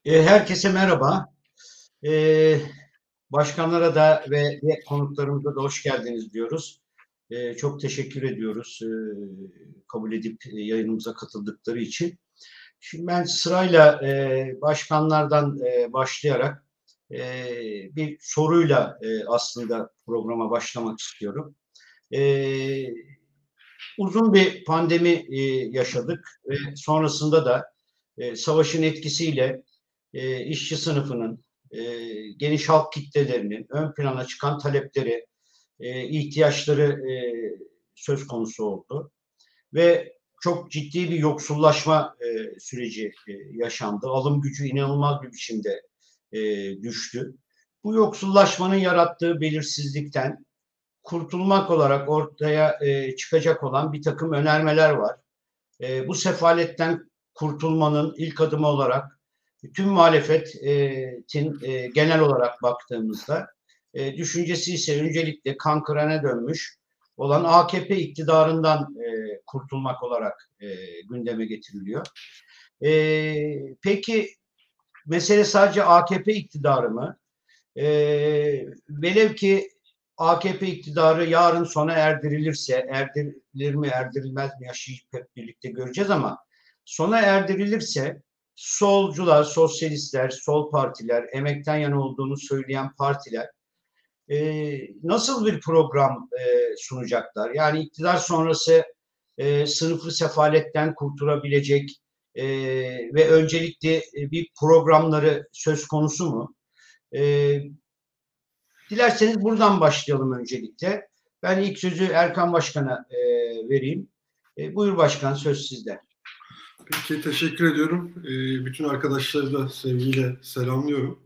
Herkese merhaba. E, Başkanlara da ve diğer konuklarımıza da hoş geldiniz diyoruz. Çok teşekkür ediyoruz kabul edip yayınımıza katıldıkları için. Şimdi ben sırayla başkanlardan başlayarak e, bir soruyla aslında programa başlamak istiyorum. E, Uzun bir pandemi yaşadık ve sonrasında da savaşın etkisiyle işçi sınıfının, geniş halk kitlelerinin ön plana çıkan talepleri, ihtiyaçları söz konusu oldu. Ve çok ciddi bir yoksullaşma süreci yaşandı. Alım gücü inanılmaz bir biçimde e, düştü. Bu yoksullaşmanın yarattığı belirsizlikten kurtulmak olarak ortaya çıkacak olan bir takım önermeler var. Bu sefaletten kurtulmanın ilk adımı olarak tüm muhalefetin genel olarak baktığımızda düşüncesi ise öncelikle kan kırana dönmüş olan AKP iktidarından kurtulmak olarak gündeme getiriliyor. Peki mesele sadece AKP iktidarı mı? Velev ki AKP iktidarı yarın sona erdirilirse, erdirilir mi erdirilmez mi yaşayıp hep birlikte göreceğiz ama sona erdirilirse solcular, sosyalistler, sol partiler, emekten yana olduğunu söyleyen partiler nasıl bir program sunacaklar? Yani iktidar sonrası sınıfı sefaletten kurtulabilecek ve öncelikli bir programları söz konusu mu? E, Dilerseniz buradan başlayalım öncelikle. Ben ilk sözü Erkan Başkan'a vereyim. Buyur Başkan, söz sizde. Peki, teşekkür ediyorum. Bütün arkadaşları da sevgiyle selamlıyorum.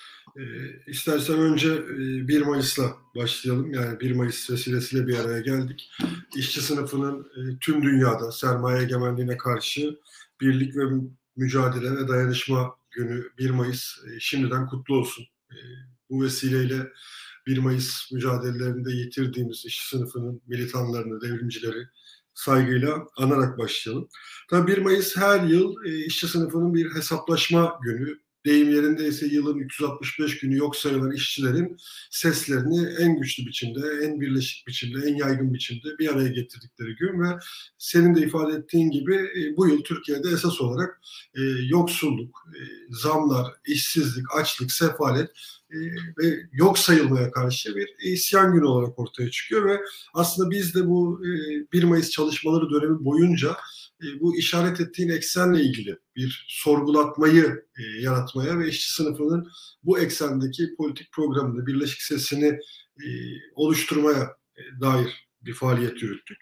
İstersen önce 1 Mayıs'la başlayalım. Yani 1 Mayıs vesilesiyle bir araya geldik. İşçi sınıfının tüm dünyada sermaye egemenliğine karşı birlik ve mücadele ve dayanışma günü 1 Mayıs şimdiden kutlu olsun. Bu vesileyle 1 Mayıs mücadelelerinde yitirdiğimiz işçi sınıfının militanlarını, devrimcileri saygıyla anarak başlayalım. Tabii 1 Mayıs her yıl işçi sınıfının bir hesaplaşma günü. Deyim yerindeyse yılın 365 günü yok sayılan işçilerin seslerini en güçlü biçimde, en birleşik biçimde, en yaygın biçimde bir araya getirdikleri gün ve senin de ifade ettiğin gibi bu yıl Türkiye'de esas olarak yoksulluk, zamlar, işsizlik, açlık, sefalet ve yok sayılmaya karşı bir isyan günü olarak ortaya çıkıyor ve aslında biz de bu 1 Mayıs çalışmaları dönemi boyunca bu işaret ettiğin eksenle ilgili bir sorgulatmayı yaratmaya ve işçi sınıfının bu eksendeki politik programını, birleşik sesini oluşturmaya dair bir faaliyet yürüttük.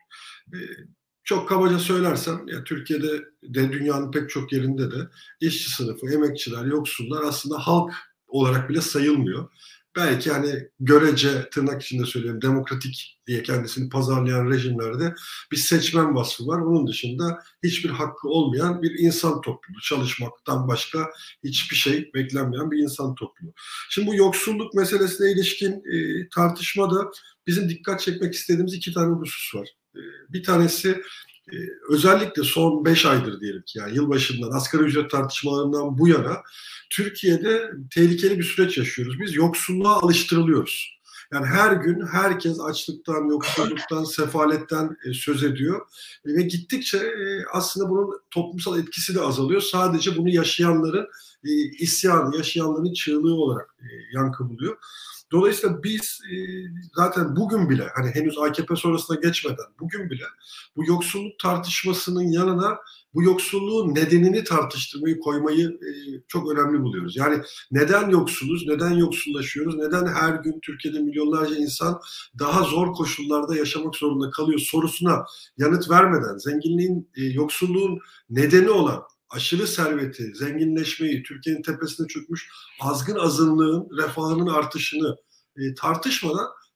Çok kabaca söylersem, ya Türkiye'de de dünyanın pek çok yerinde de işçi sınıfı, emekçiler, yoksullar aslında halk olarak bile sayılmıyor. Belki hani görece, tırnak içinde söylüyorum, demokratik diye kendisini pazarlayan rejimlerde bir seçmen vasfı var. Onun dışında hiçbir hakkı olmayan bir insan topluluğu. Çalışmaktan başka hiçbir şey beklenmeyen bir insan topluluğu. Şimdi bu yoksulluk meselesine ilişkin tartışmada bizim dikkat çekmek istediğimiz 2 tane husus var. Bir tanesi özellikle son 5 aydır diyelim ki, yani yılbaşından, asgari ücret tartışmalarından bu yana Türkiye'de tehlikeli bir süreç yaşıyoruz. Biz yoksulluğa alıştırılıyoruz. Yani her gün herkes açlıktan, yoksulluktan, sefaletten söz ediyor. Ve gittikçe aslında bunun toplumsal etkisi de azalıyor. Sadece bunu yaşayanların isyanı, yaşayanların çığlığı olarak yankı buluyor. Dolayısıyla biz zaten bugün bile, hani henüz AKP sonrasına geçmeden bugün bile bu yoksulluk tartışmasının yanına bu yoksulluğun nedenini tartıştırmayı, koymayı çok önemli buluyoruz. Yani neden yoksuluz, neden yoksullaşıyoruz, neden her gün Türkiye'de milyonlarca insan daha zor koşullarda yaşamak zorunda kalıyor sorusuna yanıt vermeden, zenginliğin, yoksulluğun nedeni olan aşırı serveti, zenginleşmeyi, Türkiye'nin tepesine çökmüş azgın azınlığın refahının artışını tartışmadan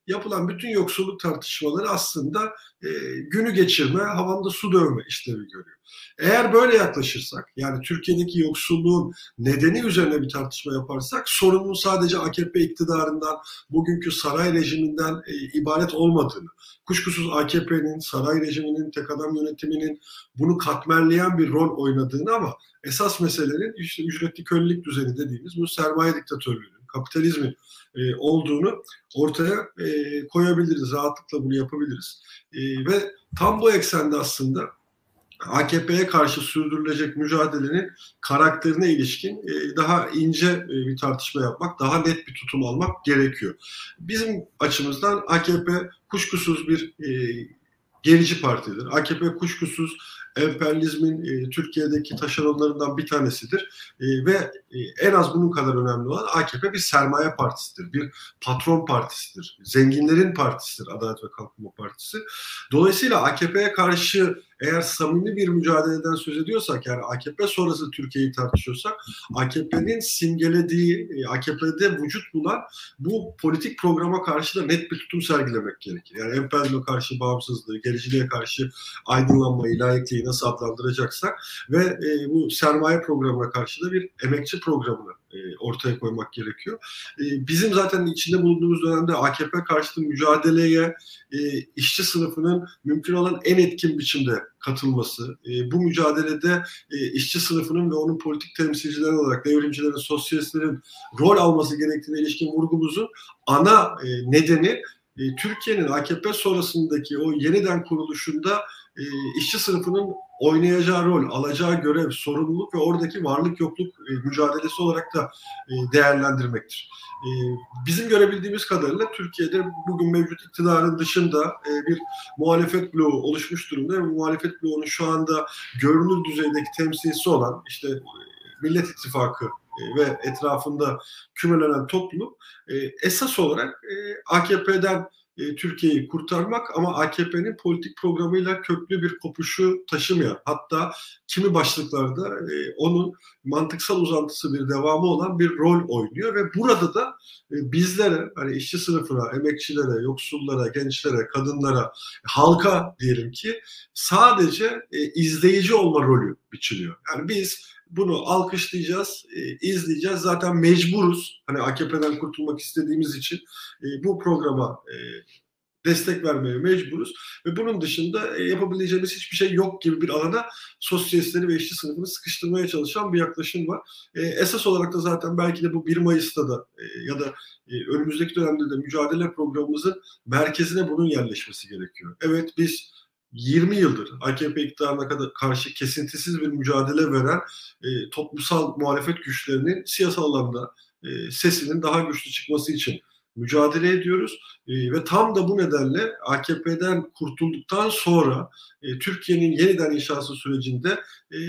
yapılan bütün yoksulluk tartışmaları aslında günü geçirme, havanda su dövme işlevi görüyor. Eğer böyle yaklaşırsak, yani Türkiye'deki yoksulluğun nedeni üzerine bir tartışma yaparsak, sorunun sadece AKP iktidarından, bugünkü saray rejiminden ibaret olmadığını, kuşkusuz AKP'nin, saray rejiminin, tek adam yönetiminin bunu katmerleyen bir rol oynadığını, ama esas meselenin işte ücretli kölelik düzeni dediğimiz bu sermaye diktatörlüğünün, kapitalizmin olduğunu ortaya koyabiliriz. Rahatlıkla bunu yapabiliriz. Ve tam bu eksende aslında AKP'ye karşı sürdürülecek mücadelenin karakterine ilişkin daha ince bir tartışma yapmak, daha net bir tutum almak gerekiyor. Bizim açımızdan AKP kuşkusuz bir gerici partidir. AKP kuşkusuz emperyalizmin Türkiye'deki taşeronlarından bir tanesidir. Ve en az bunun kadar önemli olan, AKP bir sermaye partisidir, bir patron partisidir, zenginlerin partisidir, Adalet ve Kalkınma Partisi. Dolayısıyla AKP'ye karşı eğer samimi bir mücadeleden söz ediyorsak, yani AKP sonrası Türkiye'yi tartışıyorsak, AKP'nin simgelediği, AKP'de vücut bulan bu politik programa karşı da net bir tutum sergilemek gerekir. Yani emperyalizme karşı bağımsızlığı, gericiliğe karşı aydınlanmayı, layıklığı nasıl adlandıracaksak ve bu sermaye programına karşı da bir emekçi programını ortaya koymak gerekiyor. Bizim zaten içinde bulunduğumuz dönemde AKP karşıtı mücadeleye işçi sınıfının mümkün olan en etkin biçimde katılması, bu mücadelede işçi sınıfının ve onun politik temsilcileri olarak devrimcilerin, sosyalistlerin rol alması gerektiğine ilişkin vurgumuzun ana nedeni Türkiye'nin AKP sonrasındaki o yeniden kuruluşunda işçi sınıfının oynayacağı rol, alacağı görev, sorumluluk ve oradaki varlık yokluk mücadelesi olarak da değerlendirmektir. Bizim görebildiğimiz kadarıyla Türkiye'de bugün mevcut iktidarın dışında bir muhalefet bloğu oluşmuş durumda ve muhalefet bloğunun şu anda görünür düzeydeki temsilcisi olan işte Millet İttifakı ve etrafında kümelenen topluluk esas olarak AKP'den Türkiye'yi kurtarmak, ama AKP'nin politik programıyla köklü bir kopuşu taşımayan, hatta kimi başlıklarda onun mantıksal uzantısı bir devamı olan bir rol oynuyor ve burada da bizlere, hani işçi sınıfına, emekçilere, yoksullara, gençlere, kadınlara, halka diyelim ki sadece izleyici olma rolü biçiliyor. Yani biz bunu alkışlayacağız, izleyeceğiz. Zaten mecburuz. Hani AKP'den kurtulmak istediğimiz için bu programa destek vermeye mecburuz. Ve bunun dışında yapabileceğimiz hiçbir şey yok gibi bir alana sosyalistleri ve işçi sınıfını sıkıştırmaya çalışan bir yaklaşım var. Esas olarak da zaten belki de bu 1 Mayıs'ta da ya da önümüzdeki dönemde de mücadele programımızın merkezine bunun yerleşmesi gerekiyor. Evet, biz 20 yıldır AKP iktidarına karşı kesintisiz bir mücadele veren toplumsal muhalefet güçlerinin siyasal alanda sesinin daha güçlü çıkması için mücadele ediyoruz. Ve tam da bu nedenle AKP'den kurtulduktan sonra Türkiye'nin yeniden inşası sürecinde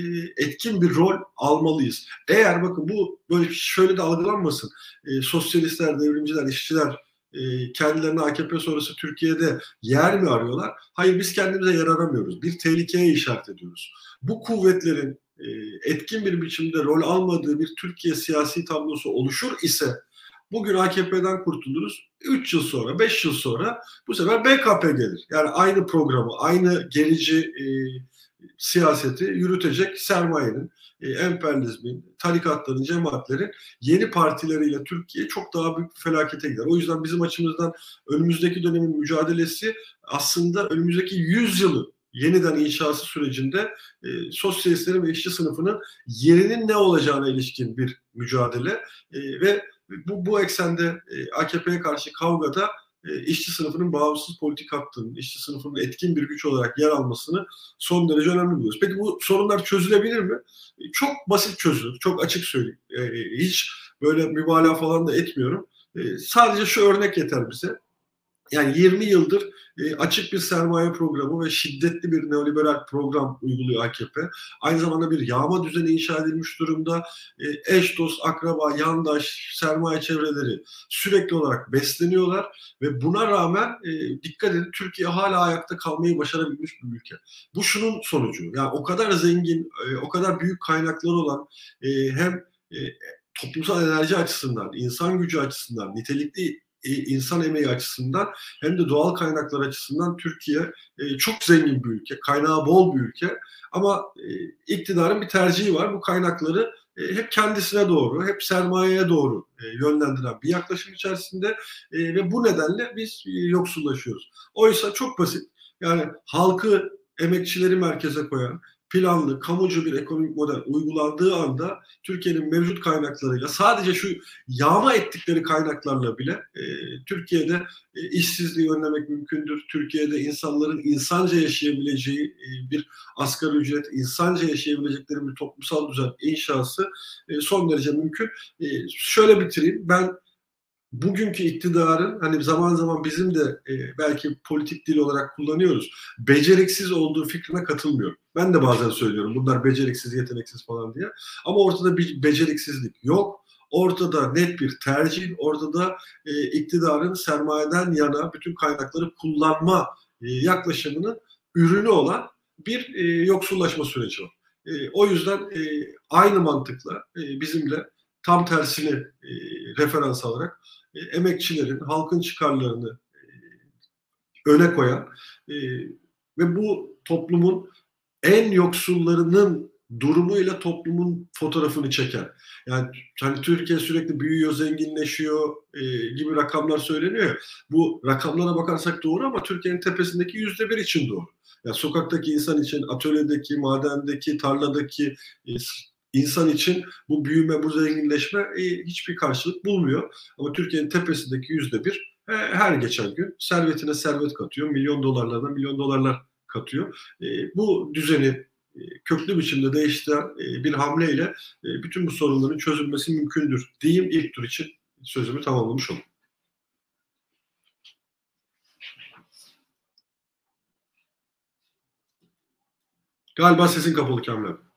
etkin bir rol almalıyız. Eğer bakın bu böyle şöyle de algılanmasın. Sosyalistler, devrimciler, işçiler kendilerine AKP sonrası Türkiye'de yer mi arıyorlar? Hayır, biz kendimize yer aramıyoruz. Bir tehlikeye işaret ediyoruz. Bu kuvvetlerin etkin bir biçimde rol almadığı bir Türkiye siyasi tablosu oluşur ise bugün AKP'den kurtuluruz. 3 yıl sonra, 5 yıl sonra bu sefer BKP gelir. Yani aynı programı, aynı gerici siyaseti yürütecek sermayenin, emperyalizmin, tarikatların, cemaatlerin yeni partileriyle Türkiye çok daha büyük bir felakete gider. O yüzden bizim açımızdan önümüzdeki dönemin mücadelesi aslında önümüzdeki 100 yılı yeniden inşası sürecinde sosyalistlerin ve işçi sınıfının yerinin ne olacağına ilişkin bir mücadele ve bu eksende AKP'ye karşı kavgada işçi sınıfının bağımsız politik hattının, işçi sınıfının etkin bir güç olarak yer almasını son derece önemli buluyoruz. Peki bu sorunlar çözülebilir mi? Çok basit çözülür, çok açık söyleyeyim. Hiç böyle mübalağa falan da etmiyorum. Sadece şu örnek yeter bize. Yani 20 yıldır açık bir sermaye programı ve şiddetli bir neoliberal program uyguluyor AKP. Aynı zamanda bir yağma düzeni inşa edilmiş durumda. Eş, dost, akraba, yandaş, sermaye çevreleri sürekli olarak besleniyorlar ve buna rağmen dikkat edin, Türkiye hala ayakta kalmayı başarabilmiş bir ülke. Bu şunun sonucu. Yani o kadar zengin, o kadar büyük kaynakları olan hem toplumsal enerji açısından, insan gücü açısından, nitelikli insan emeği açısından hem de doğal kaynaklar açısından Türkiye çok zengin bir ülke, kaynağı bol bir ülke. Ama iktidarın bir tercihi var. Bu kaynakları hep kendisine doğru, hep sermayeye doğru yönlendiren bir yaklaşım içerisinde ve bu nedenle biz yoksullaşıyoruz. Oysa çok basit. Yani halkı, emekçileri merkeze koyan, planlı, kamucu bir ekonomik model uygulandığı anda Türkiye'nin mevcut kaynaklarıyla sadece şu yağma ettikleri kaynaklarla bile Türkiye'de işsizliği önlemek mümkündür. Türkiye'de insanların insanca yaşayabileceği bir asgari ücret, insanca yaşayabilecekleri bir toplumsal düzen inşası son derece mümkün. Şöyle bitireyim. Ben bugünkü iktidarın hani zaman zaman bizim de belki politik dil olarak kullanıyoruz. Beceriksiz olduğu fikrine katılmıyorum. Ben de bazen söylüyorum bunlar beceriksiz, yeteneksiz falan diye. Ama ortada bir beceriksizlik yok. Ortada net bir tercih, ortada iktidarın sermayeden yana bütün kaynakları kullanma yaklaşımının ürünü olan bir yoksullaşma süreci var. O yüzden aynı mantıkla bizimle tam tersini referans alarak emekçilerin, halkın çıkarlarını öne koyan ve bu toplumun en yoksullarının durumuyla toplumun fotoğrafını çeken. Yani hani Türkiye sürekli büyüyor, zenginleşiyor gibi rakamlar söyleniyor ya. Bu rakamlara bakarsak doğru ama Türkiye'nin tepesindeki %1 için doğru. Yani sokaktaki insan için, atölyedeki, madendeki, tarladaki insan için bu büyüme, bu zenginleşme hiçbir karşılık bulmuyor. Ama Türkiye'nin tepesindeki %1 her geçen gün servetine servet katıyor. Milyon dolarlarına milyon dolarlar katıyor. Bu düzeni köklü biçimde değiştiren bir hamleyle bütün bu sorunların çözülmesi mümkündür diyeyim, ilk tur için sözümü tamamlamış oldum. Galiba sesin kapalı Kamil abi.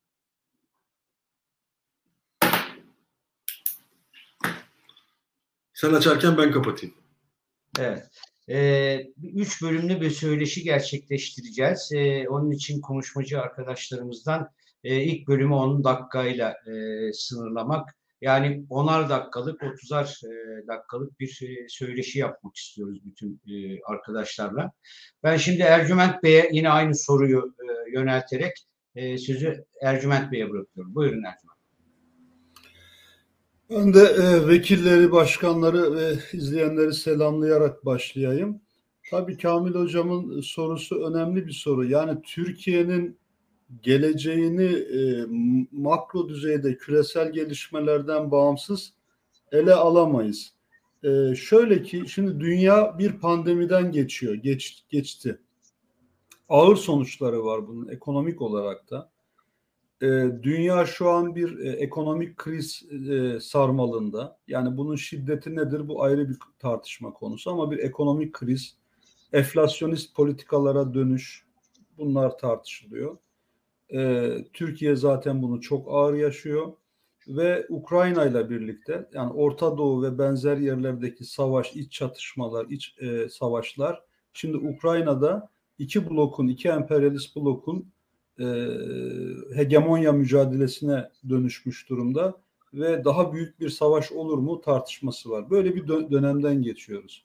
Sen açarken ben kapatayım. Evet. 3 bölümlü bir söyleşi gerçekleştireceğiz. Onun için konuşmacı arkadaşlarımızdan ilk bölümü 10 dakikayla sınırlamak. Yani 10'ar dakikalık, 30'ar dakikalık bir söyleşi yapmak istiyoruz bütün arkadaşlarla. Ben şimdi Ercüment Bey'e yine aynı soruyu yönelterek sözü Ercüment Bey'e bırakıyorum. Buyurun Ercüment. Ben de vekilleri, başkanları ve izleyenleri selamlayarak başlayayım. Tabii Kamil Hocam'ın sorusu önemli bir soru. Yani Türkiye'nin geleceğini makro düzeyde küresel gelişmelerden bağımsız ele alamayız. Şöyle ki şimdi dünya bir pandemiden geçiyor, geçti. Ağır sonuçları var bunun ekonomik olarak da. Dünya şu an bir ekonomik kriz sarmalında. Yani bunun şiddeti nedir? Bu ayrı bir tartışma konusu ama bir ekonomik kriz, enflasyonist politikalara dönüş, bunlar tartışılıyor. Türkiye zaten bunu çok ağır yaşıyor ve Ukrayna ile birlikte yani Orta Doğu ve benzer yerlerdeki savaş, iç çatışmalar, iç savaşlar şimdi Ukrayna'da iki emperyalist blokun hegemonya mücadelesine dönüşmüş durumda ve daha büyük bir savaş olur mu tartışması var. Böyle bir dönemden geçiyoruz.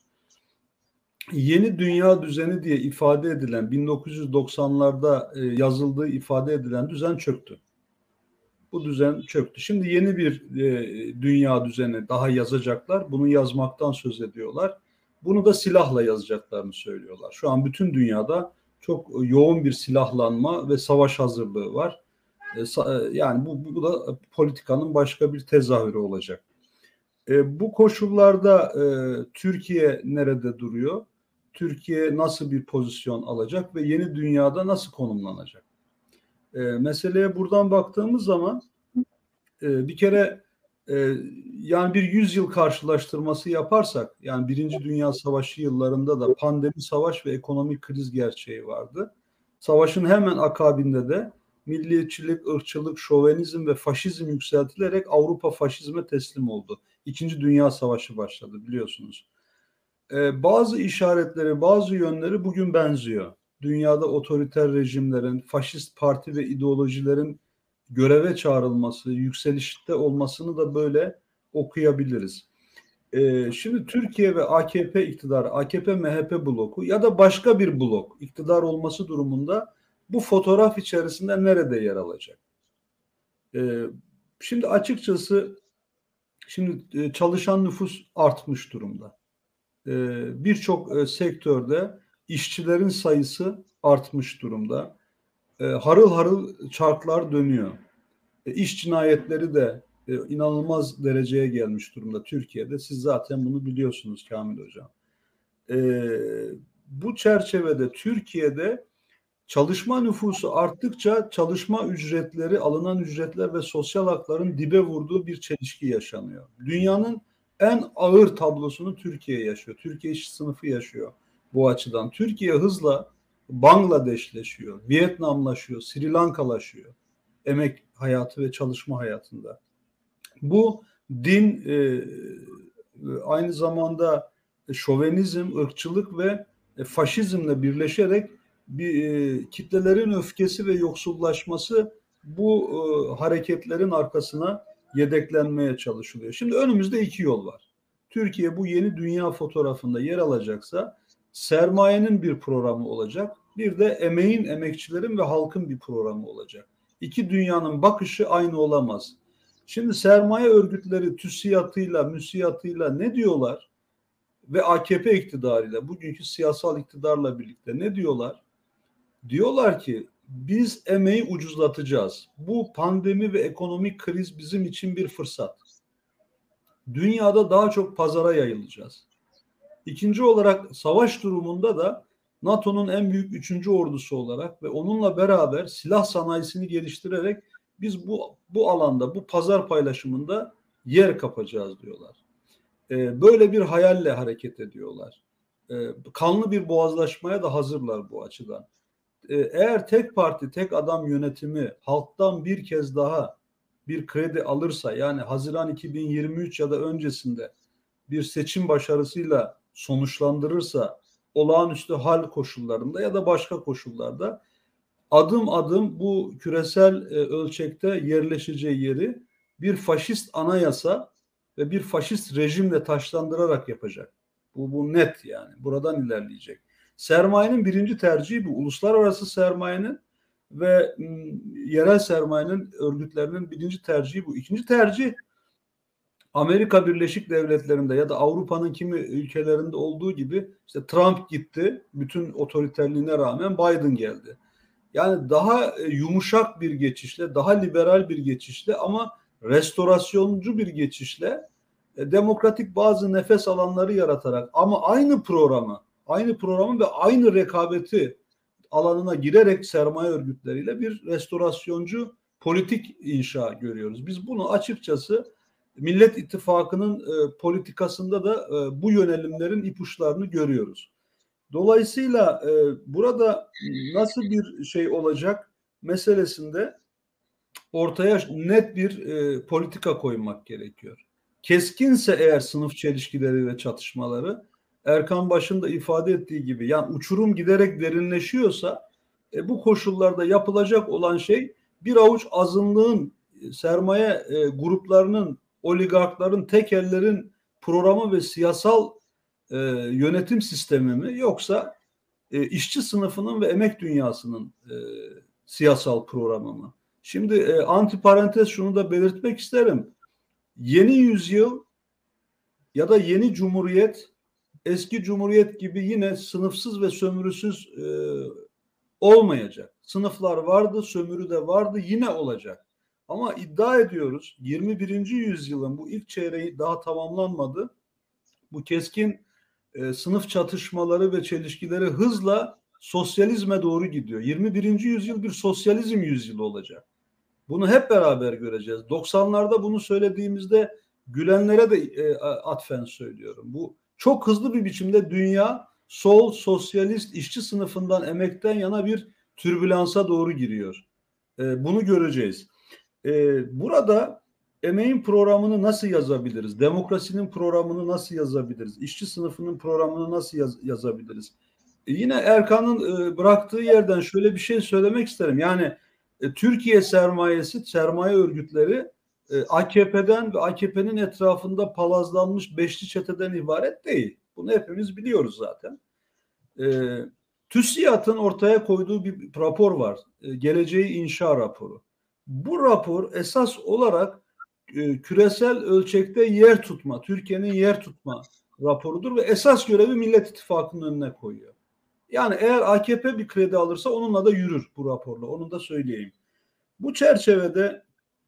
Yeni dünya düzeni diye ifade edilen 1990'larda yazıldığı ifade edilen düzen çöktü. Bu düzen çöktü. Şimdi yeni bir dünya düzeni daha yazacaklar. Bunu yazmaktan söz ediyorlar. Bunu da silahla yazacaklarını söylüyorlar. Şu an bütün dünyada çok yoğun bir silahlanma ve savaş hazırlığı var. Yani bu da politikanın başka bir tezahürü olacak. Bu koşullarda Türkiye nerede duruyor? Türkiye nasıl bir pozisyon alacak ve yeni dünyada nasıl konumlanacak? Meseleye buradan baktığımız zaman bir kere yani bir 100 yıl karşılaştırması yaparsak yani Birinci Dünya Savaşı yıllarında da pandemi, savaş ve ekonomik kriz gerçeği vardı. Savaşın hemen akabinde de milliyetçilik, ırkçılık, şovenizm ve faşizm yükseltilerek Avrupa faşizme teslim oldu. İkinci Dünya Savaşı başladı biliyorsunuz. Bazı işaretleri, bazı yönleri bugün benziyor. Dünyada otoriter rejimlerin, faşist parti ve ideolojilerin göreve çağrılması, yükselişte olmasını da böyle okuyabiliriz. Şimdi Türkiye ve AKP iktidarı, AKP-MHP bloku ya da başka bir blok iktidar olması durumunda bu fotoğraf içerisinde nerede yer alacak? Şimdi açıkçası çalışan nüfus artmış durumda. Birçok sektörde işçilerin sayısı artmış durumda. Harıl harıl çarklar dönüyor. İş cinayetleri de inanılmaz dereceye gelmiş durumda Türkiye'de. Siz zaten bunu biliyorsunuz Kamil Hocam. Bu çerçevede Türkiye'de çalışma nüfusu arttıkça çalışma ücretleri, alınan ücretler ve sosyal hakların dibe vurduğu bir çelişki yaşanıyor. Dünyanın en ağır tablosunu Türkiye yaşıyor. Türkiye işçi sınıfı yaşıyor bu açıdan. Türkiye hızla Bangladeşleşiyor, Vietnamlaşıyor, Sri Lankalaşıyor emek hayatı ve çalışma hayatında. Bu din aynı zamanda şovenizm, ırkçılık ve faşizmle birleşerek bir kitlelerin öfkesi ve yoksullaşması bu hareketlerin arkasına yedeklenmeye çalışılıyor. Şimdi önümüzde iki yol var. Türkiye bu yeni dünya fotoğrafında yer alacaksa sermayenin bir programı olacak. Bir de emeğin, emekçilerin ve halkın bir programı olacak. İki dünyanın bakışı aynı olamaz. Şimdi sermaye örgütleri TÜSİAD'ıyla, MÜSİAD'ıyla ne diyorlar? Ve AKP iktidarıyla, bugünkü siyasal iktidarla birlikte ne diyorlar? Diyorlar ki biz emeği ucuzlatacağız. Bu pandemi ve ekonomik kriz bizim için bir fırsat. Dünyada daha çok pazara yayılacağız. İkinci olarak savaş durumunda da NATO'nun en büyük 3. ordusu olarak ve onunla beraber silah sanayisini geliştirerek biz bu alanda, bu pazar paylaşımında yer kapacağız diyorlar. Böyle bir hayalle hareket ediyorlar. Kanlı bir boğazlaşmaya da hazırlar bu açıdan. Eğer tek parti, tek adam yönetimi halktan bir kez daha bir kredi alırsa, yani Haziran 2023 ya da öncesinde bir seçim başarısıyla sonuçlandırırsa, olağanüstü hal koşullarında ya da başka koşullarda adım adım bu küresel ölçekte yerleşeceği yeri bir faşist anayasa ve bir faşist rejimle taşlandırarak yapacak. Bu net yani. Buradan ilerleyecek. Sermayenin birinci tercihi bu. Uluslararası sermayenin ve yerel sermayenin örgütlerinin birinci tercihi bu. İkinci tercih Amerika Birleşik Devletleri'nde ya da Avrupa'nın kimi ülkelerinde olduğu gibi işte Trump gitti. Bütün otoriterliğine rağmen Biden geldi. Yani daha yumuşak bir geçişle, daha liberal bir geçişle ama restorasyoncu bir geçişle demokratik bazı nefes alanları yaratarak ama aynı programı ve aynı rekabeti alanına girerek sermaye örgütleriyle bir restorasyoncu politik inşa görüyoruz. Biz bunu açıkçası Millet İttifakı'nın politikasında da bu yönelimlerin ipuçlarını görüyoruz. Dolayısıyla burada nasıl bir şey olacak meselesinde ortaya net bir politika koymak gerekiyor. Keskinse eğer sınıf çelişkileri ve çatışmaları, Erkan başında ifade ettiği gibi, yani uçurum giderek derinleşiyorsa bu koşullarda yapılacak olan şey bir avuç azınlığın, sermaye gruplarının, oligarkların, tekellerin programı ve siyasal yönetim sistemi mi, yoksa işçi sınıfının ve emek dünyasının siyasal programı mı? Şimdi antiparantez şunu da belirtmek isterim. Yeni yüzyıl ya da yeni cumhuriyet eski cumhuriyet gibi yine sınıfsız ve sömürüsüz olmayacak. Sınıflar vardı, sömürü de vardı, yine olacak. Ama iddia ediyoruz 21. yüzyılın bu ilk çeyreği daha tamamlanmadı. Bu keskin sınıf çatışmaları ve çelişkileri hızla sosyalizme doğru gidiyor. 21. yüzyıl bir sosyalizm yüzyılı olacak. Bunu hep beraber göreceğiz. 90'larda bunu söylediğimizde gülenlere de atfen söylüyorum. Bu çok hızlı bir biçimde dünya sol, sosyalist, işçi sınıfından, emekten yana bir türbülansa doğru giriyor. Bunu göreceğiz. Burada emeğin programını nasıl yazabiliriz? Demokrasinin programını nasıl yazabiliriz? İşçi sınıfının programını nasıl yazabiliriz? Yine Erkan'ın bıraktığı yerden şöyle bir şey söylemek isterim. Yani Türkiye sermayesi, sermaye örgütleri AKP'den ve AKP'nin etrafında palazlanmış beşli çeteden ibaret değil. Bunu hepimiz biliyoruz zaten. TÜSİAD'ın ortaya koyduğu bir rapor var. Geleceği İnşa raporu. Bu rapor esas olarak küresel ölçekte yer tutma, Türkiye'nin yer tutma raporudur ve esas görevi Millet İttifakı'nın önüne koyuyor. Yani eğer AKP bir kredi alırsa onunla da yürür bu raporla. Onu da söyleyeyim. Bu çerçevede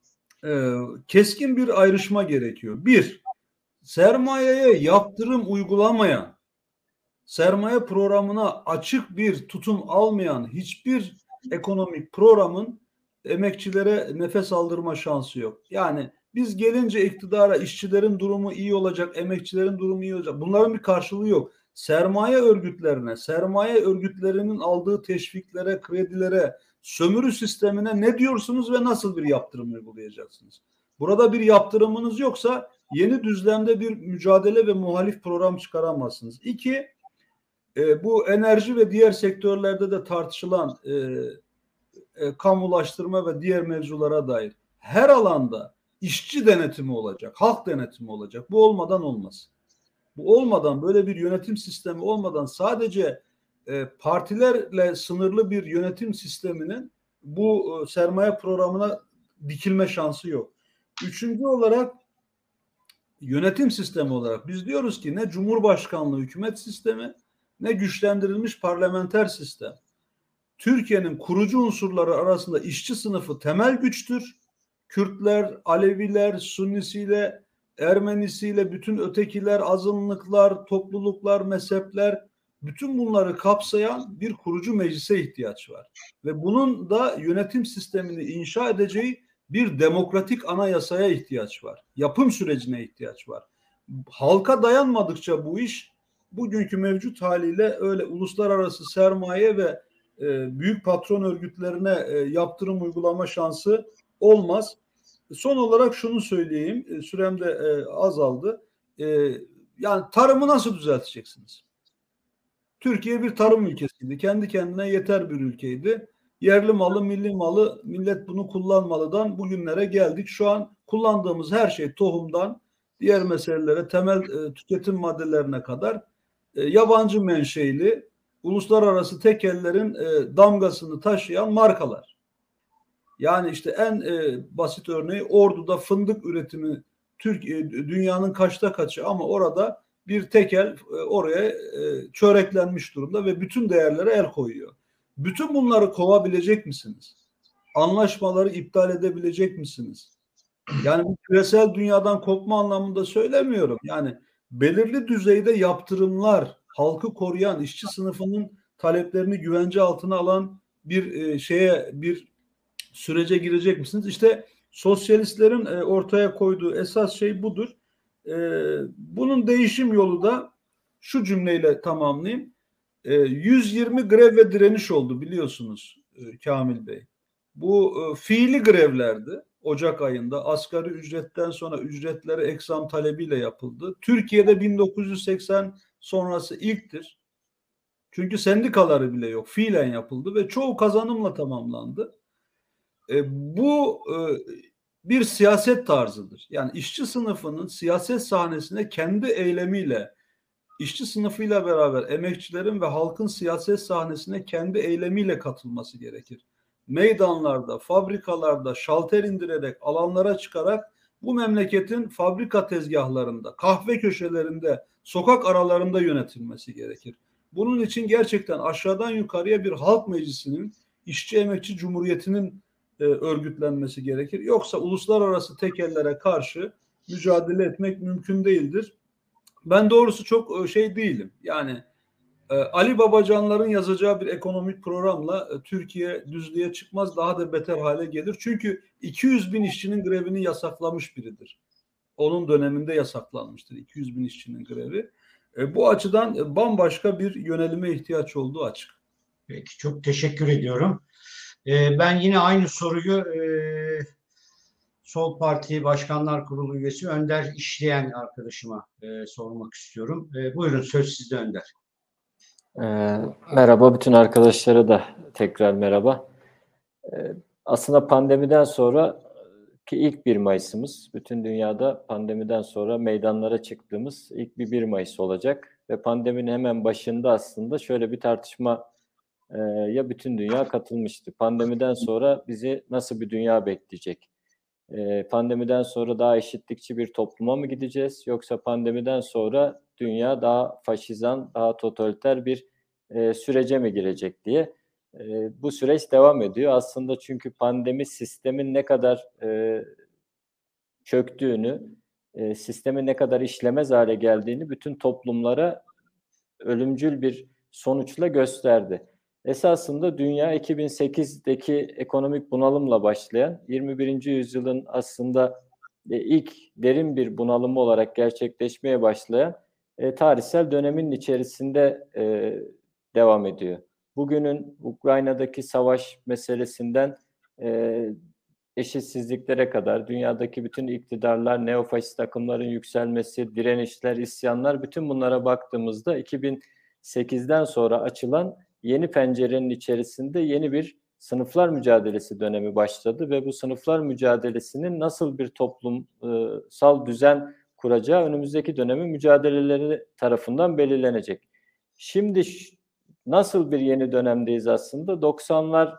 keskin bir ayrışma gerekiyor. Bir, sermayeye yaptırım uygulamayan, sermaye programına açık bir tutum almayan hiçbir ekonomik programın emekçilere nefes aldırma şansı yok. Yani biz gelince iktidara işçilerin durumu iyi olacak, emekçilerin durumu iyi olacak. Bunların bir karşılığı yok. Sermaye örgütlerine, sermaye örgütlerinin aldığı teşviklere, kredilere, sömürü sistemine ne diyorsunuz ve nasıl bir yaptırım uygulayacaksınız? Burada bir yaptırımınız yoksa yeni düzlemde bir mücadele ve muhalif program çıkaramazsınız. İki, bu enerji ve diğer sektörlerde de tartışılan kamulaştırma ve diğer mevzulara dair her alanda işçi denetimi olacak, halk denetimi olacak. Bu olmadan olmaz. Bu olmadan, böyle bir yönetim sistemi olmadan sadece partilerle sınırlı bir yönetim sisteminin bu sermaye programına dikilme şansı yok. Üçüncü olarak yönetim sistemi olarak biz diyoruz ki ne Cumhurbaşkanlığı hükümet sistemi ne güçlendirilmiş parlamenter sistem. Türkiye'nin kurucu unsurları arasında işçi sınıfı temel güçtür. Kürtler, Aleviler, Sunnisiyle, Ermenisiyle, bütün ötekiler, azınlıklar, topluluklar, mezhepler, bütün bunları kapsayan bir kurucu meclise ihtiyaç var. Ve bunun da yönetim sistemini inşa edeceği bir demokratik anayasaya ihtiyaç var. Yapım sürecine ihtiyaç var. Halka dayanmadıkça bu iş bugünkü mevcut haliyle öyle uluslararası sermaye ve büyük patron örgütlerine yaptırım uygulama şansı olmaz. Son olarak şunu söyleyeyim, sürem de azaldı. Yani tarımı nasıl düzelteceksiniz? Türkiye bir tarım ülkesiydi. Kendi kendine yeter bir ülkeydi. Yerli malı, milli malı, millet bunu kullanmalıdan bugünlere geldik. Şu an kullandığımız her şey tohumdan diğer meselelere, temel tüketim maddelerine kadar yabancı menşeili, uluslararası tekellerin damgasını taşıyan markalar. Yani işte en basit örneği Ordu'da fındık üretimi dünyanın kaçta kaçı ama orada bir tekel oraya çöreklenmiş durumda ve bütün değerlere el koyuyor. Bütün bunları kovabilecek misiniz? Anlaşmaları iptal edebilecek misiniz? Yani bu küresel dünyadan kopma anlamında söylemiyorum. Yani belirli düzeyde yaptırımlar, halkı koruyan, işçi sınıfının taleplerini güvence altına alan bir bir sürece girecek misiniz? İşte sosyalistlerin ortaya koyduğu esas şey budur. Bunun değişim yolu da şu cümleyle tamamlayayım. 120 grev ve direniş oldu biliyorsunuz Kamil Bey. Bu fiili grevlerdi. Ocak ayında asgari ücretten sonra ücretlere ek zam talebiyle yapıldı. Türkiye'de 1980 sonrası ilktir. Çünkü sendikaları bile yok. Fiilen yapıldı ve çoğu kazanımla tamamlandı. Bu bir siyaset tarzıdır. Yani işçi sınıfının siyaset sahnesine kendi eylemiyle, işçi sınıfıyla beraber emekçilerin ve halkın siyaset sahnesine kendi eylemiyle katılması gerekir. Meydanlarda, fabrikalarda şalter indirerek, alanlara çıkarak bu memleketin fabrika tezgahlarında, kahve köşelerinde, sokak aralarında yönetilmesi gerekir. Bunun için gerçekten aşağıdan yukarıya bir halk meclisinin, işçi emekçi cumhuriyetinin örgütlenmesi gerekir. Yoksa uluslararası tekellere karşı mücadele etmek mümkün değildir. Ben doğrusu çok değilim. Yani Ali Babacanların yazacağı bir ekonomik programla Türkiye düzlüğe çıkmaz, daha da beter hale gelir. Çünkü 200 bin işçinin grevini yasaklamış biridir. Onun döneminde yasaklanmıştır 200 bin işçinin grevi. Bu açıdan bambaşka bir yönelime ihtiyaç olduğu açık. Peki, çok teşekkür ediyorum. Ben yine aynı soruyu Sol Parti Başkanlar Kurulu üyesi Önder İşleyen arkadaşıma sormak istiyorum. Buyurun, söz sizde Önder. Merhaba, bütün arkadaşlara da tekrar merhaba. Aslında pandemiden sonra ki ilk 1 Mayıs'ımız. Bütün dünyada pandemiden sonra meydanlara çıktığımız ilk bir 1 Mayıs olacak. Ve pandeminin hemen başında aslında şöyle bir tartışma ya bütün dünya katılmıştı. Pandemiden sonra bizi nasıl bir dünya bekleyecek? Pandemiden sonra daha eşitlikçi bir topluma mı gideceğiz? Yoksa pandemiden sonra dünya daha faşizan, daha totaliter bir sürece mi girecek diye. Bu süreç devam ediyor. Aslında çünkü pandemi sistemin ne kadar çöktüğünü, sistemin ne kadar işlemez hale geldiğini bütün toplumlara ölümcül bir sonuçla gösterdi. Esasında dünya 2008'deki ekonomik bunalımla başlayan, 21. yüzyılın aslında ilk derin bir bunalımı olarak gerçekleşmeye başlayan tarihsel dönemin içerisinde devam ediyor. Bugünün Ukrayna'daki savaş meselesinden eşitsizliklere kadar dünyadaki bütün iktidarlar, neofaşist akımların yükselmesi, direnişler, isyanlar, bütün bunlara baktığımızda 2008'den sonra açılan yeni pencerenin içerisinde yeni bir sınıflar mücadelesi dönemi başladı ve bu sınıflar mücadelesinin nasıl bir toplumsal düzen kuracağı önümüzdeki dönemin mücadeleleri tarafından belirlenecek. Şimdi nasıl bir yeni dönemdeyiz aslında? 90'lar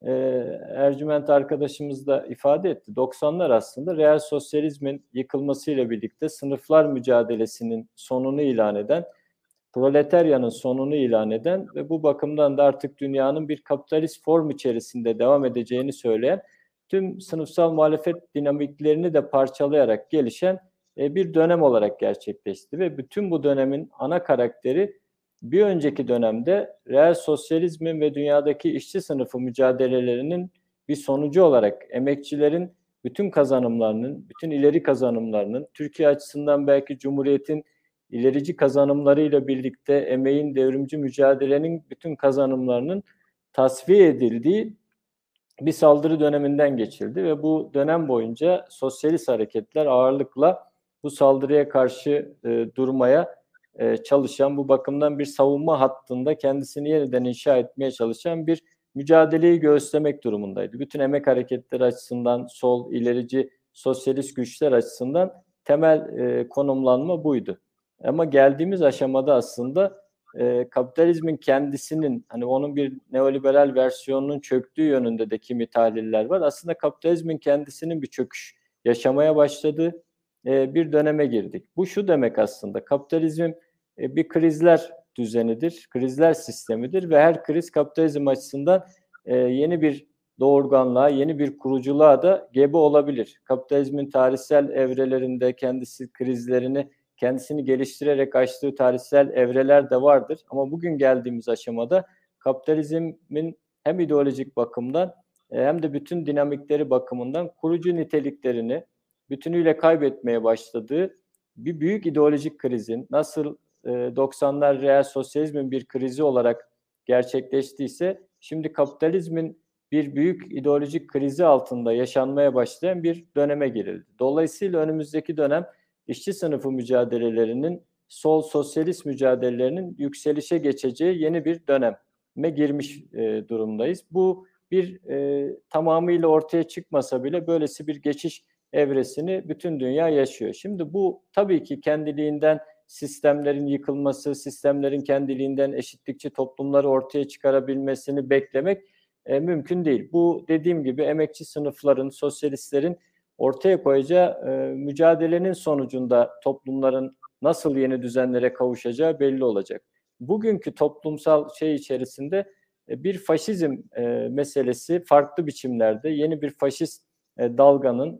Ercüment arkadaşımız da ifade etti. 90'lar aslında reel sosyalizmin yıkılmasıyla birlikte sınıflar mücadelesinin sonunu ilan eden, proletaryanın sonunu ilan eden ve bu bakımdan da artık dünyanın bir kapitalist form içerisinde devam edeceğini söyleyen, tüm sınıfsal muhalefet dinamiklerini de parçalayarak gelişen bir dönem olarak gerçekleşti ve bütün bu dönemin ana karakteri bir önceki dönemde reel sosyalizmin ve dünyadaki işçi sınıfı mücadelelerinin bir sonucu olarak emekçilerin bütün kazanımlarının, bütün ileri kazanımlarının, Türkiye açısından belki Cumhuriyet'in ilerici kazanımlarıyla birlikte emeğin, devrimci mücadelenin bütün kazanımlarının tasfiye edildiği bir saldırı döneminden geçildi ve bu dönem boyunca sosyalist hareketler ağırlıkla bu saldırıya karşı durmaya çalışan, bu bakımdan bir savunma hattında kendisini yeniden inşa etmeye çalışan bir mücadeleyi göğüslemek durumundaydı. Bütün emek hareketleri açısından, sol, ilerici, sosyalist güçler açısından temel konumlanma buydu. Ama geldiğimiz aşamada aslında kapitalizmin kendisinin, hani onun bir neoliberal versiyonunun çöktüğü yönünde de kimi tahliller var. Aslında kapitalizmin kendisinin bir çöküş yaşamaya başladığı bir döneme girdik. Bu şu demek aslında, kapitalizm bir krizler düzenidir, krizler sistemidir ve her kriz kapitalizm açısından yeni bir doğurganlığa, yeni bir kuruculuğa da gebe olabilir. Kapitalizmin tarihsel evrelerinde kendisi krizlerini, kendisini geliştirerek açtığı tarihsel evreler de vardır. Ama bugün geldiğimiz aşamada kapitalizmin hem ideolojik bakımdan hem de bütün dinamikleri bakımından kurucu niteliklerini bütünüyle kaybetmeye başladığı bir büyük ideolojik krizin, nasıl 90'lar reel sosyalizmin bir krizi olarak gerçekleştiyse, şimdi kapitalizmin bir büyük ideolojik krizi altında yaşanmaya başlayan bir döneme girildi. Dolayısıyla önümüzdeki dönem işçi sınıfı mücadelelerinin, sol sosyalist mücadelelerinin yükselişe geçeceği yeni bir döneme girmiş durumdayız. Bu bir tamamıyla ortaya çıkmasa bile böylesi bir geçiş evresini bütün dünya yaşıyor. Şimdi bu tabii ki kendiliğinden sistemlerin yıkılması, sistemlerin kendiliğinden eşitlikçi toplumları ortaya çıkarabilmesini beklemek mümkün değil. Bu dediğim gibi emekçi sınıfların, sosyalistlerin ortaya koyacağı mücadelenin sonucunda toplumların nasıl yeni düzenlere kavuşacağı belli olacak. Bugünkü toplumsal içerisinde bir faşizm meselesi farklı biçimlerde, yeni bir faşist dalganın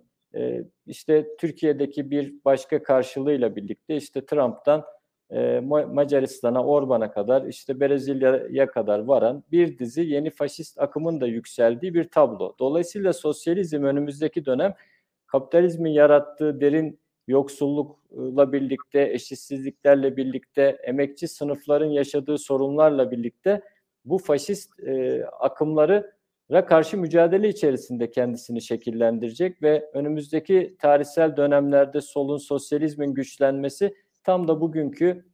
işte Türkiye'deki bir başka karşılığıyla birlikte işte Trump'tan Macaristan'a, Orban'a kadar, işte Brezilya'ya kadar varan bir dizi yeni faşist akımın da yükseldiği bir tablo. Dolayısıyla sosyalizm önümüzdeki dönem kapitalizmin yarattığı derin yoksullukla birlikte, eşitsizliklerle birlikte, emekçi sınıfların yaşadığı sorunlarla birlikte bu faşist akımlara karşı mücadele içerisinde kendisini şekillendirecek ve önümüzdeki tarihsel dönemlerde solun, sosyalizmin güçlenmesi tam da bugünkü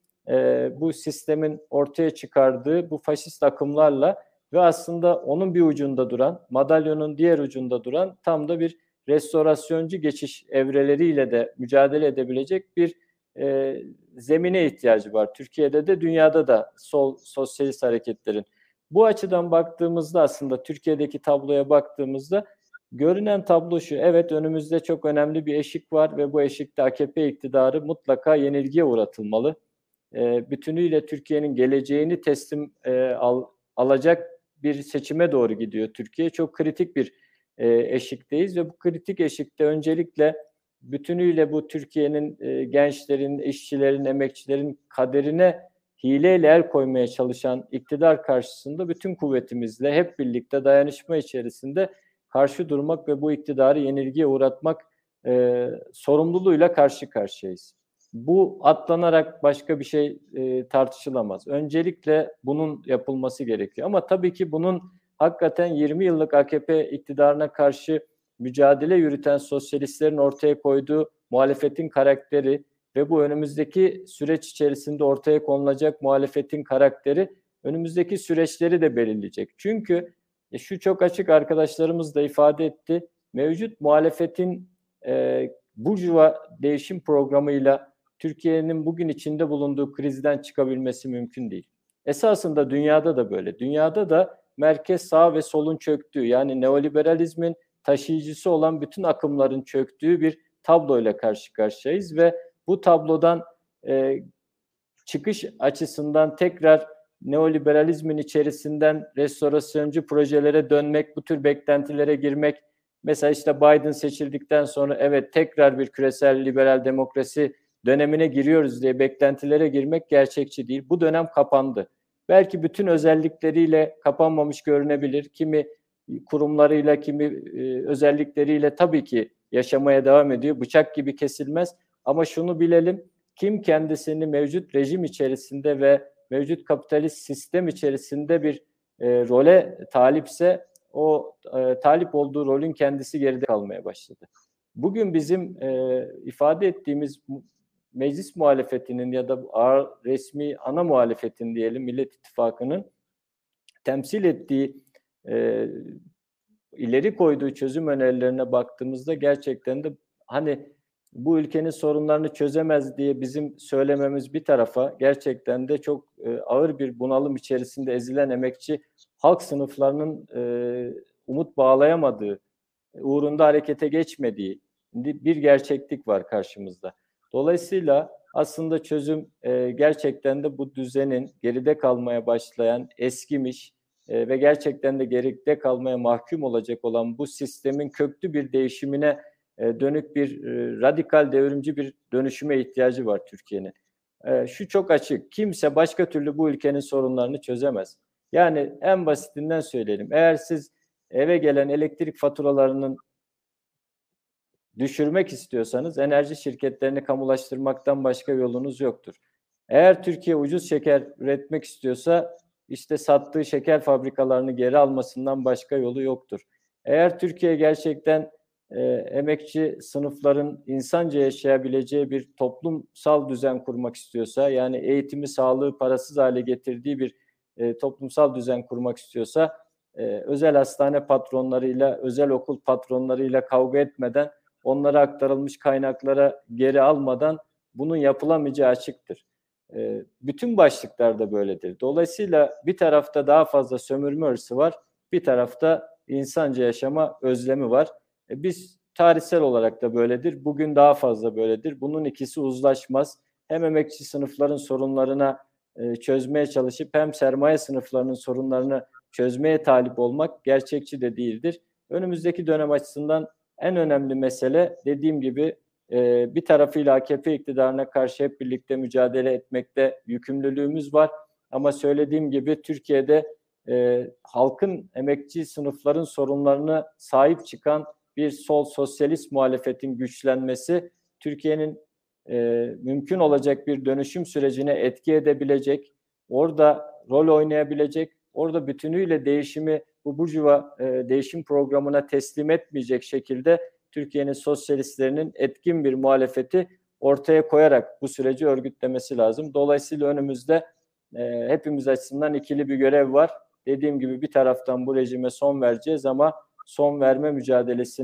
bu sistemin ortaya çıkardığı bu faşist akımlarla ve aslında onun bir ucunda duran, madalyonun diğer ucunda duran tam da bir restorasyoncu geçiş evreleriyle de mücadele edebilecek bir zemine ihtiyacı var. Türkiye'de de dünyada da sol sosyalist hareketlerin. Bu açıdan baktığımızda aslında Türkiye'deki tabloya baktığımızda görünen tablo şu: evet, önümüzde çok önemli bir eşik var ve bu eşikte AKP iktidarı mutlaka yenilgiye uğratılmalı. Bütünüyle Türkiye'nin geleceğini teslim alacak bir seçime doğru gidiyor Türkiye. Çok kritik bir eşikteyiz ve bu kritik eşikte öncelikle bütünüyle bu Türkiye'nin gençlerin, işçilerin, emekçilerin kaderine hileyle el koymaya çalışan iktidar karşısında bütün kuvvetimizle hep birlikte dayanışma içerisinde karşı durmak ve bu iktidarı yenilgiye uğratmak sorumluluğuyla karşı karşıyayız. Bu atlanarak başka bir şey tartışılamaz. Öncelikle bunun yapılması gerekiyor. Ama tabii ki bunun hakikaten 20 yıllık AKP iktidarına karşı mücadele yürüten sosyalistlerin ortaya koyduğu muhalefetin karakteri ve bu önümüzdeki süreç içerisinde ortaya konulacak muhalefetin karakteri önümüzdeki süreçleri de belirleyecek. Çünkü şu çok açık, arkadaşlarımız da ifade etti. Mevcut muhalefetin burjuva değişim programıyla Türkiye'nin bugün içinde bulunduğu krizden çıkabilmesi mümkün değil. Esasında dünyada da böyle. Dünyada da merkez sağ ve solun çöktüğü, yani neoliberalizmin taşıyıcısı olan bütün akımların çöktüğü bir tabloyla karşı karşıyayız ve bu tablodan çıkış açısından tekrar neoliberalizmin içerisinden restorasyoncu projelere dönmek, bu tür beklentilere girmek, mesela işte Biden seçildikten sonra evet tekrar bir küresel liberal demokrasi dönemine giriyoruz diye beklentilere girmek gerçekçi değil. Bu dönem kapandı. Belki bütün özellikleriyle kapanmamış görünebilir. Kimi kurumlarıyla, kimi özellikleriyle tabii ki yaşamaya devam ediyor. Bıçak gibi kesilmez. Ama şunu bilelim, kim kendisini mevcut rejim içerisinde ve mevcut kapitalist sistem içerisinde bir role talipse o talip olduğu rolün kendisi geride kalmaya başladı. Bugün bizim ifade ettiğimiz meclis muhalefetinin ya da ağır resmi ana muhalefetin diyelim, Millet İttifakı'nın temsil ettiği ileri koyduğu çözüm önerilerine baktığımızda gerçekten de hani bu ülkenin sorunlarını çözemez diye bizim söylememiz bir tarafa, gerçekten de çok ağır bir bunalım içerisinde ezilen emekçi halk sınıflarının umut bağlayamadığı, uğrunda harekete geçmediği bir gerçeklik var karşımızda. Dolayısıyla aslında çözüm gerçekten de bu düzenin geride kalmaya başlayan, eskimiş ve gerçekten de geride kalmaya mahkum olacak olan bu sistemin köklü bir değişimine dönük bir radikal devrimci bir dönüşüme ihtiyacı var Türkiye'nin. Şu çok açık, kimse başka türlü bu ülkenin sorunlarını çözemez. Yani en basitinden söyleyelim, eğer siz eve gelen elektrik faturalarının düşürmek istiyorsanız enerji şirketlerini kamulaştırmaktan başka yolunuz yoktur. Eğer Türkiye ucuz şeker üretmek istiyorsa işte sattığı şeker fabrikalarını geri almasından başka yolu yoktur. Eğer Türkiye gerçekten emekçi sınıfların insanca yaşayabileceği bir toplumsal düzen kurmak istiyorsa, yani eğitimi, sağlığı parasız hale getirdiği bir toplumsal düzen kurmak istiyorsa, özel hastane patronlarıyla, özel okul patronlarıyla kavga etmeden, onlara aktarılmış kaynaklara geri almadan bunun yapılamayacağı açıktır. Bütün başlıklarda böyledir. Dolayısıyla bir tarafta daha fazla sömürme hırsı var, bir tarafta insanca yaşama özlemi var. Biz tarihsel olarak da böyledir, bugün daha fazla böyledir. Bunun ikisi uzlaşmaz. Hem emekçi sınıfların sorunlarına çözmeye çalışıp hem sermaye sınıflarının sorunlarını çözmeye talip olmak gerçekçi de değildir. Önümüzdeki dönem açısından en önemli mesele, dediğim gibi, bir tarafıyla AKP iktidarına karşı hep birlikte mücadele etmekte yükümlülüğümüz var. Ama söylediğim gibi Türkiye'de halkın, emekçi sınıfların sorunlarına sahip çıkan bir sol sosyalist muhalefetin güçlenmesi, Türkiye'nin mümkün olacak bir dönüşüm sürecine etki edebilecek, orada rol oynayabilecek, orada bütünüyle değişimi bu burjuva değişim programına teslim etmeyecek şekilde Türkiye'nin sosyalistlerinin etkin bir muhalefeti ortaya koyarak bu süreci örgütlemesi lazım. Dolayısıyla önümüzde hepimiz açısından ikili bir görev var. Dediğim gibi bir taraftan bu rejime son vereceğiz ama son verme mücadelesini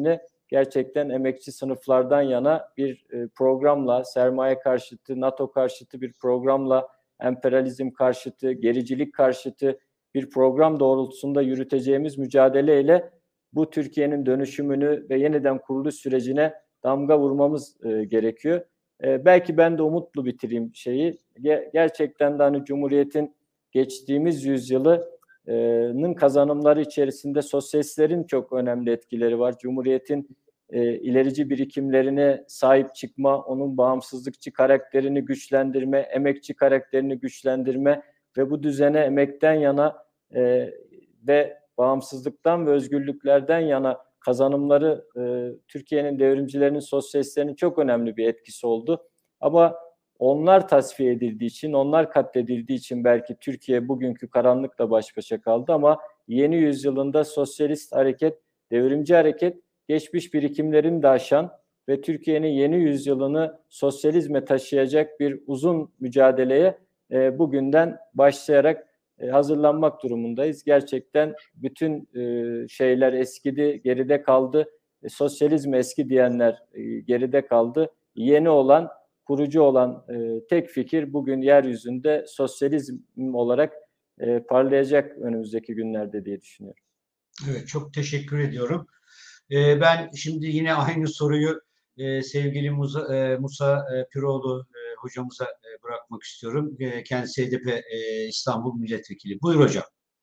gerçekten emekçi sınıflardan yana bir programla, sermaye karşıtı, NATO karşıtı bir programla, emperyalizm karşıtı, gericilik karşıtı bir program doğrultusunda yürüteceğimiz mücadeleyle bu Türkiye'nin dönüşümünü ve yeniden kuruluş sürecine damga vurmamız gerekiyor. Belki ben de umutlu bitireyim şeyi. Gerçekten de hani Cumhuriyet'in geçtiğimiz yüzyılının kazanımları içerisinde sosyalistlerin çok önemli etkileri var. Cumhuriyet'in ilerici birikimlerine sahip çıkma, onun bağımsızlıkçı karakterini güçlendirme, emekçi karakterini güçlendirme ve bu düzene emekten yana ve bağımsızlıktan ve özgürlüklerden yana kazanımları Türkiye'nin devrimcilerinin, sosyalistlerinin çok önemli bir etkisi oldu. Ama onlar tasfiye edildiği için, onlar katledildiği için belki Türkiye bugünkü karanlıkla baş başa kaldı ama yeni yüzyılında sosyalist hareket, devrimci hareket geçmiş birikimlerini de aşan ve Türkiye'nin yeni yüzyılını sosyalizme taşıyacak bir uzun mücadeleye bugünden başlayarak hazırlanmak durumundayız. Gerçekten bütün şeyler eskidi, geride kaldı. Sosyalizm eski diyenler geride kaldı. Yeni olan, kurucu olan tek fikir bugün yeryüzünde sosyalizm olarak parlayacak önümüzdeki günlerde diye düşünüyorum. Evet, çok teşekkür ediyorum. Ben şimdi yine aynı soruyu sevgili Musa Piroğlu hocamıza bırakmak istiyorum. Kendisi HDP İstanbul Milletvekili. Buyur hocam.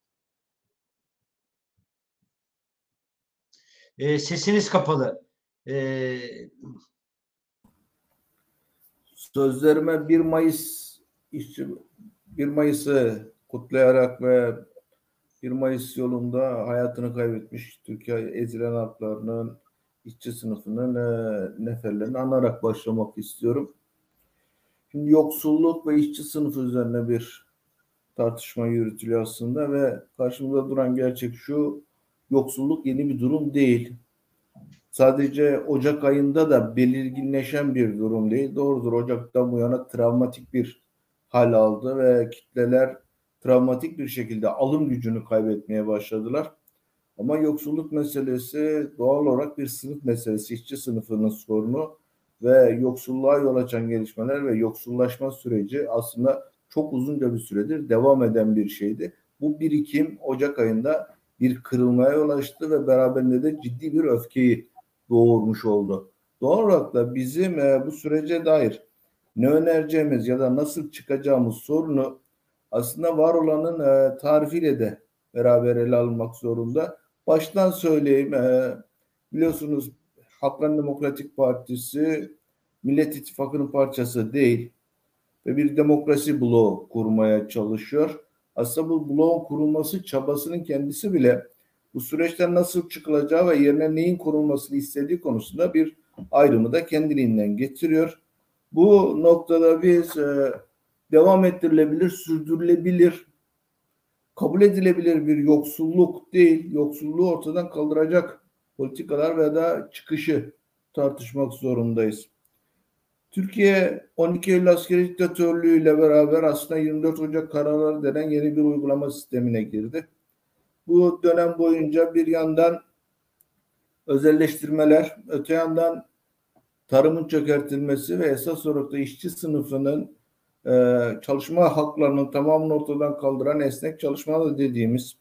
Sesiniz kapalı. Sözlerime 1 Mayıs'ı kutlayarak ve 1 Mayıs yolunda hayatını kaybetmiş Türkiye ezilen halklarının, işçi sınıfının neferlerini anarak başlamak istiyorum. Şimdi yoksulluk ve işçi sınıfı üzerine bir tartışma yürütülüyor aslında ve karşımıza duran gerçek şu: yoksulluk yeni bir durum değil. Sadece Ocak ayında da belirginleşen bir durum değil. Doğrudur, Ocak'tan bu yana travmatik bir hal aldı ve kitleler travmatik bir şekilde alım gücünü kaybetmeye başladılar. Ama yoksulluk meselesi doğal olarak bir sınıf meselesi, işçi sınıfının sorunu ve yoksulluğa yol açan gelişmeler ve yoksullaşma süreci aslında çok uzunca bir süredir devam eden bir şeydi. Bu birikim Ocak ayında bir kırılmaya yol açtı ve beraberinde de ciddi bir öfkeyi doğurmuş oldu. Doğal olarak da bizim bu sürece dair ne önereceğimiz ya da nasıl çıkacağımız sorunu aslında var olanın tarifiyle de beraber ele alınmak zorunda. Baştan söyleyeyim, biliyorsunuz Halkların Demokratik Partisi Millet İttifakı'nın parçası değil ve bir demokrasi bloğu kurmaya çalışıyor. Aslında bu bloğun kurulması çabasının kendisi bile bu süreçten nasıl çıkılacağı ve yerine neyin kurulmasını istediği konusunda bir ayrımı da kendiliğinden getiriyor. Bu noktada biz devam ettirilebilir, sürdürülebilir, kabul edilebilir bir yoksulluk değil, yoksulluğu ortadan kaldıracak politikalar veya da çıkışı tartışmak zorundayız. Türkiye 12 Eylül askeri diktatörlüğü ile beraber aslında 24 Ocak kararları denen yeni bir uygulama sistemine girdi. Bu dönem boyunca bir yandan özelleştirmeler, öte yandan tarımın çökertilmesi ve esas olarak da işçi sınıfının çalışma haklarının tamamını ortadan kaldıran esnek çalışma dediğimiz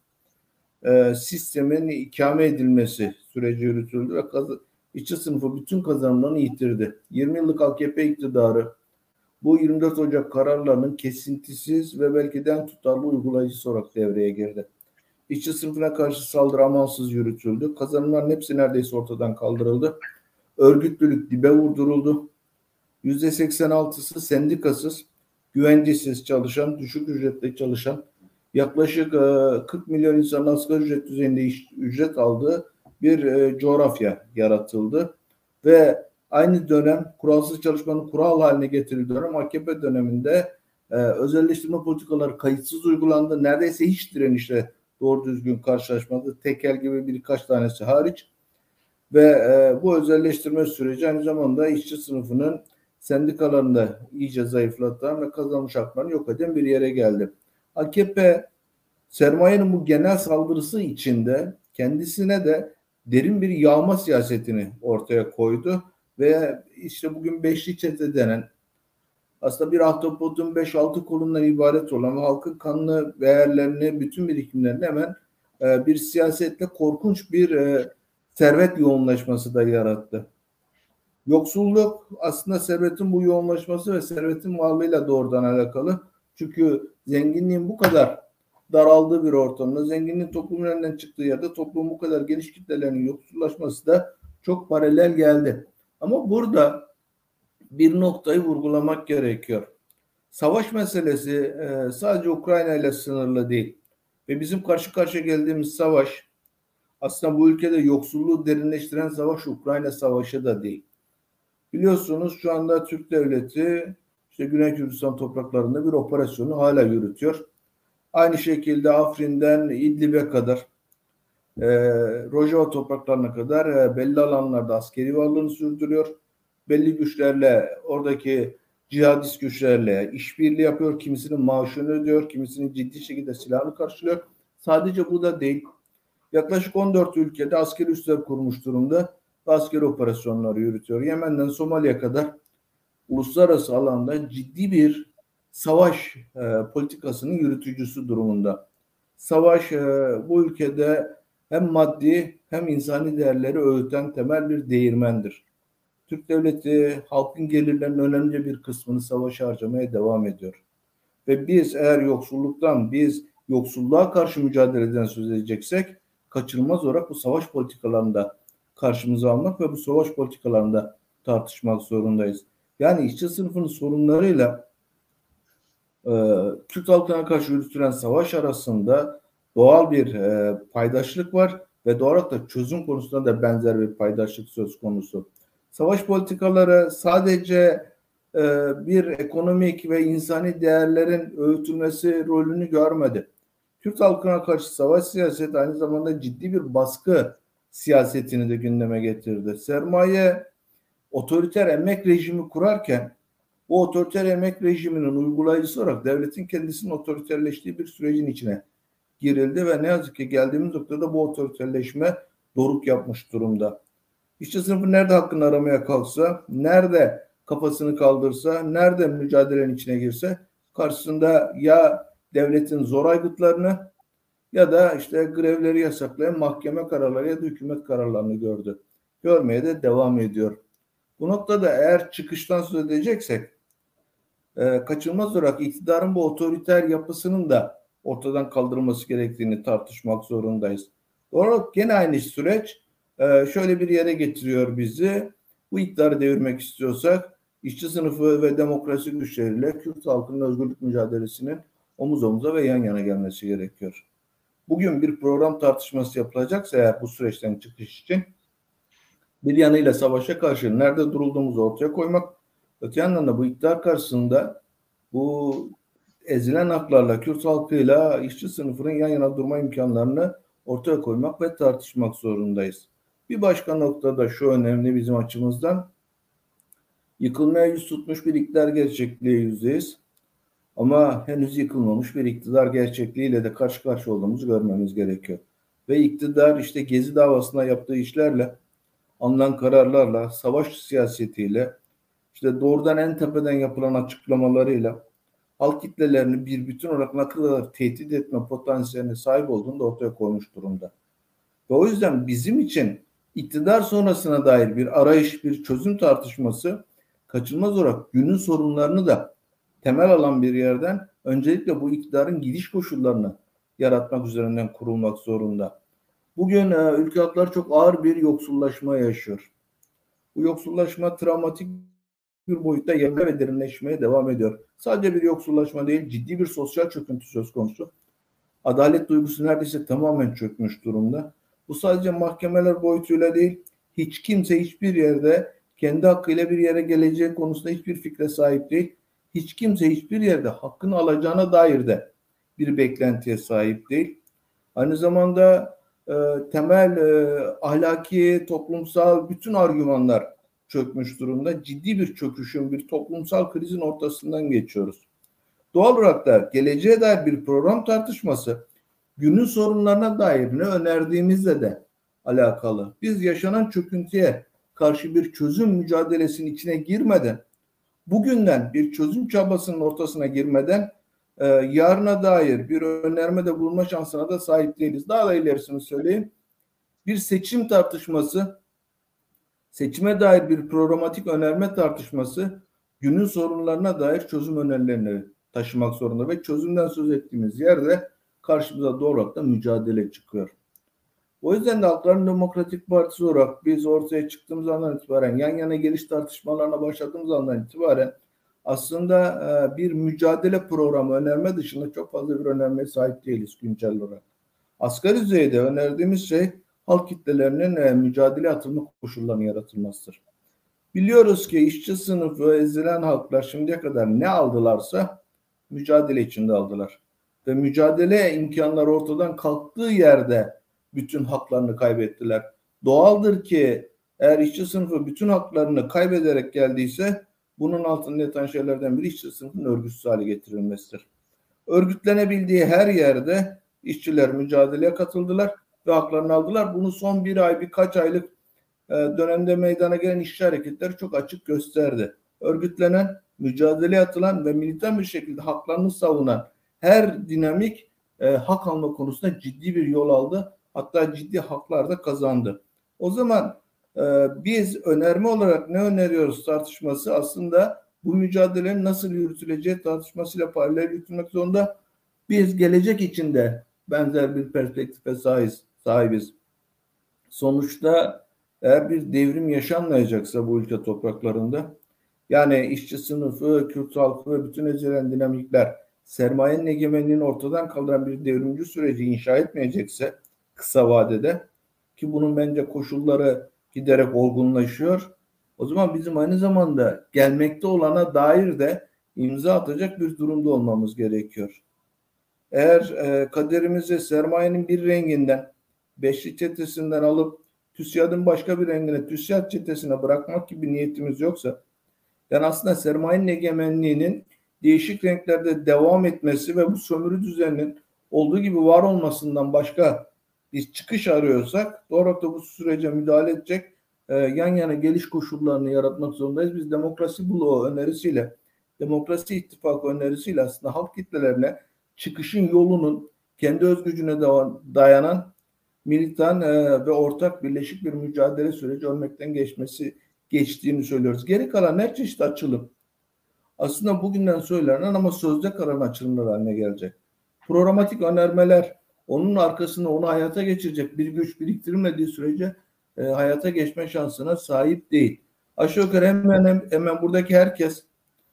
sistemin ikame edilmesi süreci yürütüldü ve işçi sınıfı bütün kazanımlarını yitirdi. 20 yıllık AKP iktidarı bu 24 Ocak kararlarının kesintisiz ve belki de en tutarlı uygulayıcısı olarak devreye girdi. İşçi sınıfına karşı saldırı amansız yürütüldü. Kazanımların hepsi neredeyse ortadan kaldırıldı. Örgütlülük dibe vurduruldu. %86'sı sendikasız, güvencesiz çalışan, düşük ücretle çalışan, yaklaşık 40 milyon insanın asgari ücret düzeyinde ücret aldığı bir coğrafya yaratıldı. Ve aynı dönem kuralsız çalışmanın kural haline getirildiği dönem AKP döneminde özelleştirme politikaları kayıtsız uygulandı. Neredeyse hiç direnişle doğru düzgün karşılaşmadı. Tekel gibi birkaç tanesi hariç. Ve bu özelleştirme süreci aynı zamanda işçi sınıfının sendikalarını da iyice zayıflatan ve kazanmış haklarını yok eden bir yere geldi. AKP sermayenin bu genel saldırısı içinde kendisine de derin bir yağma siyasetini ortaya koydu ve işte bugün beşli çete denen, aslında bir ahtapotun 5-6 kolundan ibaret olan ve halkın kanını, değerlerini, bütün birikimlerini hemen bir siyasetle korkunç bir servet yoğunlaşması da yarattı. Yoksulluk aslında servetin bu yoğunlaşması ve servetin varlığıyla doğrudan alakalı. Çünkü zenginliğin bu kadar daraldığı bir ortamda, zenginliğin toplumun elinden çıktığı yerde toplumun bu kadar geniş kitlelerinin yoksullaşması da çok paralel geldi. Ama burada bir noktayı vurgulamak gerekiyor. Savaş meselesi sadece Ukrayna ile sınırlı değil. Ve bizim karşı karşıya geldiğimiz savaş aslında bu ülkede yoksulluğu derinleştiren savaş Ukrayna Savaşı da değil. Biliyorsunuz şu anda Türk Devleti işte Güney Kürdistan topraklarında bir operasyonu hala yürütüyor. Aynı şekilde Afrin'den İdlib'e kadar, Rojava topraklarına kadar belli alanlarda askeri varlığını sürdürüyor. Belli güçlerle, oradaki cihadist güçlerle işbirliği yapıyor. Kimisinin maaşını ödüyor, kimisinin ciddi şekilde silahını karşılıyor. Sadece bu da değil. Yaklaşık 14 ülkede askeri üsler kurmuş durumda ve askeri operasyonları yürütüyor. Yemen'den Somali'ye kadar uluslararası alanda ciddi bir savaş politikasının yürütücüsü durumunda. Savaş bu ülkede hem maddi hem insani değerleri öğüten temel bir değirmendir. Türk Devleti halkın gelirlerinin önemli bir kısmını savaşa harcamaya devam ediyor. Ve biz eğer yoksulluğa karşı mücadeleden söz edeceksek kaçınılmaz olarak bu savaş politikalarında karşımıza almak ve bu savaş politikalarında tartışmak zorundayız. Yani işçi sınıfının sorunlarıyla Kürt halkına karşı yürütülen savaş arasında doğal bir paydaşlık var ve doğal olarak da çözüm konusunda da benzer bir paydaşlık söz konusu. Savaş politikaları sadece bir ekonomik ve insani değerlerin öğütülmesi rolünü görmedi. Kürt halkına karşı savaş siyaseti aynı zamanda ciddi bir baskı siyasetini de gündeme getirdi. Sermaye otoriter emek rejimi kurarken bu otoriter emek rejiminin uygulayıcısı olarak devletin kendisinin otoriterleştiği bir sürecin içine girildi ve ne yazık ki geldiğimiz noktada bu otoriterleşme doruk yapmış durumda. İşçi sınıfı nerede hakkını aramaya kalksa, nerede kafasını kaldırsa, nerede mücadelenin içine girse karşısında ya devletin zor aygıtlarını ya da işte grevleri yasaklayan mahkeme kararları ya da hükümet kararlarını gördü. Görmeye de devam ediyor. Bu noktada eğer çıkıştan söz edeceksek kaçınılmaz olarak iktidarın bu otoriter yapısının da ortadan kaldırılması gerektiğini tartışmak zorundayız. Doğru, gene aynı süreç şöyle bir yere getiriyor bizi. Bu iktidarı devirmek istiyorsak işçi sınıfı ve demokrasi güçleriyle Kürt halkının özgürlük mücadelesinin omuz omuza ve yan yana gelmesi gerekiyor. Bugün bir program tartışması yapılacaksa eğer bu süreçten çıkış için bir yanıyla savaşa karşı nerede durulduğumuzu ortaya koymak, öte yandan da bu iktidar karşısında bu ezilen haklarla Kürt halkıyla işçi sınıfının yan yana durma imkanlarını ortaya koymak ve tartışmak zorundayız. Bir başka noktada şu önemli bizim açımızdan, yıkılmaya yüz tutmuş bir iktidar gerçekliği yüzdeyiz. Ama henüz yıkılmamış bir iktidar gerçekliğiyle de karşı karşıya olduğumuzu görmemiz gerekiyor. Ve iktidar işte Gezi davasında yaptığı işlerle, alınan kararlarla, savaş siyasetiyle, işte doğrudan en tepeden yapılan açıklamalarıyla halk kitlelerini bir bütün olarak ne kadar tehdit etme potansiyeline sahip olduğunu da ortaya koymuş durumda. Ve o yüzden bizim için iktidar sonrasına dair bir arayış, bir çözüm tartışması kaçınılmaz olarak günün sorunlarını da temel alan bir yerden öncelikle bu iktidarın gidiş koşullarını yaratmak üzerinden kurulmak zorunda. Bugün ülke halkları çok ağır bir yoksullaşma yaşıyor. Bu yoksullaşma travmatik bir boyutta yerine ve derinleşmeye devam ediyor. Sadece bir yoksullaşma değil, ciddi bir sosyal çöküntü söz konusu. Adalet duygusu neredeyse tamamen çökmüş durumda. Bu sadece mahkemeler boyutuyla değil, hiç kimse hiçbir yerde kendi hakkıyla bir yere geleceği konusunda hiçbir fikre sahip değil. Hiç kimse hiçbir yerde hakkını alacağına dair de bir beklentiye sahip değil. Aynı zamanda temel ahlaki, toplumsal bütün argümanlar çökmüş durumda. Ciddi bir çöküşün, bir toplumsal krizin ortasından geçiyoruz. Doğal olarak da geleceğe dair bir program tartışması, günün sorunlarına dair ne önerdiğimizle de alakalı. Biz yaşanan çöküntüye karşı bir çözüm mücadelesinin içine girmeden, bugünden bir çözüm çabasının ortasına girmeden yarına dair bir önermede bulunma şansına da sahip değiliz. Daha da ilerisini söyleyeyim. Bir seçim tartışması, seçime dair bir programatik önerme tartışması günün sorunlarına dair çözüm önerilerini taşımak zorunda ve çözümden söz ettiğimiz yerde karşımıza doğru da mücadele çıkıyor. O yüzden de Halkların Demokratik Partisi olarak biz ortaya çıktığımız andan itibaren, yan yana geliş tartışmalarına başladığımız andan itibaren aslında bir mücadele programı önerme dışında çok fazla bir önermeye sahip değiliz güncel olarak. Asgari düzeyde önerdiğimiz şey halk kitlelerinin mücadele atılma koşullarının yaratılmasıdır. Biliyoruz ki işçi sınıfı ve ezilen halklar şimdiye kadar ne aldılarsa mücadele içinde aldılar. Ve mücadele imkanları ortadan kalktığı yerde bütün haklarını kaybettiler. Doğaldır ki eğer işçi sınıfı bütün haklarını kaybederek geldiyse bunun altında yatan şeylerden biri işçi sınıfının örgütsüz hale getirilmesidir. Örgütlenebildiği her yerde işçiler mücadeleye katıldılar ve haklarını aldılar. Bunu son bir ay, birkaç aylık dönemde meydana gelen işçi hareketleri çok açık gösterdi. Örgütlenen, mücadeleye atılan ve militan bir şekilde haklarını savunan her dinamik hak alma konusunda ciddi bir yol aldı. Hatta ciddi haklar da kazandı. O zaman biz önerme olarak ne öneriyoruz tartışması aslında bu mücadelenin nasıl yürütüleceği tartışmasıyla paralel yürütülmek zorunda. Biz gelecek içinde benzer bir perspektife sahibiz. Sonuçta eğer bir devrim yaşanmayacaksa bu ülke topraklarında, yani işçi sınıfı, Kürt halkı ve bütün ezilen dinamikler sermayenin egemenliğini ortadan kaldıran bir devrimci süreci inşa etmeyecekse kısa vadede, ki bunun bence koşulları giderek olgunlaşıyor, o zaman bizim aynı zamanda gelmekte olana dair de imza atacak bir durumda olmamız gerekiyor. Eğer kaderimizi sermayenin bir renginden, beşli çetesinden alıp TÜSİAD'ın başka bir rengine, TÜSİAD çetesine bırakmak gibi niyetimiz yoksa, yani aslında sermayenin egemenliğinin değişik renklerde devam etmesi ve bu sömürü düzeninin olduğu gibi var olmasından başka bir çıkış arıyorsak, doğru da bu sürece müdahale edecek yan yana geliş koşullarını yaratmak zorundayız. Biz demokrasi bloğu önerisiyle, demokrasi ittifakı önerisiyle aslında halk kitlelerine çıkışın yolunun kendi özgücüne dayanan militan ve ortak birleşik bir mücadele süreci örnekten geçtiğini söylüyoruz. Geri kalan her çeşit açılım aslında bugünden söylenen ama sözde kalan açılımlar haline gelecek. Programatik önermeler onun arkasında onu hayata geçirecek bir güç biriktirilmediği sürece hayata geçme şansına sahip değil. Aşağı yukarı hemen buradaki herkes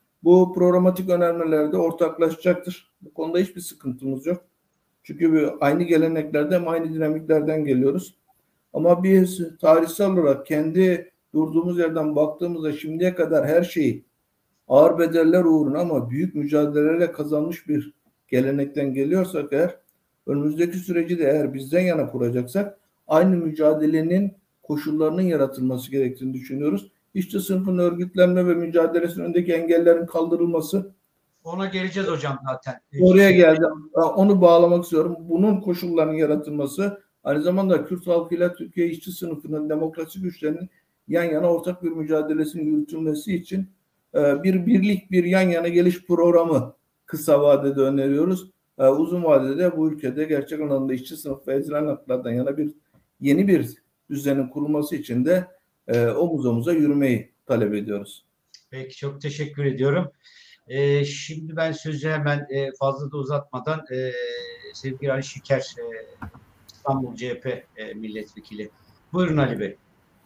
bu programatik önermelerde ortaklaşacaktır. Bu konuda hiçbir sıkıntımız yok. Çünkü aynı geleneklerden, aynı dinamiklerden geliyoruz. Ama biz tarihsel olarak kendi durduğumuz yerden baktığımızda şimdiye kadar her şeyi ağır bedeller uğruna ama büyük mücadelelerle kazanmış bir gelenekten geliyorsak eğer, önümüzdeki süreci de eğer bizden yana kuracaksak aynı mücadelenin koşullarının yaratılması gerektiğini düşünüyoruz. İşçi sınıfının örgütlenme ve mücadelesinin önündeki engellerin kaldırılması. Ona geleceğiz hocam zaten. Oraya geldi. Onu bağlamak istiyorum. Bunun koşullarının yaratılması, aynı zamanda Kürt halkıyla Türkiye işçi sınıfının, demokrasi güçlerinin yan yana ortak bir mücadelesinin yürütülmesi için bir birlik, bir yan yana geliş programı kısa vadede öneriyoruz. Uzun vadede bu ülkede gerçek anlamda işçi sınıf ve ezilen haklardan yana yeni bir düzenin kurulması için de omuz omuza yürümeyi talep ediyoruz. Peki, çok teşekkür ediyorum. Şimdi ben sözü hemen fazla da uzatmadan sevgili Ali Şiker, İstanbul CHP milletvekili. Buyurun Ali Bey.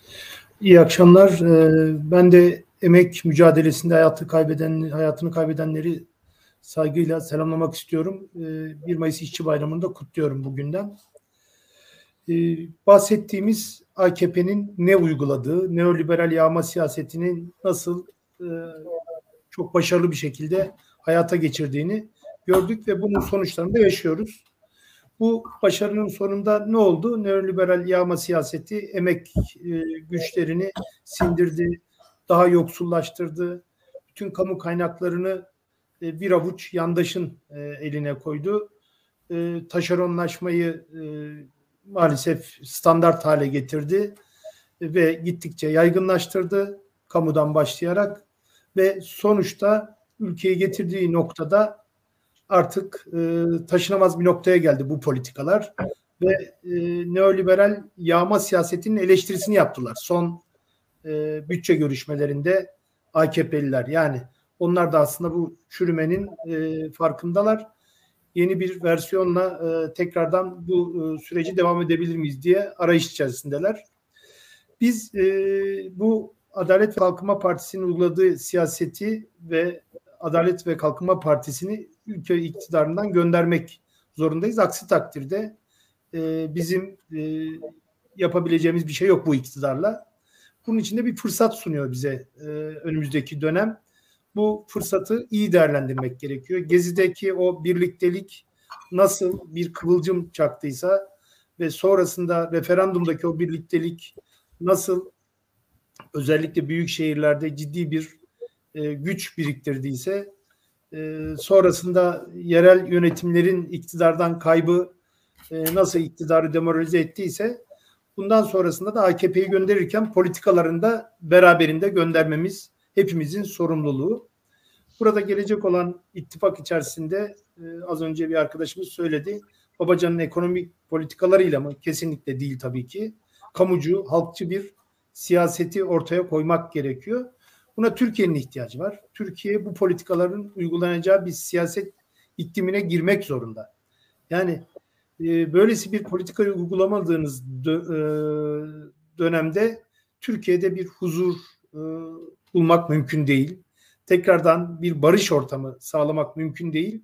İyi akşamlar. Ben de emek mücadelesinde hayatını kaybedenleri saygıyla selamlamak istiyorum. 1 Mayıs İşçi Bayramı'nı da kutluyorum bugünden. Bahsettiğimiz AKP'nin ne uyguladığı, neoliberal yağma siyasetinin nasıl çok başarılı bir şekilde hayata geçirdiğini gördük ve bunun sonuçlarını da yaşıyoruz. Bu başarının sonunda ne oldu? Neoliberal yağma siyaseti emek güçlerini sindirdi, daha yoksullaştırdı. Bütün kamu kaynaklarını bir avuç yandaşın eline koydu. Taşeronlaşmayı maalesef standart hale getirdi ve gittikçe yaygınlaştırdı kamudan başlayarak ve sonuçta ülkeyi getirdiği noktada artık taşınamaz bir noktaya geldi bu politikalar ve neoliberal yağma siyasetinin eleştirisini yaptılar. Son bütçe görüşmelerinde AKP'liler, yani onlar da aslında bu çürümenin farkındalar. Yeni bir versiyonla tekrardan bu süreci devam edebilir miyiz diye arayış içerisindeler. Biz bu Adalet ve Kalkınma Partisi'nin uyguladığı siyaseti ve Adalet ve Kalkınma Partisi'ni ülke iktidarından göndermek zorundayız. Aksi takdirde bizim yapabileceğimiz bir şey yok bu iktidarla. Bunun için de bir fırsat sunuyor bize önümüzdeki dönem. Bu fırsatı iyi değerlendirmek gerekiyor. Gezi'deki o birliktelik nasıl bir kıvılcım çaktıysa ve sonrasında referandumdaki o birliktelik nasıl özellikle büyük şehirlerde ciddi bir güç biriktirdiyse, sonrasında yerel yönetimlerin iktidardan kaybı nasıl iktidarı demoralize ettiyse, bundan sonrasında da AKP'yi gönderirken politikalarını da beraberinde göndermemiz hepimizin sorumluluğu. Burada gelecek olan ittifak içerisinde az önce bir arkadaşımız söyledi. Babacan'ın ekonomik politikalarıyla mı? Kesinlikle değil tabii ki. Kamucu, halkçı bir siyaseti ortaya koymak gerekiyor. Buna Türkiye'nin ihtiyacı var. Türkiye bu politikaların uygulanacağı bir siyaset iklimine girmek zorunda. Yani böylesi bir politikayı uygulamadığınız dönemde Türkiye'de bir huzur bulmak mümkün değil. Tekrardan bir barış ortamı sağlamak mümkün değil.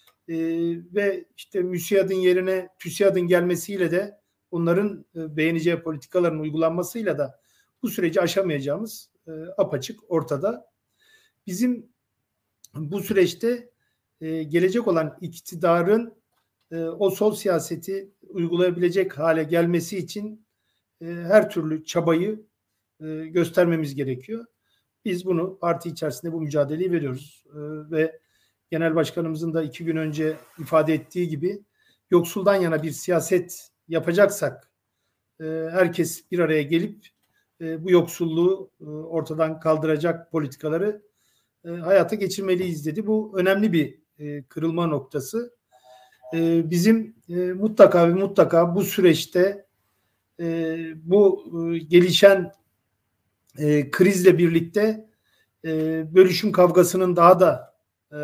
Ve işte MÜSİAD'ın yerine TÜSİAD'ın gelmesiyle de onların beğeneceği politikaların uygulanmasıyla da bu süreci aşamayacağımız apaçık ortada. Bizim bu süreçte gelecek olan iktidarın o sol siyaseti uygulayabilecek hale gelmesi için her türlü çabayı göstermemiz gerekiyor. Biz bunu parti içerisinde bu mücadeleyi veriyoruz. Ve Genel Başkanımızın da 2 gün önce ifade ettiği gibi yoksuldan yana bir siyaset yapacaksak herkes bir araya gelip bu yoksulluğu ortadan kaldıracak politikaları hayata geçirmeliyiz dedi. Bu önemli bir kırılma noktası. Bizim mutlaka ve mutlaka bu süreçte bu gelişen krizle birlikte bölüşüm kavgasının daha da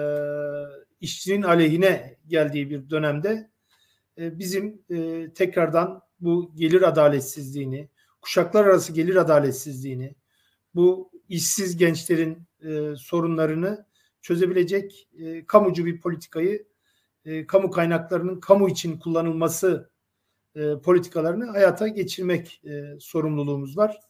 işçinin aleyhine geldiği bir dönemde bizim tekrardan bu gelir adaletsizliğini, kuşaklar arası gelir adaletsizliğini, bu işsiz gençlerin sorunlarını çözebilecek kamucu bir politikayı, kamu kaynaklarının kamu için kullanılması politikalarını hayata geçirmek sorumluluğumuz var.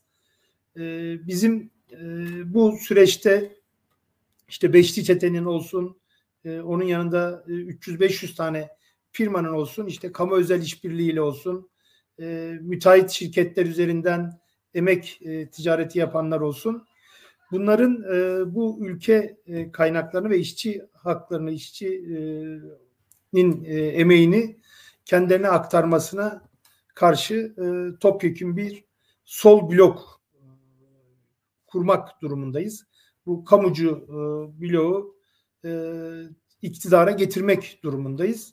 Bizim bu süreçte işte Beşli Çete'nin olsun, onun yanında 300-500 tane firmanın olsun, işte kamu özel işbirliğiyle olsun, müteahhit şirketler üzerinden emek ticareti yapanlar olsun. Bunların bu ülke kaynaklarını ve işçi haklarını, işçinin emeğini kendilerine aktarmasına karşı topyekün bir sol blok kurmak durumundayız. Bu kamucu bloğu iktidara getirmek durumundayız.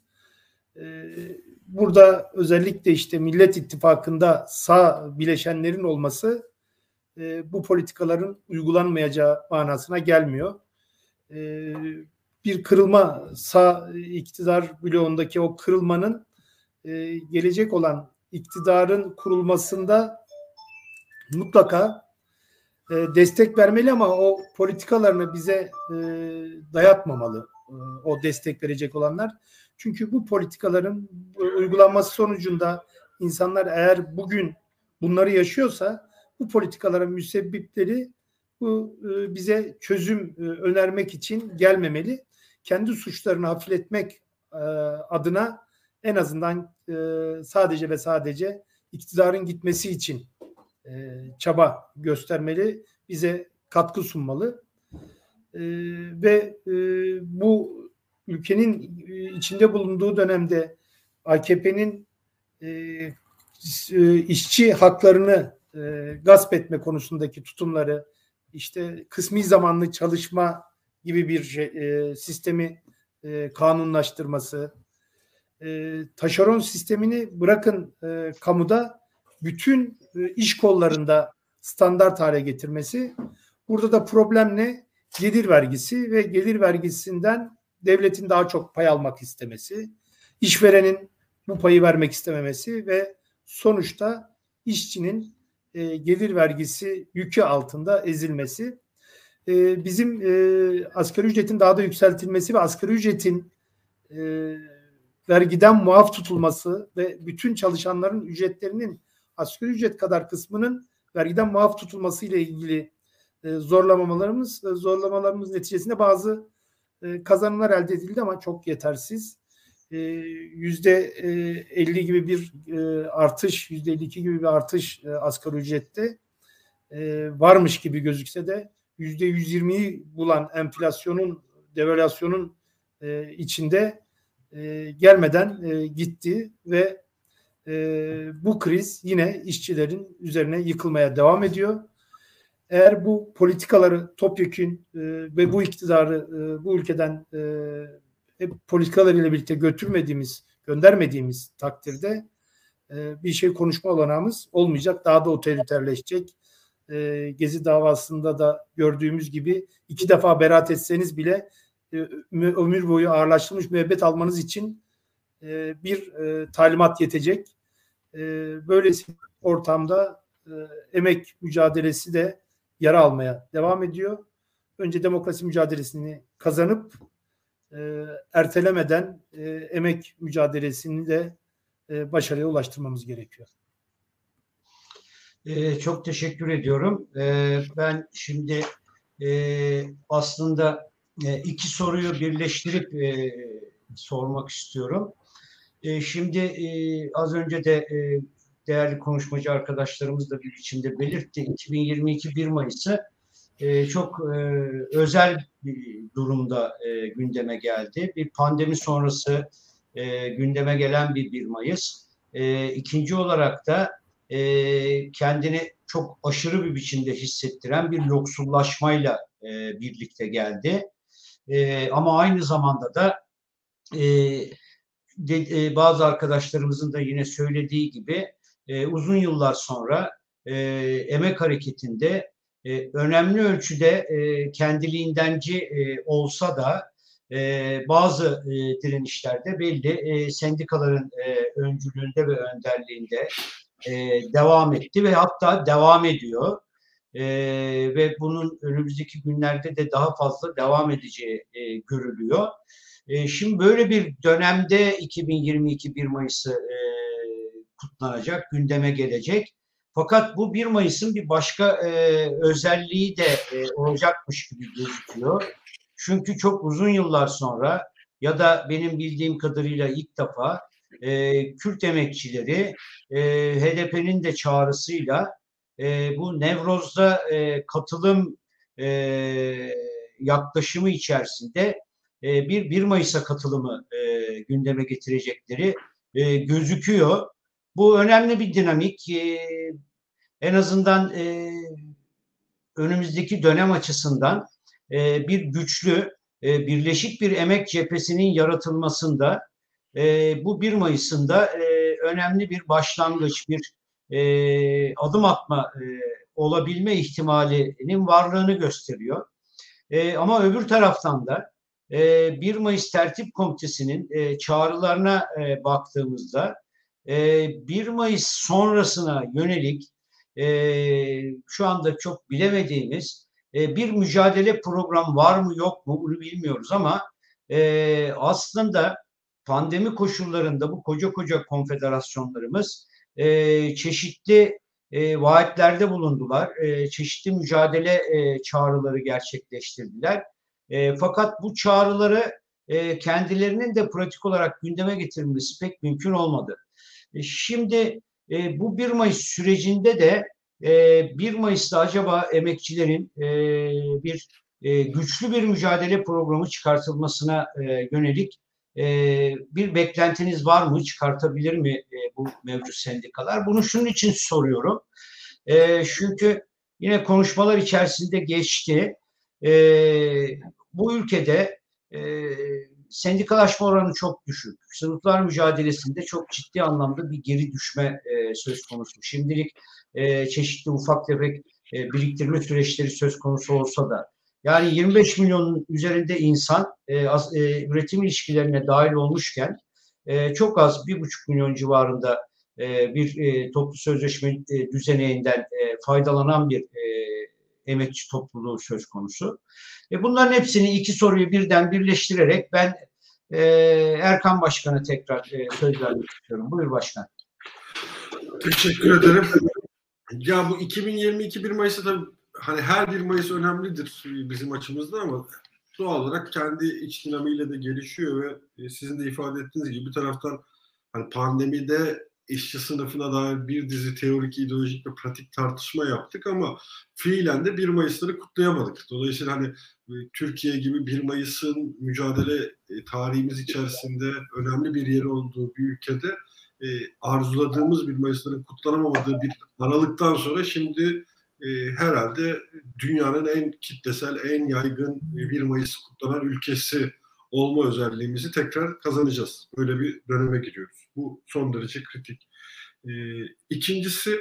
Burada özellikle işte Millet İttifakı'nda sağ bileşenlerin olması bu politikaların uygulanmayacağı manasına gelmiyor. Bir kırılma, sağ iktidar bloğundaki o kırılmanın gelecek olan iktidarın kurulmasında mutlaka destek vermeli ama o politikalarını bize dayatmamalı o destek verecek olanlar. Çünkü bu politikaların uygulanması sonucunda insanlar eğer bugün bunları yaşıyorsa bu politikaların müsebbipleri bu bize çözüm önermek için gelmemeli. Kendi suçlarını hafifletmek adına en azından sadece ve sadece iktidarın gitmesi için çaba göstermeli, bize katkı sunmalı. Ve bu ülkenin içinde bulunduğu dönemde AKP'nin işçi haklarını gasp etme konusundaki tutumları, işte kısmi zamanlı çalışma gibi bir sistemi kanunlaştırması, taşeron sistemini bırakın kamuda, bütün iş kollarında standart hale getirmesi. Burada da problem ne? Gelir vergisi ve gelir vergisinden devletin daha çok pay almak istemesi, işverenin bu payı vermek istememesi ve sonuçta işçinin gelir vergisi yükü altında ezilmesi. Bizim asgari ücretin daha da yükseltilmesi ve asgari ücretin vergiden muaf tutulması ve bütün çalışanların ücretlerinin asgari ücret kadar kısmının vergiden muaf tutulması ile ilgili zorlamalarımız neticesinde bazı kazanımlar elde edildi ama çok yetersiz. %50 gibi bir artış, %52 gibi bir artış asgari ücrette varmış gibi gözükse de %120'yi bulan enflasyonun, devalüasyonun içinde gelmeden gitti ve bu kriz yine işçilerin üzerine yıkılmaya devam ediyor. Eğer bu politikaları topyekün ve bu iktidarı bu ülkeden hep politikalarıyla birlikte göndermediğimiz takdirde bir şey konuşma olanağımız olmayacak. Daha da otoriterleşecek. Gezi davasında da gördüğümüz gibi 2 defa beraat etseniz bile ömür boyu ağırlaştırılmış müebbet almanız için bir talimat yetecek. Böylesi ortamda emek mücadelesi de yara almaya devam ediyor. Önce demokrasi mücadelesini kazanıp ertelemeden emek mücadelesini de başarıya ulaştırmamız gerekiyor. Çok teşekkür ediyorum. Ben şimdi aslında 2 soruyu birleştirip sormak istiyorum. Şimdi az önce de değerli konuşmacı arkadaşlarımız da bir biçimde belirtti. 2022 1 Mayıs'ı çok özel bir durumda gündeme geldi. Bir pandemi sonrası gündeme gelen bir 1 Mayıs. İkinci olarak da kendini çok aşırı bir biçimde hissettiren bir yoksullaşmayla birlikte geldi. Ama aynı zamanda da bazı arkadaşlarımızın da yine söylediği gibi uzun yıllar sonra emek hareketinde önemli ölçüde kendiliğindenci olsa da bazı direnişlerde belli sendikaların öncülüğünde ve önderliğinde devam etti ve hatta devam ediyor. Ve bunun önümüzdeki günlerde de daha fazla devam edeceği görülüyor. Şimdi böyle bir dönemde 2022 1 Mayıs'ı kutlanacak, gündeme gelecek. Fakat bu 1 Mayıs'ın bir başka özelliği de olacakmış gibi gözüküyor. Çünkü çok uzun yıllar sonra ya da benim bildiğim kadarıyla ilk defa Kürt emekçileri HDP'nin de çağrısıyla bu Nevroz'da katılım yaklaşımı içerisinde bir 1 Mayıs'a katılımı gündeme getirecekleri gözüküyor. Bu önemli bir dinamik. En azından önümüzdeki dönem açısından bir güçlü, birleşik bir emek cephesinin yaratılmasında bu 1 Mayıs'ın da önemli bir başlangıç, bir adım atma olabilme ihtimalinin varlığını gösteriyor. Ama öbür taraftan da 1 Mayıs Tertip Komitesi'nin çağrılarına baktığımızda 1 Mayıs sonrasına yönelik şu anda çok bilemediğimiz bir mücadele programı var mı yok mu bunu bilmiyoruz ama aslında pandemi koşullarında bu koca konfederasyonlarımız çeşitli vaatlerde bulundular, çeşitli mücadele çağrıları gerçekleştirdiler. Fakat bu çağrıları kendilerinin de pratik olarak gündeme getirilmesi pek mümkün olmadı. Şimdi bu 1 Mayıs sürecinde de 1 Mayıs'ta acaba emekçilerin güçlü bir mücadele programı çıkartılmasına yönelik bir beklentiniz var mı? Çıkartabilir mi bu mevcut sendikalar? Bunu şunun için soruyorum. Çünkü yine konuşmalar içerisinde geçti. Bu ülkede sendikalaşma oranı çok düşük. Sınıflar mücadelesinde çok ciddi anlamda bir geri düşme söz konusu. Şimdilik çeşitli ufak tefek biriktirme süreçleri söz konusu olsa da yani 25 milyonun üzerinde insan üretim ilişkilerine dahil olmuşken çok az 1,5 milyon civarında bir toplu sözleşme düzeneğinden faydalanan bir emekçi topluluğu söz konusu. Bunların hepsini iki soruyu birden birleştirerek ben Erkan Başkan'a tekrar söz vermek istiyorum. Buyur Başkan. Teşekkür ederim. Ya bu 2022 1 Mayıs'ta tabii hani her 1 Mayıs önemlidir bizim açımızda ama doğal olarak kendi iç dinamiğiyle de gelişiyor ve sizin de ifade ettiğiniz gibi bir taraftan hani pandemide işçi sınıfına dair bir dizi teorik, ideolojik ve pratik tartışma yaptık ama fiilen de 1 Mayıs'ları kutlayamadık. Dolayısıyla hani Türkiye gibi 1 Mayıs'ın mücadele tarihimiz içerisinde önemli bir yeri olduğu bir ülkede arzuladığımız 1 Mayıs'ların kutlanamadığı bir aralıktan sonra şimdi herhalde dünyanın en kitlesel, en yaygın 1 Mayıs kutlanan ülkesi olma özelliğimizi tekrar kazanacağız. Böyle bir döneme giriyoruz. Bu son derece kritik. İkincisi,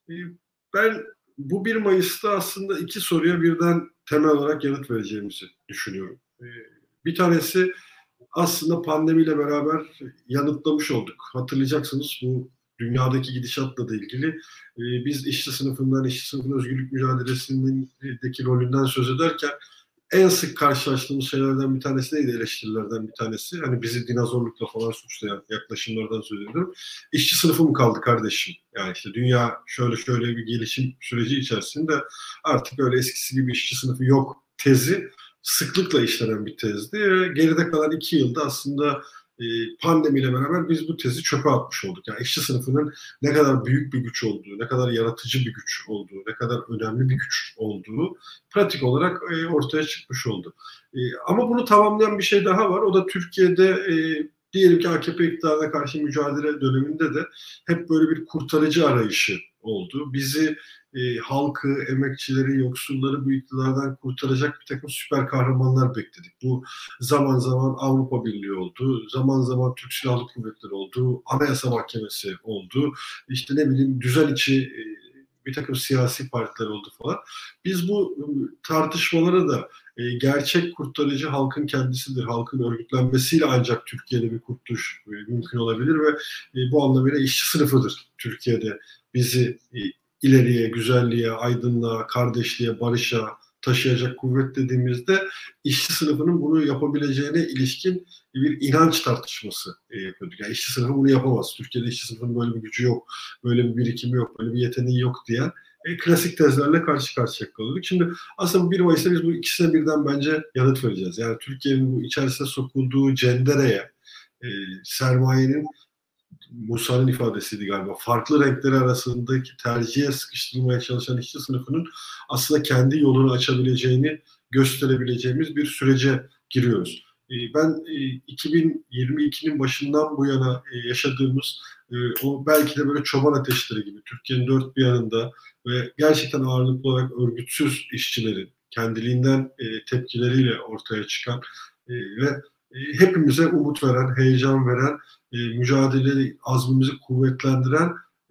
ben bu 1 Mayıs'ta aslında iki soruya birden temel olarak yanıt vereceğimizi düşünüyorum. Bir tanesi aslında pandemiyle beraber yanıtlamış olduk. Hatırlayacaksınız bu dünyadaki gidişatla da ilgili biz işçi sınıfından, işçi sınıfın özgürlük mücadelesindeki rolünden söz ederken en sık karşılaştığımız şeylerden bir tanesi neydi, eleştirilerden bir tanesi? Hani bizi dinozorlukla falan suçlayan yaklaşımlardan söz ediyorum. İşçi sınıfı mı kaldı kardeşim? Yani işte dünya şöyle bir gelişim süreci içerisinde artık öyle eskisi gibi işçi sınıfı yok tezi sıklıkla işlenen bir tezdi. Geride kalan 2 yılda aslında pandemiyle beraber biz bu tezi çöpe atmış olduk. Yani işçi sınıfının ne kadar büyük bir güç olduğu, ne kadar yaratıcı bir güç olduğu, ne kadar önemli bir güç olduğu pratik olarak ortaya çıkmış oldu. Ama bunu tamamlayan bir şey daha var. O da Türkiye'de diyelim ki AKP iktidarına karşı mücadele döneminde de hep böyle bir kurtarıcı arayışı oldu. Bizi halkı, emekçileri, yoksulları bu iktidardan kurtaracak bir takım süper kahramanlar bekledik. Bu zaman zaman Avrupa Birliği oldu, zaman zaman Türk Silahlı Kuvvetleri oldu, Anayasa Mahkemesi oldu, işte ne bileyim düzen içi bir takım siyasi partiler oldu falan. Biz bu tartışmalara da gerçek kurtarıcı halkın kendisidir, halkın örgütlenmesiyle ancak Türkiye'de bir kurtuluş mümkün olabilir ve bu anlamıyla işçi sınıfıdır Türkiye'de bizi ileriye, güzelliğe, aydınlığa, kardeşliğe, barışa taşıyacak kuvvet dediğimizde işçi sınıfının bunu yapabileceğine ilişkin bir inanç tartışması yapıyorduk. Yani işçi sınıfı bunu yapamaz. Türkiye'de işçi sınıfının böyle bir gücü yok, böyle bir birikimi yok, böyle bir yeteneği yok diyen klasik tezlerle karşı karşıya kalıyorduk. Şimdi aslında 1 Mayıs'ta biz bu ikisine birden bence yanıt vereceğiz. Yani Türkiye'nin bu içerisine sokulduğu cendereye, sermayenin, Musa'nın ifadesiydi galiba, farklı renkleri arasındaki tercihe sıkıştırmaya çalışan işçi sınıfının aslında kendi yolunu açabileceğini gösterebileceğimiz bir sürece giriyoruz. Ben 2022'nin başından bu yana yaşadığımız o belki de böyle çoban ateşleri gibi Türkiye'nin dört bir yanında ve gerçekten ağırlıklı olarak örgütsüz işçilerin kendiliğinden tepkileriyle ortaya çıkan ve hepimize umut veren, heyecan veren, mücadele azmimizi kuvvetlendiren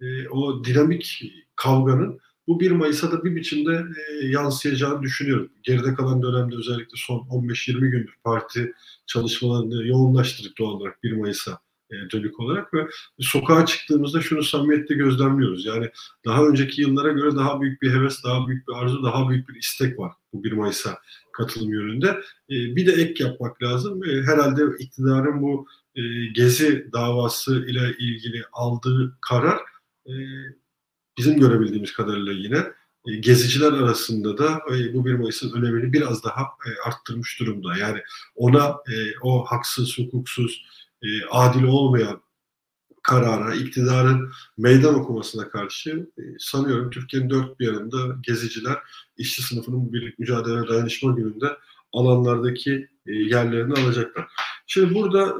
o dinamik kavganın bu 1 Mayıs'a da bir biçimde yansıyacağını düşünüyorum. Geride kalan dönemde özellikle son 15-20 gündür parti çalışmalarını yoğunlaştırdık doğal olarak 1 Mayıs'a dönük olarak ve sokağa çıktığımızda şunu samimiyetle gözlemliyoruz. Yani daha önceki yıllara göre daha büyük bir heves, daha büyük bir arzu, daha büyük bir istek var bu 1 Mayıs'a katılım yönünde. Bir de ek yapmak lazım. Herhalde iktidarın bu Gezi davası ile ilgili aldığı karar bizim görebildiğimiz kadarıyla yine geziciler arasında da bu 1 Mayıs'ın önemini biraz daha arttırmış durumda. Yani ona o haksız, hukuksuz, adil olmayan karara, iktidarın meydan okumasına karşı sanıyorum Türkiye'nin dört bir yanında geziciler işçi sınıfının birlik mücadele dayanışma gününde alanlardaki yerlerini alacaklar. Şimdi burada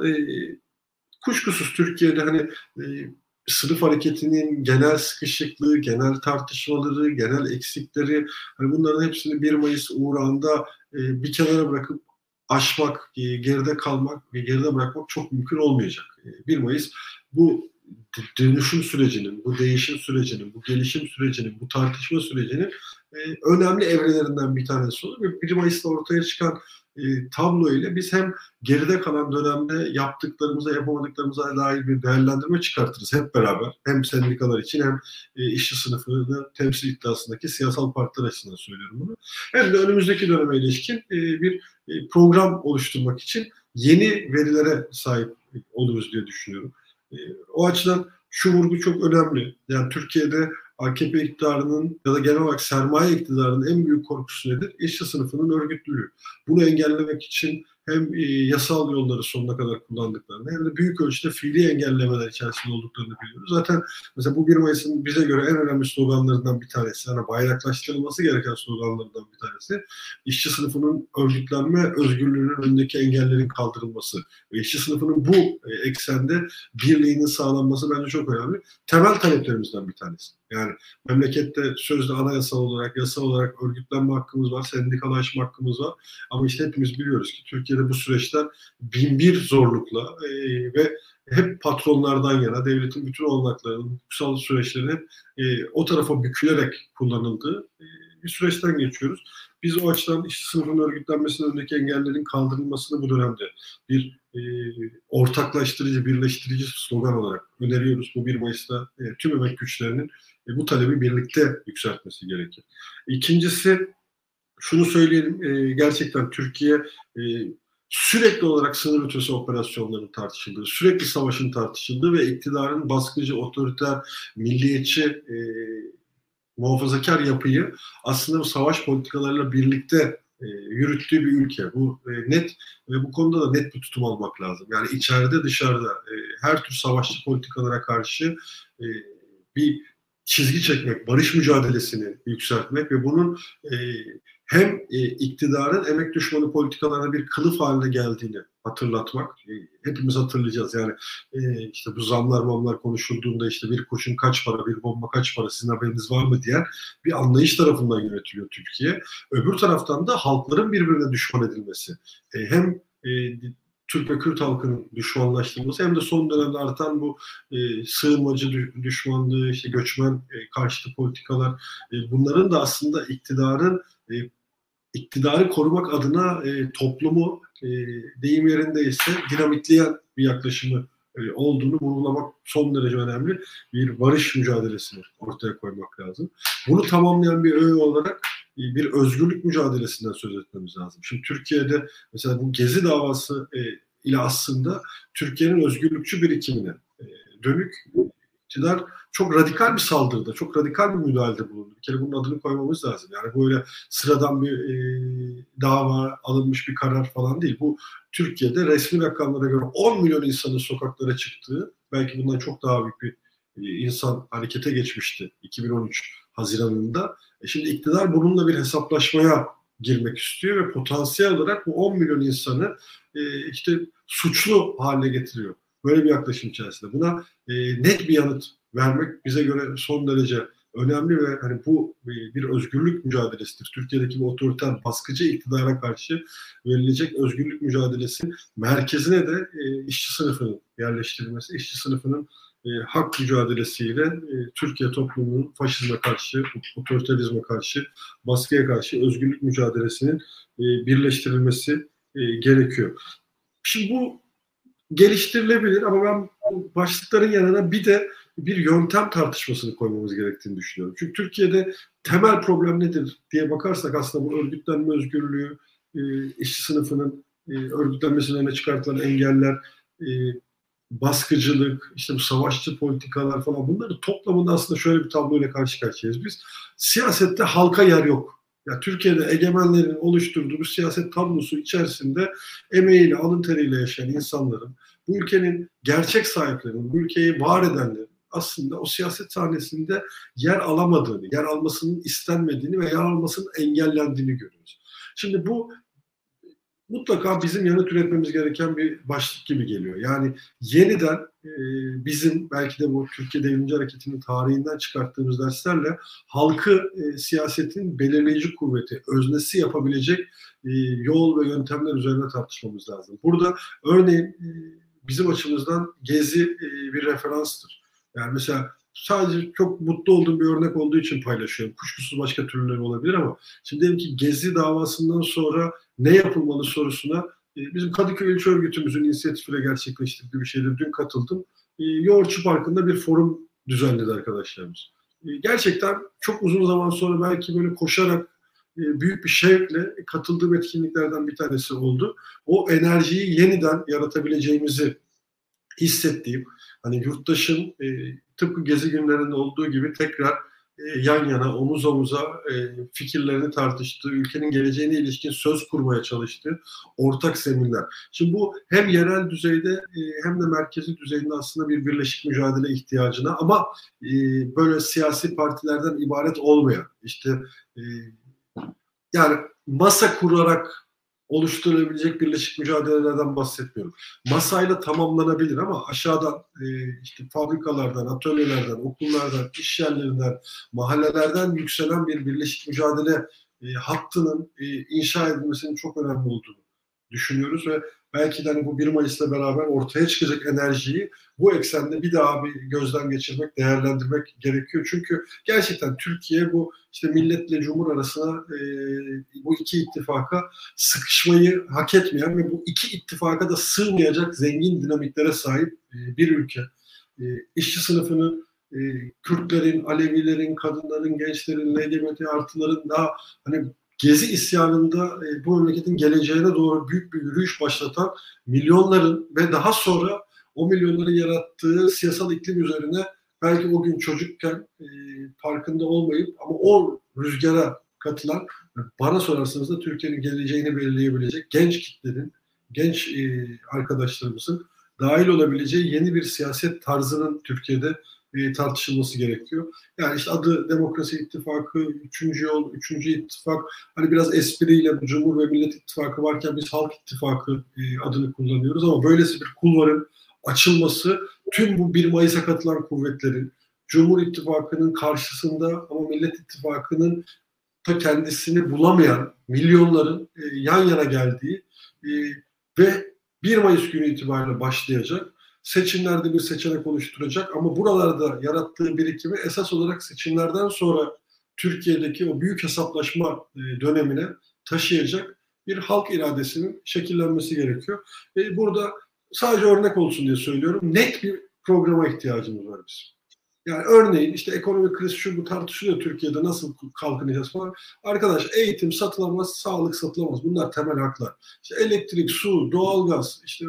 kuşkusuz Türkiye'de hani sınıf hareketinin genel sıkışıklığı, genel tartışmaları, genel eksikleri, hani bunların hepsini 1 Mayıs uğrağında bir kenara bırakıp aşmak, geride kalmak ve geride bırakmak çok mümkün olmayacak. 1 Mayıs bu dönüşüm sürecinin, bu değişim sürecinin, bu gelişim sürecinin, bu tartışma sürecinin önemli evrelerinden bir tanesi olur. Ve 1 Mayıs'ta ortaya çıkan tablo ile biz hem geride kalan dönemde yaptıklarımıza, yapamadıklarımıza dair bir değerlendirme çıkartırız hep beraber. Hem sendikalar için hem işçi sınıfını temsil iddiasındaki siyasal partiler açısından söylüyorum bunu. Hem de önümüzdeki döneme ilişkin bir program oluşturmak için yeni verilere sahip oluruz diye düşünüyorum. O açıdan şu vurgu çok önemli. Yani Türkiye'de AKP iktidarının ya da genel olarak sermaye iktidarının en büyük korkusu nedir? İşçi sınıfının örgütlülüğü. Bunu engellemek için hem yasal yolları sonuna kadar kullandıklarını hem de büyük ölçüde fiili engellemeler içerisinde olduklarını biliyoruz. Zaten mesela bu 1 Mayıs'ın bize göre en önemli sloganlarından bir tanesi, yani bayraklaştırılması gereken sloganlarından bir tanesi, işçi sınıfının örgütlenme özgürlüğünün önündeki engellerin kaldırılması ve işçi sınıfının bu eksende birliğinin sağlanması bence çok önemli. Temel taleplerimizden bir tanesi. Yani memlekette sözde anayasal olarak, yasal olarak örgütlenme hakkımız var, sendikalaşma hakkımız var. Ama işte hepimiz biliyoruz ki Türkiye'de bu süreçler binbir zorlukla ve hep patronlardan yana, devletin bütün olanaklarının, hukuksal süreçlerin hep o tarafa bükülerek kullanıldığı bir süreçten geçiyoruz. Biz o açıdan işçi sınıfının örgütlenmesinin önündeki engellerin kaldırılmasını bu dönemde bir ortaklaştırıcı, birleştirici slogan olarak öneriyoruz. Bu 1 Mayıs'ta tüm emek güçlerinin bu talebi birlikte yükseltmesi gerekir. İkincisi, şunu söyleyelim, gerçekten Türkiye sürekli olarak sınır ötesi operasyonların tartışıldığı, sürekli savaşın tartışıldığı ve iktidarın baskıcı, otoriter, milliyetçi, muhafazakar yapıyı aslında bu savaş politikalarıyla birlikte yürüttüğü bir ülke. Bu net ve bu konuda da net bir tutum almak lazım. Yani içeride dışarıda her tür savaşçı politikalara karşı bir çizgi çekmek, barış mücadelesini yükseltmek ve bunun hem iktidarın emek düşmanı politikalarına bir kılıf haline geldiğini hatırlatmak. Hepimiz hatırlayacağız. Yani işte bu zamlar konuşulduğunda işte bir kurşun kaç para, bir bomba kaç para, sizin haberiniz var mı diyen bir anlayış tarafından yönetiliyor Türkiye. Öbür taraftan da halkların birbirine düşman edilmesi. Hem Türk ve Kürt halkının düşmanlaştırılması hem de son dönemde artan bu sığınmacı düşmanlığı, işte göçmen karşıtı politikalar, bunların da aslında iktidarı korumak adına toplumu deyim yerindeyse dinamitleyen bir yaklaşımı olduğunu vurgulamak son derece önemli. Bir barış mücadelesini ortaya koymak lazım. Bunu tamamlayan bir öğe olarak bir özgürlük mücadelesinden söz etmemiz lazım. Şimdi Türkiye'de mesela bu Gezi davası ile aslında Türkiye'nin özgürlükçü birikimine dönük iktidar çok radikal bir saldırıda, çok radikal bir müdahalede bulundu. Bir kere bunun adını koymamız lazım. Yani böyle sıradan bir dava, alınmış bir karar falan değil. Bu Türkiye'de resmi rakamlara göre 10 milyon insanın sokaklara çıktığı, belki bundan çok daha büyük bir insan harekete geçmişti 2013 Haziran'ında. Şimdi iktidar bununla bir hesaplaşmaya girmek istiyor ve potansiyel olarak bu 10 milyon insanı işte suçlu haline getiriyor. Böyle bir yaklaşım içerisinde. Buna net bir yanıt vermek bize göre son derece önemli ve hani bu bir özgürlük mücadelesidir. Türkiye'deki bu otoriter baskıcı iktidara karşı verilecek özgürlük mücadelesi merkezine de işçi sınıfının yerleştirilmesi, işçi sınıfının hak mücadelesiyle Türkiye toplumunun faşizme karşı, otoriterizme karşı, baskıya karşı özgürlük mücadelesinin birleştirilmesi gerekiyor. Şimdi bu geliştirilebilir ama ben başlıkların yanına bir de bir yöntem tartışmasını koymamız gerektiğini düşünüyorum. Çünkü Türkiye'de temel problem nedir diye bakarsak aslında bu örgütlenme özgürlüğü, işçi sınıfının örgütlenmesinin önüne çıkartılan engeller, baskıcılık, işte bu savaşçı politikalar falan, bunların toplamında aslında şöyle bir tabloyla karşı karşıyayız biz. Siyasette halka yer yok. Ya Türkiye'de egemenlerin oluşturduğu bu siyaset tablosu içerisinde emeğiyle, alın teriyle yaşayan insanların, bu ülkenin gerçek sahiplerinin, bu ülkeyi var edenlerin aslında o siyaset sahnesinde yer alamadığını, yer almasının istenmediğini ve yer almasının engellendiğini görüyoruz. Şimdi bu mutlaka bizim yanıt üretmemiz gereken bir başlık gibi geliyor. Yani yeniden bizim belki de bu Türkiye Devrimci Hareketi'nin tarihinden çıkarttığımız derslerle halkı siyasetin belirleyici kuvveti, öznesi yapabilecek yol ve yöntemler üzerine tartışmamız lazım. Burada örneğin bizim açımızdan Gezi bir referanstır. Yani mesela sadece çok mutlu olduğum bir örnek olduğu için paylaşıyorum. Kuşkusuz başka türleri olabilir ama şimdi diyelim ki Gezi davasından sonra ne yapılmalı sorusuna bizim Kadıköy İlçe Örgütümüzün inisiyatifiyle gerçekleştirdiği bir şeydir. Dün katıldım. Yoğurtçu Parkı'nda bir forum düzenledi arkadaşlarımız. Gerçekten çok uzun zaman sonra belki böyle koşarak büyük bir şevkle katıldığım etkinliklerden bir tanesi oldu. O enerjiyi yeniden yaratabileceğimizi hissettiğim, hani yurttaşın tıpkı Gezi günlerinde olduğu gibi tekrar yan yana, omuz omuza fikirlerini tartıştığı, ülkenin geleceğine ilişkin söz kurmaya çalıştığı ortak seminler. Şimdi bu hem yerel düzeyde hem de merkezi düzeyde aslında bir birleşik mücadele ihtiyacına ama böyle siyasi partilerden ibaret olmayan, işte yani masa kurarak oluşturulabilecek birleşik mücadelelerden bahsetmiyorum. Masayla tamamlanabilir ama aşağıdan işte fabrikalardan, atölyelerden, okullardan, iş yerlerinden, mahallelerden yükselen bir birleşik mücadele hattının inşa edilmesinin çok önemli olduğunu düşünüyoruz ve belki de hani bu 1 Mayıs'la beraber ortaya çıkacak enerjiyi bu eksende bir daha bir gözden geçirmek, değerlendirmek gerekiyor. Çünkü gerçekten Türkiye bu işte milletle cumhur arasına bu iki ittifaka sıkışmayı hak etmeyen ve bu iki ittifaka da sığmayacak zengin dinamiklere sahip bir ülke. İşçi sınıfının, Kürtlerin, Alevilerin, kadınların, gençlerin, LGBT artıların daha hani Gezi isyanında bu memleketin geleceğine doğru büyük bir yürüyüş başlatan milyonların ve daha sonra o milyonların yarattığı siyasal iklim üzerine belki o gün çocukken farkında olmayıp ama o rüzgara katılan, bana sorarsanız da Türkiye'nin geleceğini belirleyebilecek genç kitlerin, genç arkadaşlarımızın dahil olabileceği yeni bir siyaset tarzının Türkiye'de tartışılması gerekiyor. Yani işte adı Demokrasi İttifakı, 3. Yol, 3. İttifak, hani biraz espriyle Cumhur ve Millet İttifakı varken biz Halk İttifakı adını kullanıyoruz ama böylesi bir kulvarın açılması tüm bu 1 Mayıs'a katılan kuvvetlerin, Cumhur İttifakı'nın karşısında ama Millet İttifakı'nın da kendisini bulamayan milyonların yan yana geldiği ve 1 Mayıs günü itibariyle başlayacak. Seçimlerde bir seçenek oluşturacak ama buralarda yarattığı birikimi esas olarak seçimlerden sonra Türkiye'deki o büyük hesaplaşma dönemine taşıyacak bir halk iradesinin şekillenmesi gerekiyor. Burada sadece örnek olsun diye söylüyorum. Net bir programa ihtiyacımız var bizim. Yani örneğin işte ekonomik kriz şu bu tartışılıyor Türkiye'de nasıl kalkınacağız falan. Arkadaş eğitim satılamaz, sağlık satılamaz. Bunlar temel haklar. İşte elektrik, su, doğalgaz, işte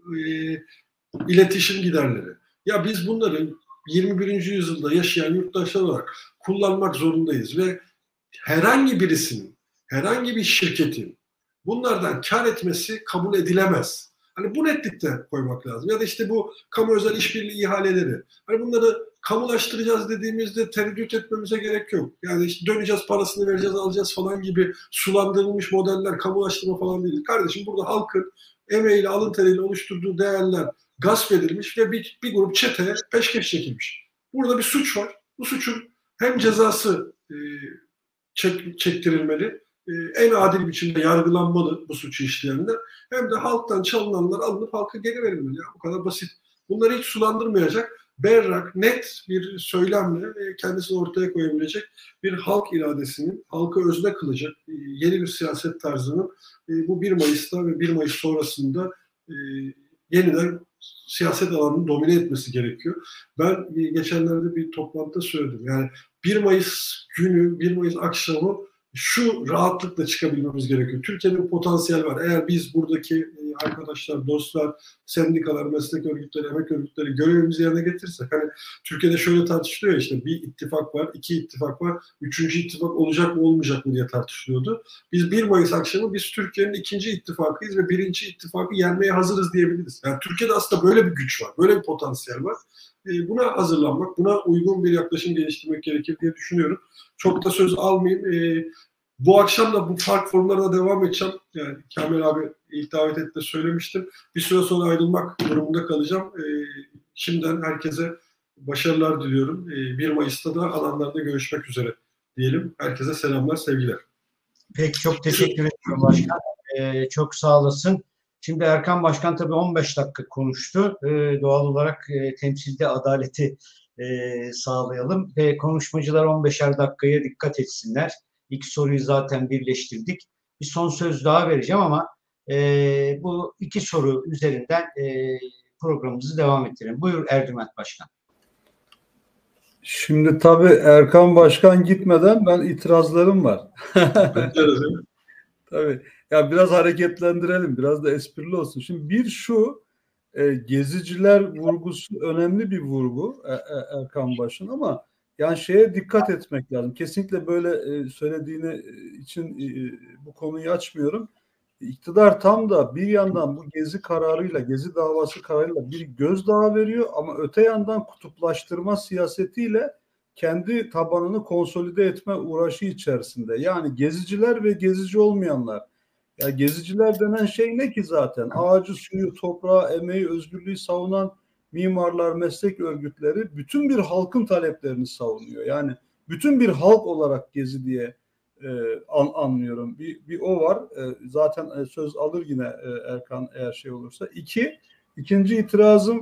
iletişim giderleri. Ya biz bunları 21. yüzyılda yaşayan yurttaşlar olarak kullanmak zorundayız ve herhangi birisinin, herhangi bir şirketin bunlardan kar etmesi kabul edilemez. Hani bu netlikte koymak lazım. Ya da işte bu kamu özel işbirliği ihaleleri. Hani bunları kamulaştıracağız dediğimizde tereddüt etmemize gerek yok. Yani işte döneceğiz, parasını vereceğiz, alacağız falan gibi sulandırılmış modeller, kamulaştırma falan değil. Kardeşim burada halkın emeğiyle, alın teriyle oluşturduğu değerler gasp edilmiş ve bir grup çeteye peşkeş çekilmiş. Burada bir suç var. Bu suçun hem cezası çektirilmeli, en adil biçimde yargılanmalı bu suçu işleyenler, hem de halktan çalınanlar alınıp halka geri verilmeli. Ya, bu kadar basit. Bunları hiç sulandırmayacak, berrak, net bir söylemle kendisini ortaya koyabilecek bir halk iradesinin, halkı özne kılacak yeni bir siyaset tarzının bu 1 Mayıs'ta ve 1 Mayıs sonrasında yeniden siyaset alanını domine etmesi gerekiyor. Ben geçenlerde bir toplantıda söyledim. Yani 1 Mayıs günü, 1 Mayıs akşamı şu rahatlıkla çıkabilmemiz gerekiyor. Türkiye'nin potansiyel var. Eğer biz buradaki arkadaşlar, dostlar, sendikalar, meslek örgütleri, emek örgütleri görevimizi yerine getirirsek, hani Türkiye'de şöyle tartışılıyor ya, işte bir ittifak var, 2 ittifak var, 3. ittifak olacak mı olmayacak mı diye tartışılıyordu. Biz 1 Mayıs akşamı biz Türkiye'nin 2. ittifakıyız ve 1. ittifakı yenmeye hazırız diyebiliriz. Yani Türkiye'de aslında böyle bir güç var, böyle bir potansiyel var. Buna hazırlanmak, buna uygun bir yaklaşım geliştirmek gerekir diye düşünüyorum. Çok da söz almayayım. Bu akşam da bu fark forumlarına devam edeceğim. Yani Kamil abi ilk davet etti söylemiştim. Bir süre sonra ayrılmak durumunda kalacağım. Şimdiden herkese başarılar diliyorum. 1 Mayıs'ta da alanlarda görüşmek üzere diyelim. Herkese selamlar, sevgiler. Peki, çok teşekkür ederim başkan. Çok sağ olasın. Şimdi Erkan Başkan tabii 15 dakika konuştu. Doğal olarak temsilde adaleti sağlayalım. Konuşmacılar 15'er dakikaya dikkat etsinler. İlk soruyu zaten birleştirdik. Bir son söz daha vereceğim ama bu 2 soru üzerinden programımızı devam ettirelim. Buyur Ercüment Başkan. Şimdi tabii Erkan Başkan gitmeden ben itirazlarım var. Tabii. Ya biraz hareketlendirelim, biraz da esprili olsun. Şimdi bir şu, geziciler vurgusu önemli bir vurgu Erkan Başkan, ama yani şeye dikkat etmek lazım. Kesinlikle böyle söylediğini için bu konuyu açmıyorum. İktidar tam da bir yandan bu gezi kararıyla, gezi davası kararıyla bir gözdağı veriyor, ama öte yandan kutuplaştırma siyasetiyle kendi tabanını konsolide etme uğraşı içerisinde. Yani geziciler ve gezici olmayanlar. Ya geziciler denen şey ne ki zaten? Ağacı, suyu, toprağı, emeği, özgürlüğü savunan mimarlar, meslek örgütleri bütün bir halkın taleplerini savunuyor. Yani bütün bir halk olarak gezi diye anlıyorum. Bir o var. Zaten söz alır yine Erkan eğer şey olursa. İkinci itirazım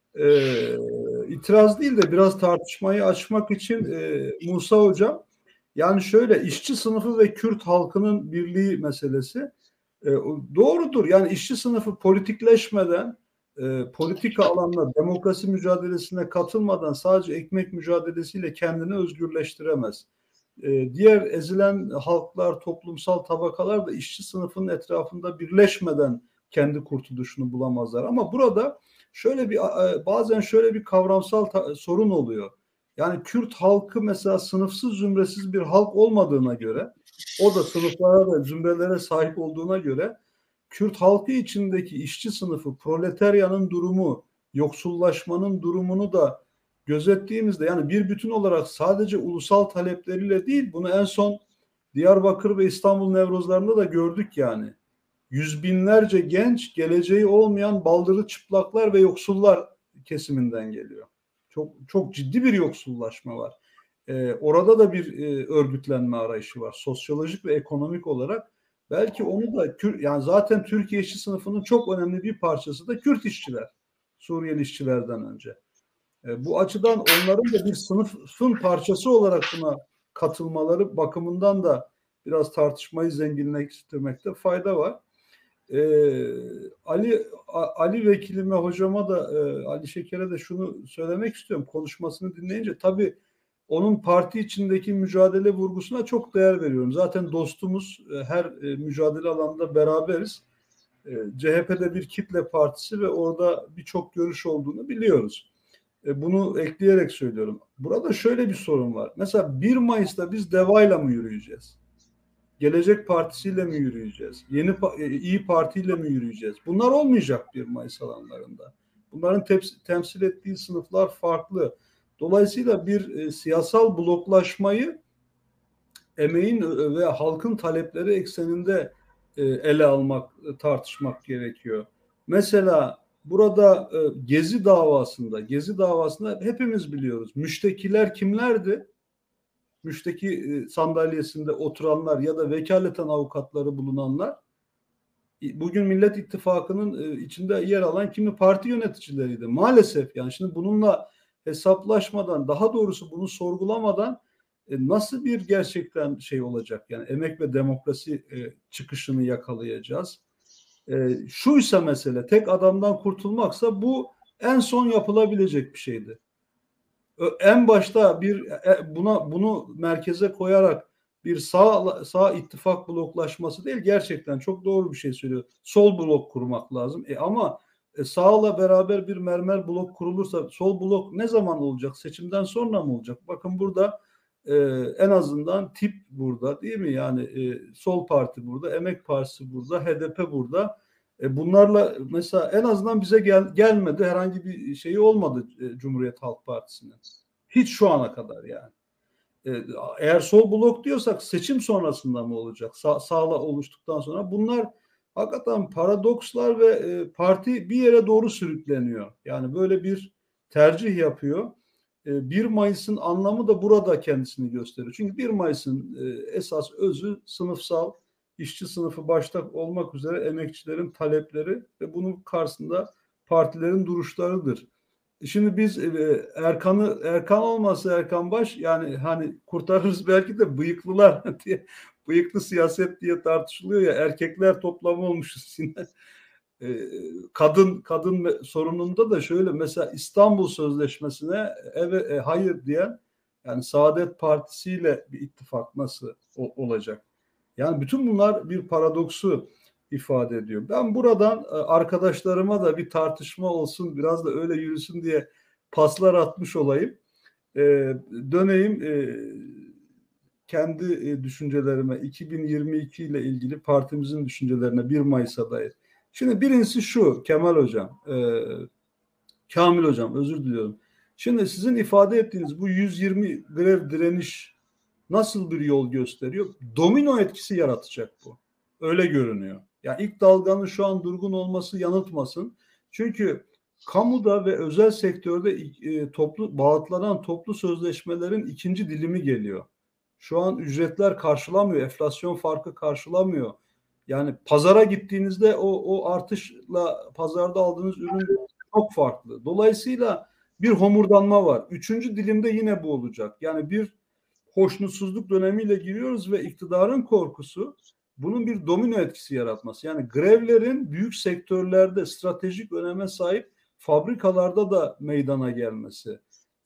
itiraz değil de biraz tartışmayı açmak için Musa Hocam, yani şöyle, işçi sınıfı ve Kürt halkının birliği meselesi doğrudur. Yani işçi sınıfı politikleşmeden, politika alanına, demokrasi mücadelesine katılmadan sadece ekmek mücadelesiyle kendini özgürleştiremez. Diğer ezilen halklar, toplumsal tabakalar da işçi sınıfının etrafında birleşmeden kendi kurtuluşunu bulamazlar. Ama burada şöyle bir bazen şöyle bir kavramsal sorun oluyor. Yani Kürt halkı mesela sınıfsız, zümresiz bir halk olmadığına göre, o da sınıflara ve zümrelere sahip olduğuna göre, Kürt halkı içindeki işçi sınıfı, proletaryanın durumu, yoksullaşmanın durumunu da gözettiğimizde, yani bir bütün olarak sadece ulusal talepleriyle değil, bunu en son Diyarbakır ve İstanbul Nevrozlarında da gördük yani. Yüz binlerce genç, geleceği olmayan baldırı çıplaklar ve yoksullar kesiminden geliyor. Çok ciddi bir yoksullaşma var. Orada da bir örgütlenme arayışı var. Sosyolojik ve ekonomik olarak. Belki onu da, yani zaten Türkiye işçi sınıfının çok önemli bir parçası da Kürt işçiler. Suriyeli işçilerden önce. Bu açıdan onların da bir sınıfın parçası olarak buna katılmaları bakımından da biraz tartışmayı zenginleştirmekte fayda var. Ali vekilime, hocama da, Ali Şeker'e de şunu söylemek istiyorum. Konuşmasını dinleyince tabii onun parti içindeki mücadele vurgusuna çok değer veriyorum. Zaten dostumuz, her mücadele alanında beraberiz. CHP'de bir kitle partisi ve orada birçok görüş olduğunu biliyoruz. Bunu ekleyerek söylüyorum. Burada şöyle bir sorun var. Mesela 1 Mayıs'ta biz DEVA'yla mı yürüyeceğiz? Gelecek Partisi'yle mi yürüyeceğiz? İyi Parti'yle mi yürüyeceğiz? Bunlar olmayacak 1 Mayıs alanlarında. Bunların temsil ettiği sınıflar farklı. Dolayısıyla bir siyasal bloklaşmayı emeğin ve halkın talepleri ekseninde ele almak, tartışmak gerekiyor. Mesela burada Gezi davasında hepimiz biliyoruz. Müştekiler kimlerdi? Müşteki sandalyesinde oturanlar ya da vekaleten avukatları bulunanlar, bugün Millet İttifakı'nın içinde yer alan kimi parti yöneticileriydi. Maalesef, yani şimdi bununla hesaplaşmadan, daha doğrusu bunu sorgulamadan nasıl bir gerçekten şey olacak? Yani emek ve demokrasi çıkışını yakalayacağız. Şuysa mesele, tek adamdan kurtulmaksa, bu en son yapılabilecek bir şeydi. En başta bunu merkeze koyarak bir sağ ittifak bloklaşması değil, gerçekten çok doğru bir şey söylüyor. Sol blok kurmak lazım. Ama sağla beraber bir mermer blok kurulursa, sol blok ne zaman olacak? Seçimden sonra mı olacak? Bakın burada en azından tip burada, değil mi? Yani Sol Parti burada, Emek Partisi burada, HDP burada. Bunlarla mesela en azından bize gelmedi, herhangi bir şeyi olmadı Cumhuriyet Halk Partisi'nin. Hiç şu ana kadar yani. Eğer sol blok diyorsak seçim sonrasında mı olacak? Sağla oluştuktan sonra. Bunlar hakikaten paradokslar ve parti bir yere doğru sürükleniyor. Yani böyle bir tercih yapıyor. 1 Mayıs'ın anlamı da burada kendisini gösteriyor. Çünkü 1 Mayıs'ın esas özü sınıfsal, işçi sınıfı başta olmak üzere emekçilerin talepleri ve bunun karşısında partilerin duruşlarıdır. Şimdi biz Erkan olmasa Erkan Baş, yani hani kurtarırız belki de bıyıklılar diye, bıyıklı siyaset diye tartışılıyor ya, erkekler toplamı olmuşuz yine. Kadın sorununda da şöyle, mesela İstanbul Sözleşmesi'ne hayır diyen, yani Saadet Partisi ile bir ittifak nasıl olacak? Yani bütün bunlar bir paradoksu ifade ediyor. Ben buradan arkadaşlarıma da bir tartışma olsun, biraz da öyle yürüsün diye paslar atmış olayım. Döneyim kendi düşüncelerime, 2022 ile ilgili partimizin düşüncelerine 1 Mayıs'a dair. Şimdi birincisi şu, Kamil Hocam, özür diliyorum. Şimdi sizin ifade ettiğiniz bu 120 grev direniş nasıl bir yol gösteriyor? Domino etkisi yaratacak bu. Öyle görünüyor. Yani ilk dalganın şu an durgun olması yanıltmasın. Çünkü kamuda ve özel sektörde bağıtlanan toplu sözleşmelerin ikinci dilimi geliyor. Şu an ücretler karşılamıyor, enflasyon farkı karşılamıyor. Yani pazara gittiğinizde o artışla pazarda aldığınız ürün çok farklı. Dolayısıyla bir homurdanma var. Üçüncü dilimde yine bu olacak. Yani bir hoşnutsuzluk dönemiyle giriyoruz ve iktidarın korkusu bunun bir domino etkisi yaratması. Yani grevlerin büyük sektörlerde stratejik öneme sahip fabrikalarda da meydana gelmesi.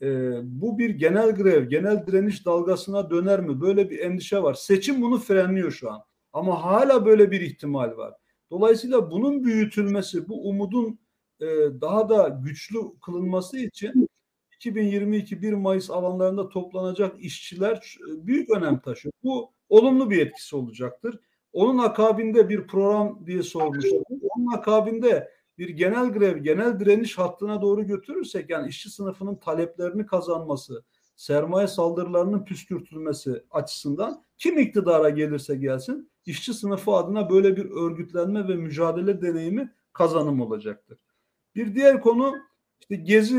Bu bir genel grev, genel direniş dalgasına döner mi? Böyle bir endişe var. Seçim bunu frenliyor şu an. Ama hala böyle bir ihtimal var. Dolayısıyla bunun büyütülmesi, bu umudun daha da güçlü kılınması için 2022 1 Mayıs alanlarında toplanacak işçiler büyük önem taşıyor. Bu olumlu bir etkisi olacaktır. Onun akabinde bir program diye sormuşlar. Onun akabinde bir genel grev, genel direniş hattına doğru götürürsek, yani işçi sınıfının taleplerini kazanması, sermaye saldırılarının püskürtülmesi açısından kim iktidara gelirse gelsin işçi sınıfı adına böyle bir örgütlenme ve mücadele deneyimi kazanım olacaktır. Bir diğer konu işte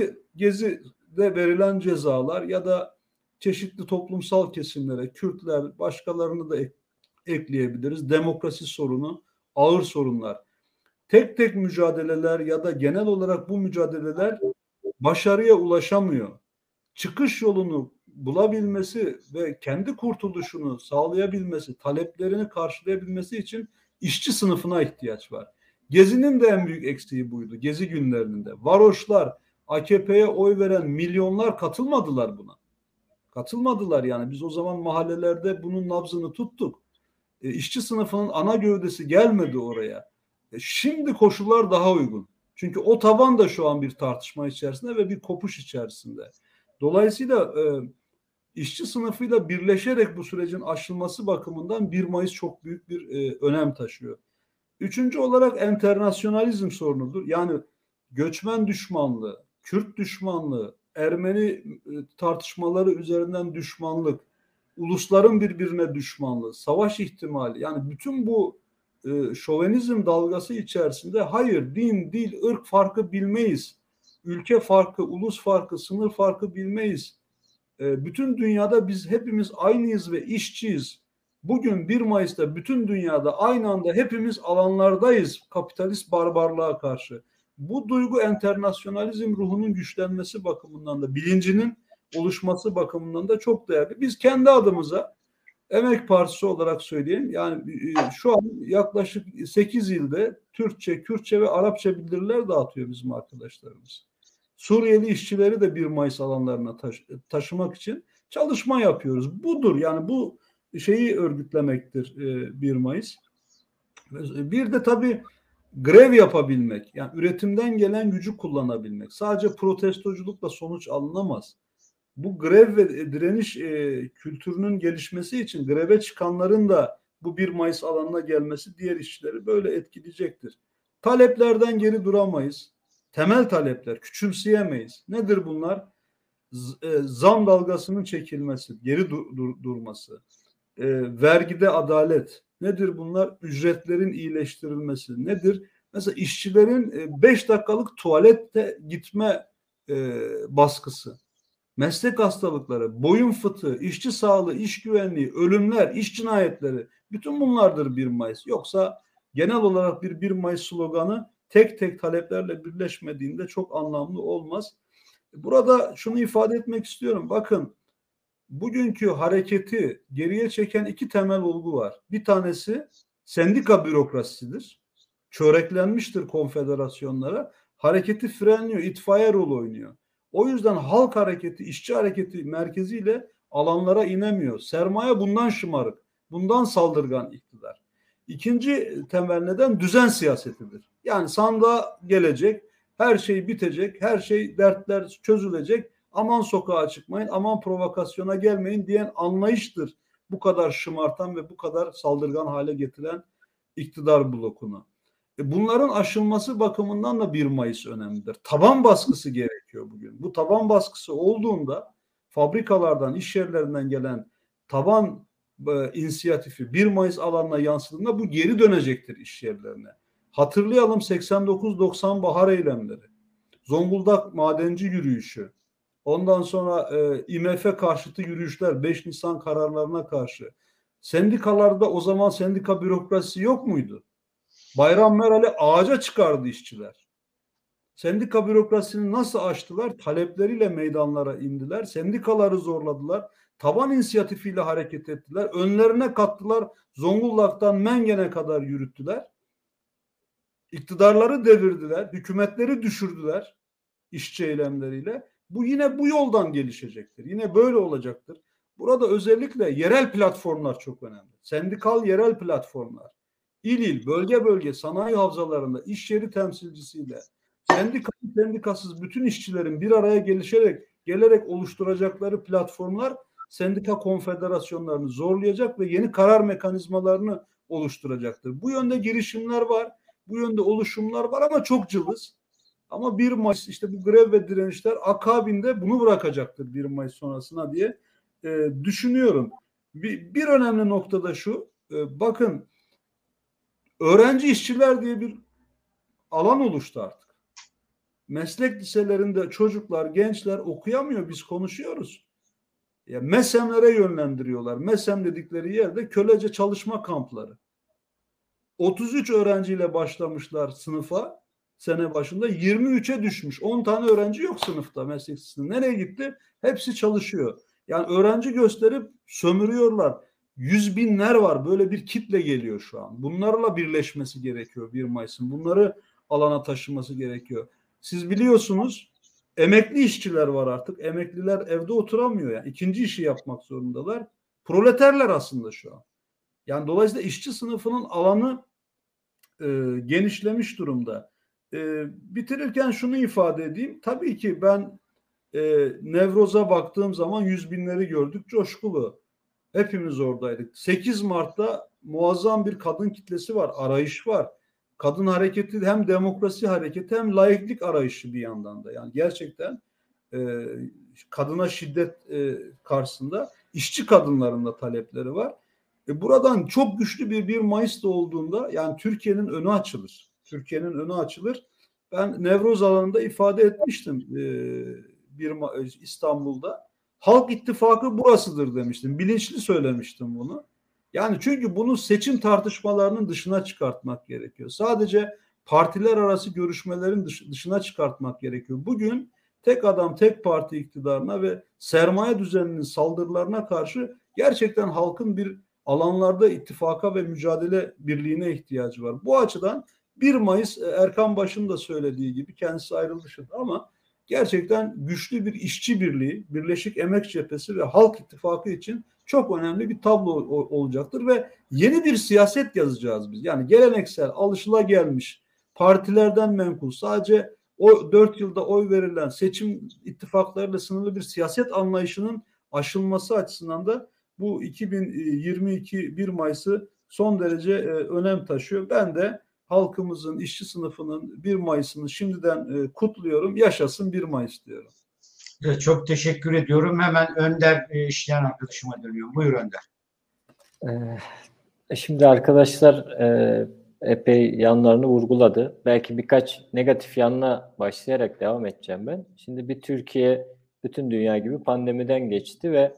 Gezi'de verilen cezalar ya da çeşitli toplumsal kesimlere, Kürtler, başkalarını da ekleyebiliriz. Demokrasi sorunu, ağır sorunlar. Tek tek mücadeleler ya da genel olarak bu mücadeleler başarıya ulaşamıyor. Çıkış yolunu bulabilmesi ve kendi kurtuluşunu sağlayabilmesi, taleplerini karşılayabilmesi için işçi sınıfına ihtiyaç var. Gezi'nin de en büyük eksiği buydu. Gezi günlerinde. Varoşlar, AKP'ye oy veren milyonlar katılmadılar buna. Katılmadılar yani. Biz o zaman mahallelerde bunun nabzını tuttuk. İşçi sınıfının ana gövdesi gelmedi oraya. Şimdi koşullar daha uygun. Çünkü o taban da şu an bir tartışma içerisinde ve bir kopuş içerisinde. Dolayısıyla işçi sınıfıyla birleşerek bu sürecin aşılması bakımından 1 Mayıs çok büyük bir önem taşıyor. Üçüncü olarak enternasyonalizm sorunudur. Yani göçmen düşmanlığı, Kürt düşmanlığı, Ermeni tartışmaları üzerinden düşmanlık, ulusların birbirine düşmanlığı, savaş ihtimali, yani bütün bu şovenizm dalgası içerisinde hayır, din, dil, ırk farkı bilmeyiz. Ülke farkı, ulus farkı, sınır farkı bilmeyiz. Bütün dünyada biz hepimiz aynıyız ve işçiyiz. Bugün 1 Mayıs'ta bütün dünyada aynı anda hepimiz alanlardayız kapitalist barbarlığa karşı. Bu duygu enternasyonalizm ruhunun güçlenmesi bakımından da, bilincinin oluşması bakımından da çok değerli. Biz kendi adımıza Emek Partisi olarak söyleyeyim, yani şu an yaklaşık 8 ilde Türkçe, Kürtçe ve Arapça bildiriler dağıtıyor bizim arkadaşlarımız. Suriyeli işçileri de 1 Mayıs alanlarına taşımak için çalışma yapıyoruz. Budur yani, bu şeyi örgütlemektir 1 Mayıs. Bir de tabii grev yapabilmek, yani üretimden gelen gücü kullanabilmek. Sadece protestoculukla sonuç alınamaz. Bu grev ve direniş kültürünün gelişmesi için greve çıkanların da bu 1 Mayıs alanına gelmesi diğer işçileri böyle etkileyecektir. Taleplerden geri duramayız. Temel talepler, küçümseyemeyiz. Nedir bunlar? zam dalgasının çekilmesi, geri durması, vergide adalet. Nedir bunlar? Ücretlerin iyileştirilmesi. Nedir? Mesela işçilerin 5 dakikalık tuvalette gitme baskısı. Meslek hastalıkları, boyun fıtığı, işçi sağlığı, iş güvenliği, ölümler, iş cinayetleri, bütün bunlardır 1 Mayıs. Yoksa genel olarak bir 1 Mayıs sloganı tek tek taleplerle birleşmediğinde çok anlamlı olmaz. Burada şunu ifade etmek istiyorum. Bakın, bugünkü hareketi geriye çeken 2 temel olgu var. Bir tanesi sendika bürokrasisidir. Çöreklenmiştir konfederasyonlara. Hareketi frenliyor, itfaiye rol oynuyor. O yüzden halk hareketi, işçi hareketi merkeziyle alanlara inemiyor. Sermaye bundan şımarık, bundan saldırgan iktidar. İkinci temel neden düzen siyasetidir. Yani sandığa gelecek, her şey bitecek, her şey, dertler çözülecek. Aman sokağa çıkmayın, aman provokasyona gelmeyin diyen anlayıştır bu kadar şımartan ve bu kadar saldırgan hale getiren iktidar blokunu. Bunların aşılması bakımından da 1 Mayıs önemlidir. Taban baskısı gerekiyor bugün. Bu taban baskısı olduğunda fabrikalardan, iş yerlerinden gelen taban inisiyatifi 1 Mayıs alanına yansıdığında bu geri dönecektir iş yerlerine. Hatırlayalım 89-90 bahar eylemleri, Zonguldak madenci yürüyüşü, ondan sonra IMF karşıtı yürüyüşler, 5 Nisan kararlarına karşı. Sendikalarda o zaman sendika bürokrasisi yok muydu? Bayram Meral'i ağaca çıkardı işçiler. Sendika bürokrasisini nasıl aştılar? Talepleriyle meydanlara indiler. Sendikaları zorladılar. Taban inisiyatifiyle hareket ettiler. Önlerine kattılar. Zonguldak'tan Mengen'e kadar yürüttüler. İktidarları devirdiler. Hükümetleri düşürdüler işçi eylemleriyle. Bu yine bu yoldan gelişecektir. Yine böyle olacaktır. Burada özellikle yerel platformlar çok önemli. Sendikal yerel platformlar. İl il, bölge bölge, sanayi havzalarında iş yeri temsilcisiyle sendikasız bütün işçilerin bir araya gelerek oluşturacakları platformlar sendika konfederasyonlarını zorlayacak ve yeni karar mekanizmalarını oluşturacaktır. Bu yönde girişimler var, bu yönde oluşumlar var ama çok cılız. Ama 1 Mayıs işte bu grev ve direnişler akabinde bunu bırakacaktır 1 Mayıs sonrasına diye düşünüyorum. Bir önemli nokta da şu, bakın, öğrenci işçiler diye bir alan oluştu artık. Meslek liselerinde çocuklar, gençler okuyamıyor, biz konuşuyoruz. Ya MESEM'lere yönlendiriyorlar. MESEM dedikleri yerde kölece çalışma kampları. 33 öğrenciyle başlamışlar sınıfa sene başında, 23'e düşmüş. 10 tane öğrenci yok sınıfta, meslek lisesinde. Nereye gitti? Hepsi çalışıyor. Yani öğrenci gösterip sömürüyorlar. 100 binler var. Böyle bir kitle geliyor şu an. Bunlarla birleşmesi gerekiyor 1 Mayıs'ın. Bunları alana taşıması gerekiyor. Siz biliyorsunuz, emekli işçiler var artık. Emekliler evde oturamıyor. Yani ikinci işi yapmak zorundalar. Proleterler aslında şu an. Yani dolayısıyla işçi sınıfının alanı genişlemiş durumda. Bitirirken şunu ifade edeyim. Tabii ki ben Nevroz'a baktığım zaman 100 binleri gördük. Coşkulu. Hepimiz oradaydık. 8 Mart'ta muazzam bir kadın kitlesi var. Arayış var. Kadın hareketi hem demokrasi hareketi hem laiklik arayışı bir yandan da. Yani gerçekten kadına şiddet karşısında işçi kadınların da talepleri var. Buradan çok güçlü bir 1 Mayıs'ta olduğunda yani Türkiye'nin önü açılır. Türkiye'nin önü açılır. Ben Nevroz alanında ifade etmiştim İstanbul'da. Halk İttifakı burasıdır demiştim. Bilinçli söylemiştim bunu. Yani çünkü bunu seçim tartışmalarının dışına çıkartmak gerekiyor. Sadece partiler arası görüşmelerin dışına çıkartmak gerekiyor. Bugün tek adam tek parti iktidarına ve sermaye düzeninin saldırılarına karşı gerçekten halkın bir alanlarda ittifaka ve mücadele birliğine ihtiyacı var. Bu açıdan 1 Mayıs Erkan Baş'ın da söylediği gibi, kendisi ayrıldı şimdi ama gerçekten güçlü bir işçi birliği, Birleşik Emek Cephesi ve Halk İttifakı için çok önemli bir tablo olacaktır ve yeni bir siyaset yazacağız biz. Yani geleneksel, alışılagelmiş, partilerden menkul, sadece o 4 yılda oy verilen seçim ittifaklarıyla sınırlı bir siyaset anlayışının aşılması açısından da bu 2022 1 Mayıs'ı son derece önem taşıyor. Ben de halkımızın, işçi sınıfının 1 Mayıs'ını şimdiden kutluyorum. Yaşasın 1 Mayıs diyorum. Çok teşekkür ediyorum. Hemen Önder işleyen arkadaşıma dönüyorum. Buyur Önder. Şimdi arkadaşlar epey yanlarını vurguladı. Belki birkaç negatif yanına başlayarak devam edeceğim ben. Şimdi bir Türkiye bütün dünya gibi pandemiden geçti ve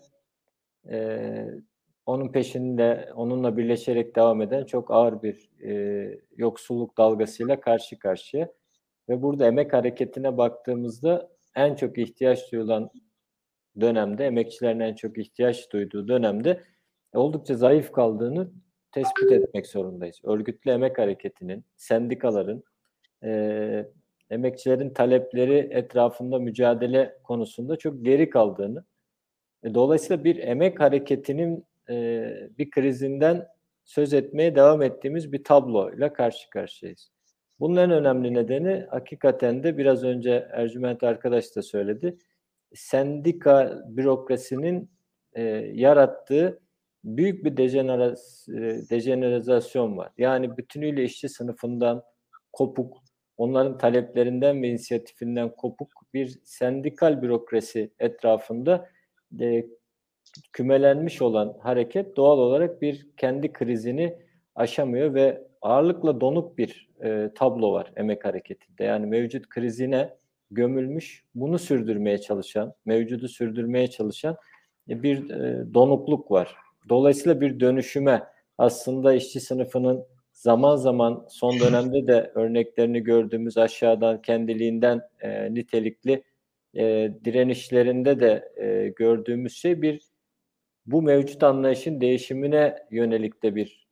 onun peşinde, onunla birleşerek devam eden çok ağır bir yoksulluk dalgasıyla karşı karşıya. Ve burada emek hareketine baktığımızda en çok ihtiyaç duyulan dönemde, emekçilerin en çok ihtiyaç duyduğu dönemde oldukça zayıf kaldığını tespit etmek zorundayız. Örgütlü emek hareketinin, sendikaların, emekçilerin talepleri etrafında mücadele konusunda çok geri kaldığını, dolayısıyla bir emek hareketinin bir krizinden söz etmeye devam ettiğimiz bir tabloyla karşı karşıyayız. Bunun en önemli nedeni hakikaten de biraz önce Ercüment arkadaş da söyledi. Sendika bürokrasinin yarattığı büyük bir dejenerizasyon var. Yani bütünüyle işçi sınıfından kopuk, onların taleplerinden ve inisiyatifinden kopuk bir sendikal bürokrasi etrafında kümelenmiş olan hareket doğal olarak bir kendi krizini aşamıyor ve ağırlıkla donuk bir tablo var emek hareketinde. Yani mevcut krizine gömülmüş, bunu sürdürmeye çalışan, mevcudu sürdürmeye çalışan bir donukluk var. Dolayısıyla bir dönüşüme aslında işçi sınıfının zaman zaman son dönemde de örneklerini gördüğümüz aşağıdan kendiliğinden nitelikli direnişlerinde de gördüğümüz şey bu mevcut anlayışın değişimine yönelik de bir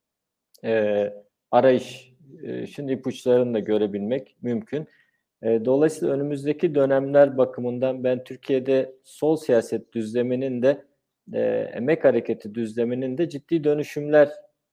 arayışın ipuçlarını da görebilmek mümkün. Dolayısıyla önümüzdeki dönemler bakımından ben Türkiye'de sol siyaset düzleminin de emek hareketi düzleminin de ciddi dönüşümlere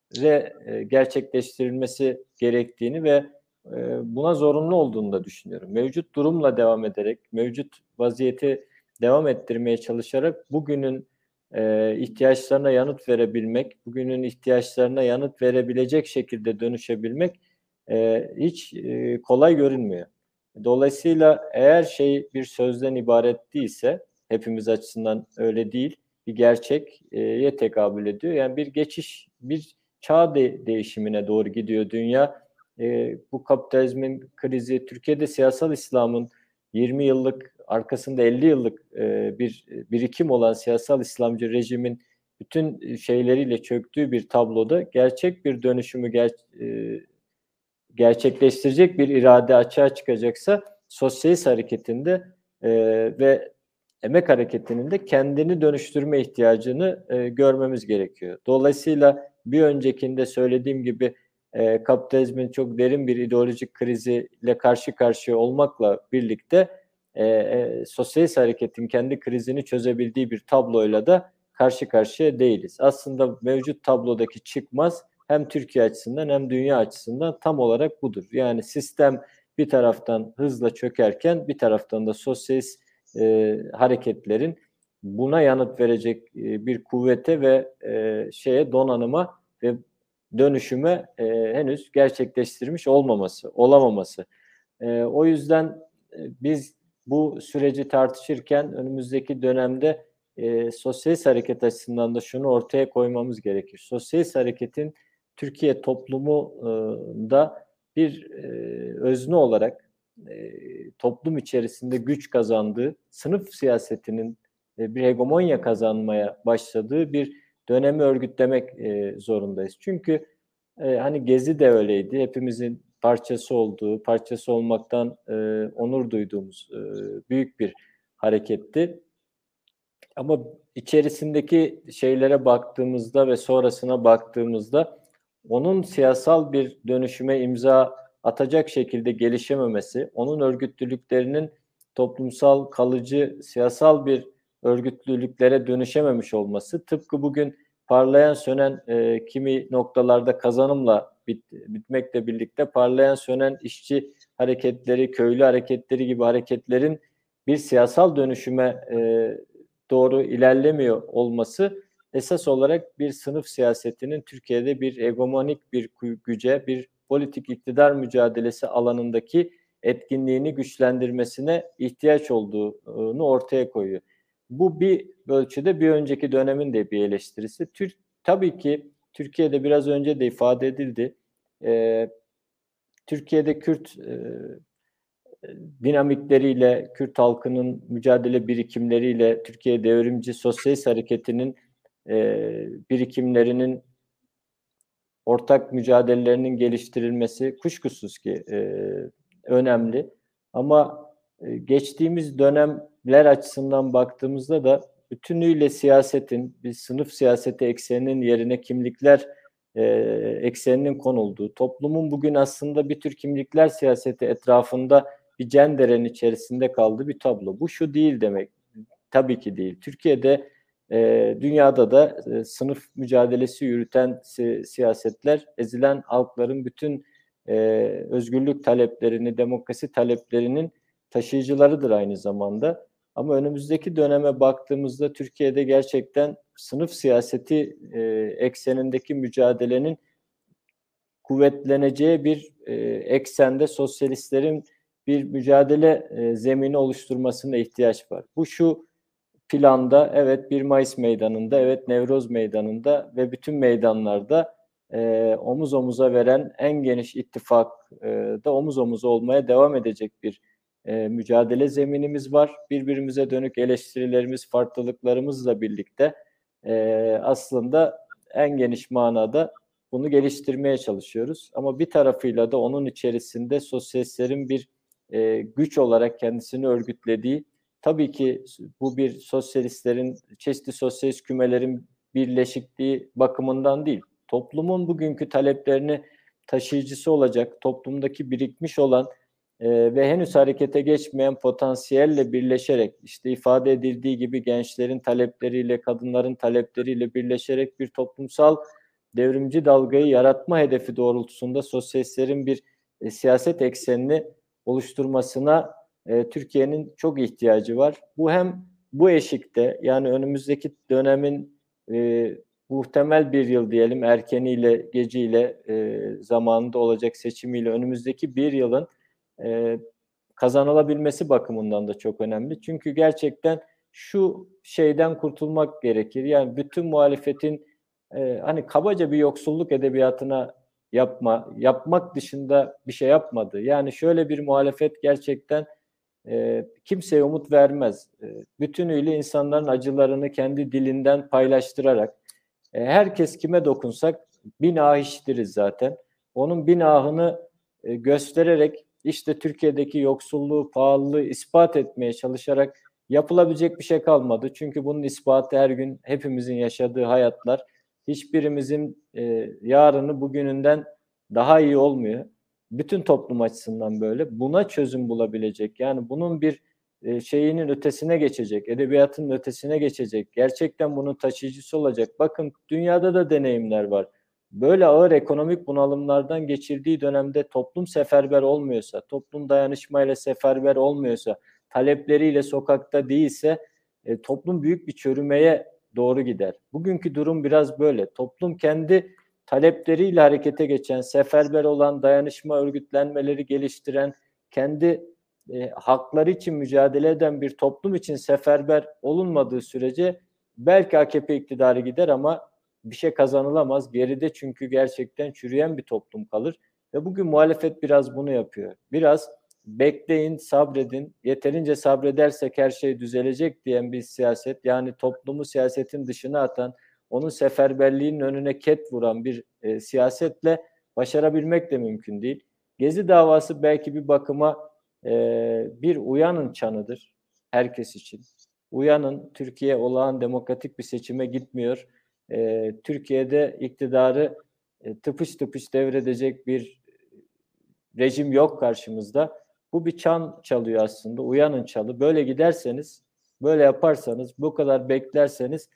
gerçekleştirilmesi gerektiğini ve buna zorunlu olduğunu da düşünüyorum. Mevcut durumla devam ederek, mevcut vaziyeti devam ettirmeye çalışarak bugünün ihtiyaçlarına yanıt verebilmek, bugünün ihtiyaçlarına yanıt verebilecek şekilde dönüşebilmek hiç kolay görünmüyor. Dolayısıyla eğer şey bir sözden ibaret değilse, hepimiz açısından öyle değil, bir gerçeğe tekabül ediyor. Yani bir geçiş, bir çağ değişimine doğru gidiyor dünya. Bu kapitalizmin krizi, Türkiye'de siyasal İslam'ın 20 yıllık, arkasında 50 yıllık bir birikim olan siyasal İslamcı rejimin bütün şeyleriyle çöktüğü bir tabloda gerçek bir dönüşümü gerçekleştirecek bir irade açığa çıkacaksa sosyalist hareketinde ve emek hareketinin de kendini dönüştürme ihtiyacını görmemiz gerekiyor. Dolayısıyla bir öncekinde söylediğim gibi kapitalizmin çok derin bir ideolojik kriziyle karşı karşıya olmakla birlikte sosyalist hareketin kendi krizini çözebildiği bir tabloyla da karşı karşıya değiliz. Aslında mevcut tablodaki çıkmaz hem Türkiye açısından hem dünya açısından tam olarak budur. Yani sistem bir taraftan hızla çökerken bir taraftan da sosyalist hareketlerin buna yanıt verecek bir kuvvete ve donanıma ve dönüşüme henüz gerçekleştirmiş olamaması. O yüzden biz bu süreci tartışırken önümüzdeki dönemde sosyalist hareket açısından da şunu ortaya koymamız gerekir. Sosyalist hareketin Türkiye toplumunda bir özne olarak toplum içerisinde güç kazandığı, sınıf siyasetinin bir hegemonya kazanmaya başladığı bir dönemi örgütlemek zorundayız. Çünkü hani Gezi de öyleydi. Hepimizin parçası olduğu, parçası olmaktan onur duyduğumuz büyük bir hareketti. Ama içerisindeki şeylere baktığımızda ve sonrasına baktığımızda onun siyasal bir dönüşüme imza atacak şekilde gelişememesi, onun örgütlülüklerinin toplumsal, kalıcı, siyasal bir örgütlülüklere dönüşememiş olması, tıpkı bugün parlayan sönen kimi noktalarda kazanımla bitmekle birlikte parlayan sönen işçi hareketleri, köylü hareketleri gibi hareketlerin bir siyasal dönüşüme doğru ilerlemiyor olması esas olarak bir sınıf siyasetinin Türkiye'de bir hegemonik bir güce, bir politik iktidar mücadelesi alanındaki etkinliğini güçlendirmesine ihtiyaç olduğunu ortaya koyuyor. Bu bir ölçüde bir önceki dönemin de bir eleştirisi. Tabii ki Türkiye'de biraz önce de ifade edildi. Türkiye'de Kürt dinamikleriyle, Kürt halkının mücadele birikimleriyle, Türkiye Devrimci Sosyalist Hareketi'nin birikimlerinin, ortak mücadelelerinin geliştirilmesi kuşkusuz ki önemli. Ama geçtiğimiz dönemler açısından baktığımızda da bütünüyle siyasetin, bir sınıf siyaseti ekseninin yerine kimlikler ekseninin konulduğu, toplumun bugün aslında bir tür kimlikler siyaseti etrafında bir cenderenin içerisinde kaldığı bir tablo. Bu şu değil demek, tabii ki değil. Türkiye'de, dünyada da sınıf mücadelesi yürüten siyasetler, ezilen halkların bütün özgürlük taleplerini, demokrasi taleplerinin taşıyıcılarıdır aynı zamanda. Ama önümüzdeki döneme baktığımızda Türkiye'de gerçekten sınıf siyaseti eksenindeki mücadelenin kuvvetleneceği bir eksende sosyalistlerin bir mücadele zemini oluşturmasına ihtiyaç var. Bu şu planda, evet 1 Mayıs meydanında, evet Nevroz meydanında ve bütün meydanlarda omuz omuza veren en geniş ittifakta omuz omuza olmaya devam edecek bir mücadele zeminimiz var. Birbirimize dönük eleştirilerimiz, farklılıklarımızla birlikte aslında en geniş manada bunu geliştirmeye çalışıyoruz. Ama bir tarafıyla da onun içerisinde sosyalistlerin bir güç olarak kendisini örgütlediği, tabii ki bu bir sosyalistlerin, çeşitli sosyalist kümelerin birleşikliği bakımından değil, toplumun bugünkü taleplerini taşıyıcısı olacak, toplumdaki birikmiş olan ve henüz harekete geçmeyen potansiyelle birleşerek, işte ifade edildiği gibi gençlerin talepleriyle, kadınların talepleriyle birleşerek bir toplumsal devrimci dalgayı yaratma hedefi doğrultusunda sosyalistlerin bir siyaset eksenini oluşturmasına Türkiye'nin çok ihtiyacı var. Bu hem bu eşikte, yani önümüzdeki dönemin muhtemel bir yıl diyelim, erkeniyle, geciyle, zamanında olacak seçimiyle önümüzdeki bir yılın kazanılabilmesi bakımından da çok önemli. Çünkü gerçekten şu şeyden kurtulmak gerekir. Yani bütün muhalefetin hani kabaca bir yoksulluk edebiyatına yapmak dışında bir şey yapmadı. Yani şöyle bir muhalefet gerçekten kimseye umut vermez. Bütünüyle insanların acılarını kendi dilinden paylaştırarak, herkes kime dokunsak bin ah işitiriz zaten. Onun bin ahını göstererek, işte Türkiye'deki yoksulluğu, pahalılığı ispat etmeye çalışarak yapılabilecek bir şey kalmadı. Çünkü bunun ispatı her gün hepimizin yaşadığı hayatlar. Hiçbirimizin yarını bugününden daha iyi olmuyor. Bütün toplum açısından böyle. Buna çözüm bulabilecek, yani bunun bir şeyinin ötesine geçecek, edebiyatın ötesine geçecek, gerçekten bunun taşıyıcısı olacak. Bakın dünyada da deneyimler var. Böyle ağır ekonomik bunalımlardan geçirdiği dönemde toplum seferber olmuyorsa, toplum dayanışmayla seferber olmuyorsa, talepleriyle sokakta değilse toplum büyük bir çürümeye doğru gider. Bugünkü durum biraz böyle. Toplum kendi talepleriyle harekete geçen, seferber olan, dayanışma örgütlenmeleri geliştiren, kendi hakları için mücadele eden bir toplum için seferber olunmadığı sürece belki AKP iktidarı gider ama bir şey kazanılamaz. Geride çünkü gerçekten çürüyen bir toplum kalır. Ve bugün muhalefet biraz bunu yapıyor. Biraz bekleyin, sabredin, yeterince sabredersek her şey düzelecek diyen bir siyaset, yani toplumu siyasetin dışına atan, onun seferberliğinin önüne ket vuran bir siyasetle başarabilmek de mümkün değil. Gezi davası belki bir bakıma bir uyanın çanıdır herkes için. Uyanın, Türkiye olağan demokratik bir seçime gitmiyor. Türkiye'de iktidarı tıpış tıpış devredecek bir rejim yok karşımızda. Bu bir çan çalıyor aslında. Uyanın çalı. Böyle giderseniz, böyle yaparsanız, bu kadar beklerseniz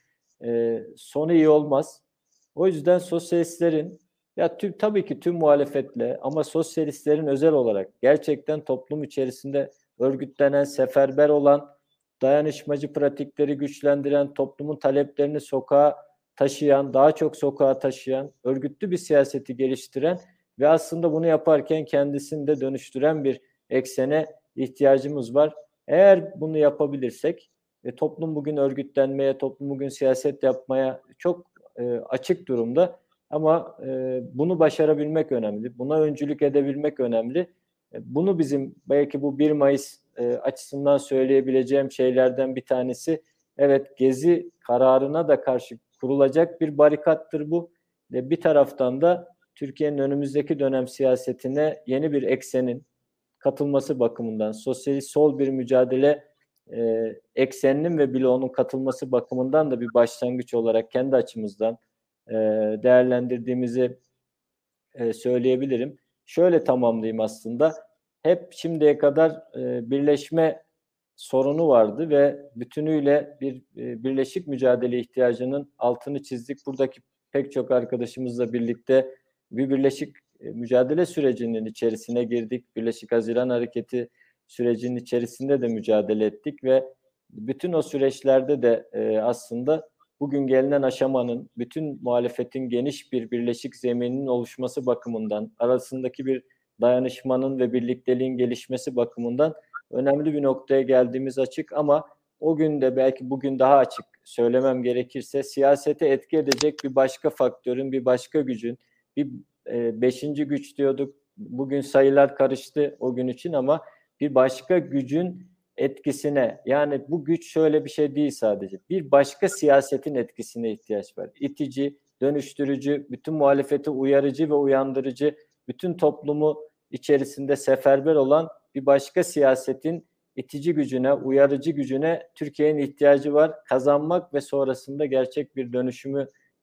sonu iyi olmaz. O yüzden sosyalistlerin, ya tabii ki tüm muhalefetle ama sosyalistlerin özel olarak gerçekten toplum içerisinde örgütlenen, seferber olan, dayanışmacı pratikleri güçlendiren, toplumun taleplerini sokağa taşıyan, daha çok sokağa taşıyan, örgütlü bir siyaseti geliştiren ve aslında bunu yaparken kendisini de dönüştüren bir eksene ihtiyacımız var. Eğer bunu yapabilirsek toplum bugün örgütlenmeye, toplum bugün siyaset yapmaya çok açık durumda. Ama bunu başarabilmek önemli. Buna öncülük edebilmek önemli. Bunu bizim belki bu 1 Mayıs açısından söyleyebileceğim şeylerden bir tanesi. Evet, Gezi kararına da karşı kurulacak bir barikattır bu. Ve bir taraftan da Türkiye'nin önümüzdeki dönem siyasetine yeni bir eksenin katılması bakımından, sosyalist sol bir mücadele ekseninin ve bloğunun katılması bakımından da bir başlangıç olarak kendi açımızdan değerlendirdiğimizi söyleyebilirim. Şöyle tamamlayayım aslında. Hep şimdiye kadar birleşme sorunu vardı ve bütünüyle bir birleşik mücadele ihtiyacının altını çizdik. Buradaki pek çok arkadaşımızla birlikte bir birleşik mücadele sürecinin içerisine girdik. Birleşik Haziran Hareketi sürecinin içerisinde de mücadele ettik ve bütün o süreçlerde de aslında bugün gelinen aşamanın bütün muhalefetin geniş bir birleşik zemininin oluşması bakımından, arasındaki bir dayanışmanın ve birlikteliğin gelişmesi bakımından önemli bir noktaya geldiğimiz açık ama o gün de belki bugün daha açık söylemem gerekirse siyasete etki edecek bir başka faktörün, bir başka gücün, bir beşinci güç diyorduk. Bugün sayılar karıştı o gün için ama bir başka gücün etkisine, yani bu güç şöyle bir şey değil sadece. Bir başka siyasetin etkisine ihtiyaç var. İtici, dönüştürücü, bütün muhalefeti uyarıcı ve uyandırıcı, bütün toplumu içerisinde seferber olan bir başka siyasetin itici gücüne, uyarıcı gücüne Türkiye'nin ihtiyacı var. Kazanmak ve sonrasında gerçek bir dönüşümü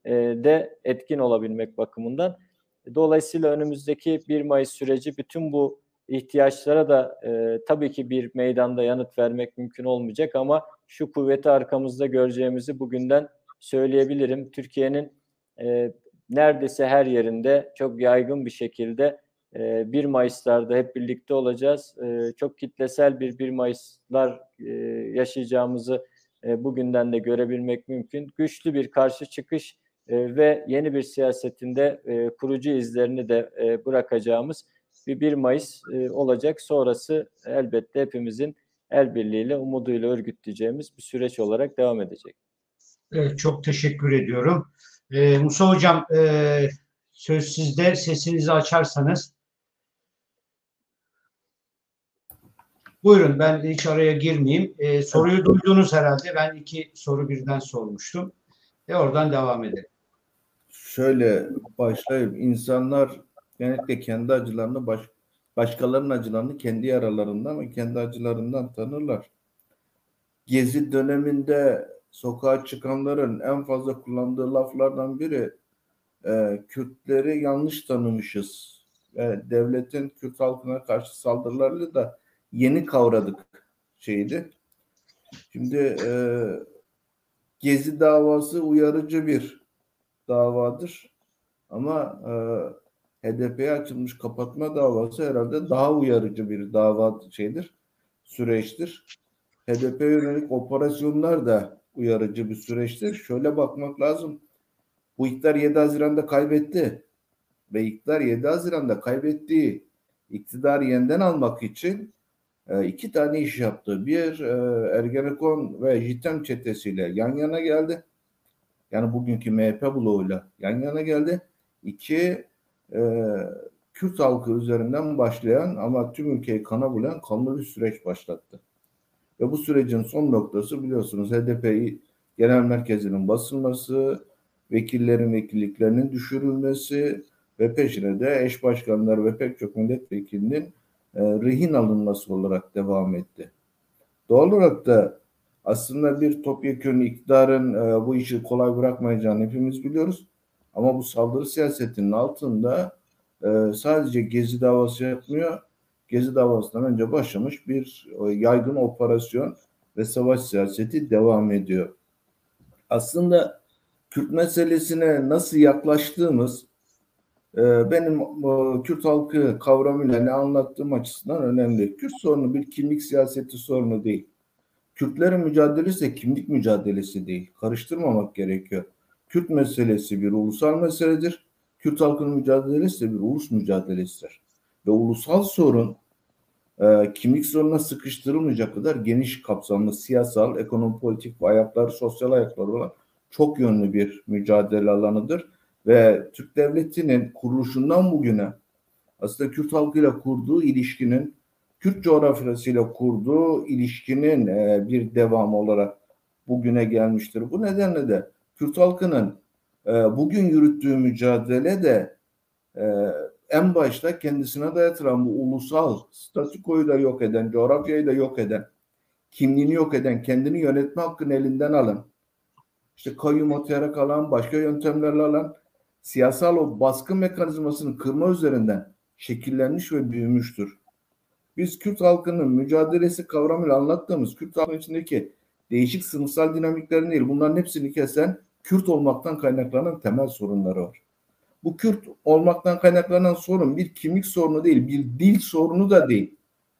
de etkin olabilmek bakımından. Dolayısıyla önümüzdeki 1 Mayıs süreci bütün bu ihtiyaçlara da tabii ki bir meydanda yanıt vermek mümkün olmayacak ama şu kuvveti arkamızda göreceğimizi bugünden söyleyebilirim. Türkiye'nin neredeyse her yerinde çok yaygın bir şekilde 1 Mayıs'larda hep birlikte olacağız. Çok kitlesel bir 1 Mayıs'lar yaşayacağımızı bugünden de görebilmek mümkün. Güçlü bir karşı çıkış ve yeni bir siyasetinde kurucu izlerini de bırakacağımız bir 1 Mayıs olacak. Sonrası elbette hepimizin el birliğiyle, umuduyla örgütleyeceğimiz bir süreç olarak devam edecek. Evet, çok teşekkür ediyorum. Musa Hocam, söz sizde. Sesinizi açarsanız. Buyurun, ben de hiç araya girmeyeyim. Soruyu duydunuz herhalde. Ben 2 soru birden sormuştum. Oradan devam edelim. Şöyle başlayayım. İnsanlar genellikle kendi acılarını başkalarının acılarını kendi yaralarından ve kendi acılarından tanırlar. Gezi döneminde sokağa çıkanların en fazla kullandığı laflardan biri Kürtleri yanlış tanımışız. Devletin Kürt halkına karşı saldırılarını da yeni kavradık şeydi. Şimdi Gezi davası uyarıcı bir davadır. Ama HDP'ye açılmış kapatma davası herhalde daha uyarıcı bir süreçtir. HDP'ye yönelik operasyonlar da uyarıcı bir süreçtir. Şöyle bakmak lazım. Bu iktidar 7 Haziran'da kaybetti. Ve iktidar 7 Haziran'da kaybettiği iktidarı yeniden almak için 2 tane iş yaptı. Bir, Ergenekon ve JITEM çetesiyle yan yana geldi. Yani bugünkü MHP bloğuyla yan yana geldi. 2, Kürt halkı üzerinden başlayan ama tüm ülkeyi kana bulan kanlı bir süreç başlattı. Ve bu sürecin son noktası biliyorsunuz HDP Genel Merkezi'nin basılması, vekillerin vekilliklerinin düşürülmesi ve peşine de eş başkanlar ve pek çok milletvekilinin rehin alınması olarak devam etti. Doğal olarak da aslında bir topyekün iktidarın bu işi kolay bırakmayacağını hepimiz biliyoruz. Ama bu saldırı siyasetinin altında sadece Gezi davası yapmıyor. Gezi davasından önce başlamış bir yaygın operasyon ve savaş siyaseti devam ediyor. Aslında Kürt meselesine nasıl yaklaştığımız benim Kürt halkı kavramıyla ne anlattığım açısından önemli. Kürt sorunu bir kimlik siyaseti sorunu değil. Kürtlerin mücadelesi de kimlik mücadelesi değil. Karıştırmamak gerekiyor. Kürt meselesi bir ulusal meseledir. Kürt halkının mücadelesi de bir ulus mücadelesidir. Ve ulusal sorun kimlik sorununa sıkıştırılmayacak kadar geniş kapsamlı siyasal, ekonomi, politik ve ayakları, sosyal ayakları olan çok yönlü bir mücadele alanıdır. Ve Türk Devleti'nin kuruluşundan bugüne aslında Kürt halkıyla kurduğu ilişkinin, Kürt coğrafyasıyla kurduğu ilişkinin bir devamı olarak bugüne gelmiştir. Bu nedenle de Kürt halkının bugün yürüttüğü mücadele de en başta kendisine dayatılan bu ulusal statükoyu da yok eden, coğrafyayı da yok eden, kimliğini yok eden, kendini yönetme hakkını elinden alan, işte kayyum atayarak alan, başka yöntemlerle alan, siyasal o baskı mekanizmasını kırma üzerinden şekillenmiş ve büyümüştür. Biz Kürt halkının mücadelesi kavramıyla anlattığımız Kürt halkının içindeki değişik sınıfsal dinamiklerin değil, bunların hepsini kesen Kürt olmaktan kaynaklanan temel sorunları var. Bu Kürt olmaktan kaynaklanan sorun bir kimlik sorunu değil, bir dil sorunu da değil.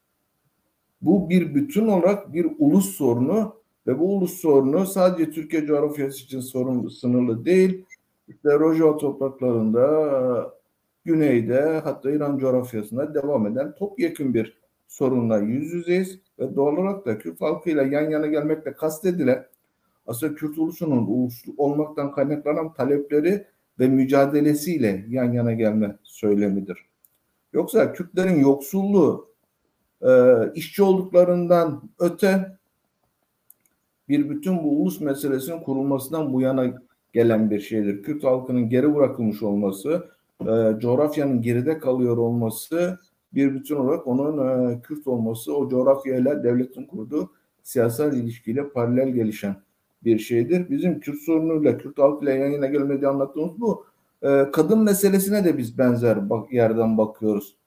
Bu bir bütün olarak bir ulus sorunu ve bu ulus sorunu sadece Türkiye coğrafyası için sınırlı değil. İşte Rojava topraklarında, güneyde, hatta İran coğrafyasında devam eden topyekun bir sorunla yüz yüzeyiz ve doğal olarak da Kürt halkıyla yan yana gelmekle kastedilen aslında Kürt ulusunun ulus olmaktan kaynaklanan talepleri ve mücadelesiyle yan yana gelme söylemidir. Yoksa Kürtlerin yoksulluğu işçi olduklarından öte bir bütün bu ulus meselesinin kurulmasından bu yana gelen bir şeydir. Kürt halkının geri bırakılmış olması, coğrafyanın geride kalıyor olması, bir bütün olarak onun Kürt olması, o coğrafyayla devletin kurduğu siyasal ilişkiyle paralel gelişen bir şeydir. Bizim Kürt sorunuyla, Kürt halkıyla yan yana gelmediği anlattığımız bu. Kadın meselesine de biz benzer yerden bakıyoruz.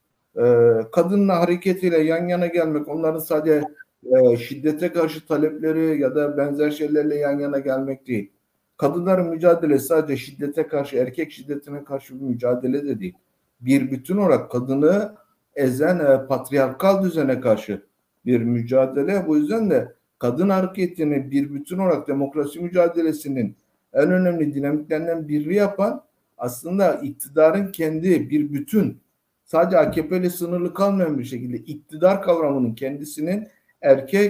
Kadınla hareketiyle yan yana gelmek, onların sadece şiddete karşı talepleri ya da benzer şeylerle yan yana gelmek değil. Kadınların mücadelesi sadece şiddete karşı, erkek şiddetine karşı bir mücadele de değil. Bir bütün olarak kadını ezen patriarkal düzene karşı bir mücadele. Bu yüzden de kadın hareketini bir bütün olarak demokrasi mücadelesinin en önemli dinamiklerinden biri yapan aslında iktidarın kendi bir bütün, sadece AKP'li sınırlı kalmayan bir şekilde iktidar kavramının kendisinin erkek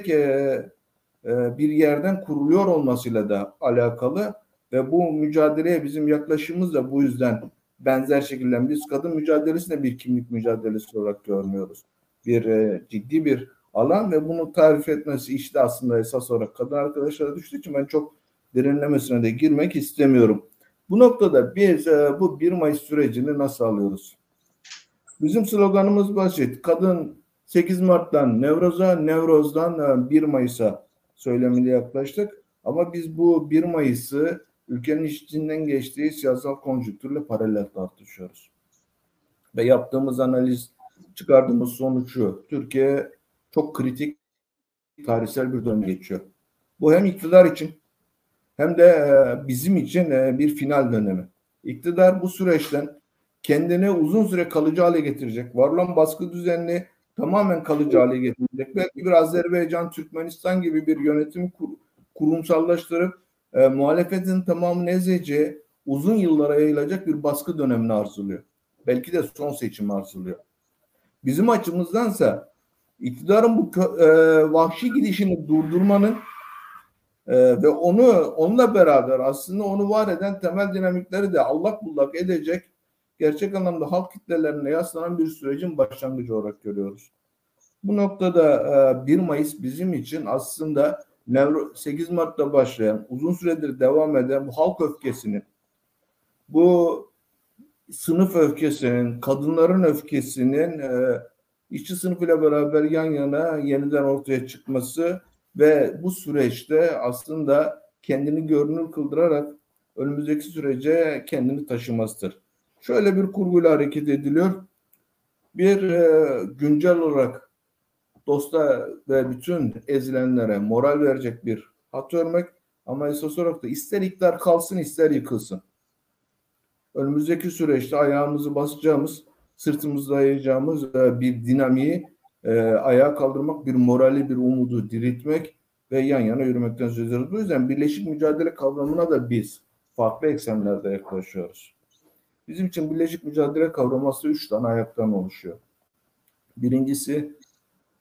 bir yerden kuruluyor olmasıyla da alakalı ve bu mücadeleye bizim yaklaşımımız da bu yüzden benzer şekilde biz kadın mücadelesini bir kimlik mücadelesi olarak görmüyoruz. Bir ciddi bir alan ve bunu tarif etmesi işte aslında esas olarak kadın arkadaşlara düştüğü için ben çok derinlemesine de girmek istemiyorum. Bu noktada biz bu 1 Mayıs sürecini nasıl alıyoruz? Bizim sloganımız basit. Kadın 8 Mart'tan Nevroz'a, Nevroz'dan 1 Mayıs'a söylemiyle yaklaştık. Ama biz bu 1 Mayıs'ı ülkenin içinden geçtiği siyasal konjonktürle paralel tartışıyoruz. Ve yaptığımız analiz, çıkardığımız sonuç şu. Türkiye çok kritik tarihsel bir dönem geçiyor. Bu hem iktidar için hem de bizim için bir final dönemi. İktidar bu süreçten kendini uzun süre kalıcı hale getirecek. Var olan baskı düzenini tamamen kalıcı hale getirecek. Belki bir Azerbaycan, Türkmenistan gibi bir yönetim kurumsallaştırıp muhalefetin tamamını ezeceği, uzun yıllara yayılacak bir baskı dönemini arzuluyor. Belki de son seçimi arzuluyor. Bizim açımızdansa iktidarın bu vahşi gidişini durdurmanın ve onunla beraber aslında onu var eden temel dinamikleri de allak bullak edecek, gerçek anlamda halk kitlelerine yaslanan bir sürecin başlangıcı olarak görüyoruz. Bu noktada 1 Mayıs bizim için aslında 8 Mart'ta başlayan, uzun süredir devam eden bu halk öfkesinin, bu sınıf öfkesinin, kadınların öfkesinin işçi sınıfıyla beraber yan yana yeniden ortaya çıkması ve bu süreçte aslında kendini görünür kıldırarak önümüzdeki sürece kendini taşımasıdır. Şöyle bir kurguyla hareket ediliyor. Bir güncel olarak dosta ve bütün ezilenlere moral verecek bir hat örmek ama esas olarak da ister iktidar kalsın ister yıkılsın. Önümüzdeki süreçte ayağımızı basacağımız, sırtımızı dayayacağımız bir dinamiği ayağa kaldırmak, bir morali, bir umudu diriltmek ve yan yana yürümekten söz ediyoruz. Bu yüzden birleşik mücadele kavramına da biz farklı eksenlerde yaklaşıyoruz. Bizim için birleşik mücadele kavramı aslında 3 tane ayaktan oluşuyor. Birincisi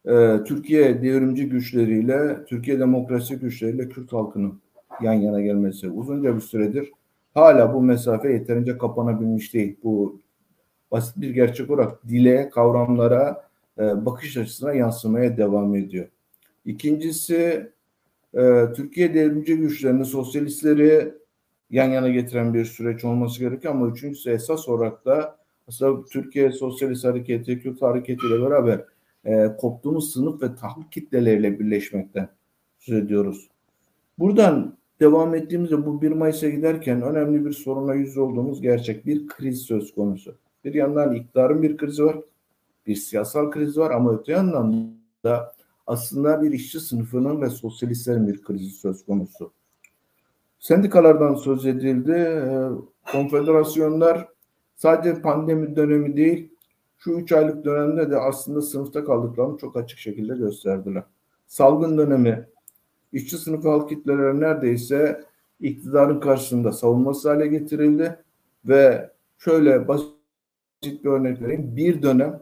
Türkiye devrimci güçleriyle, Türkiye demokrasi güçleriyle Kürt halkının yan yana gelmesi uzunca bir süredir. Hala bu mesafe yeterince kapanabilmiş değil. Bu basit bir gerçek olarak dile, kavramlara, bakış açısına yansımaya devam ediyor. İkincisi, Türkiye devrimci güçlerini, sosyalistleri yan yana getiren bir süreç olması gerekiyor ama üçüncüsü esas olarak da aslında Türkiye Sosyalist Hareketi, Kürt Hareketi ile beraber koptuğumuz sınıf ve tahrik kitleleriyle birleşmekten söz ediyoruz. Buradan devam ettiğimizde bu 1 Mayıs'a giderken önemli bir soruna yüz olduğumuz gerçek bir kriz söz konusu. Bir yandan iktidarın bir krizi var, bir siyasal kriz var ama öte yandan da aslında bir işçi sınıfının ve sosyalistlerin bir krizi söz konusu. Sendikalardan söz edildi. Konfederasyonlar sadece pandemi dönemi değil, şu 3 aylık dönemde de aslında sınıfta kaldıklarını çok açık şekilde gösterdiler. Salgın dönemi, işçi sınıfı halk kitleleri neredeyse iktidarın karşısında savunması hale getirildi ve şöyle basit bir örnek vereyim. Bir dönem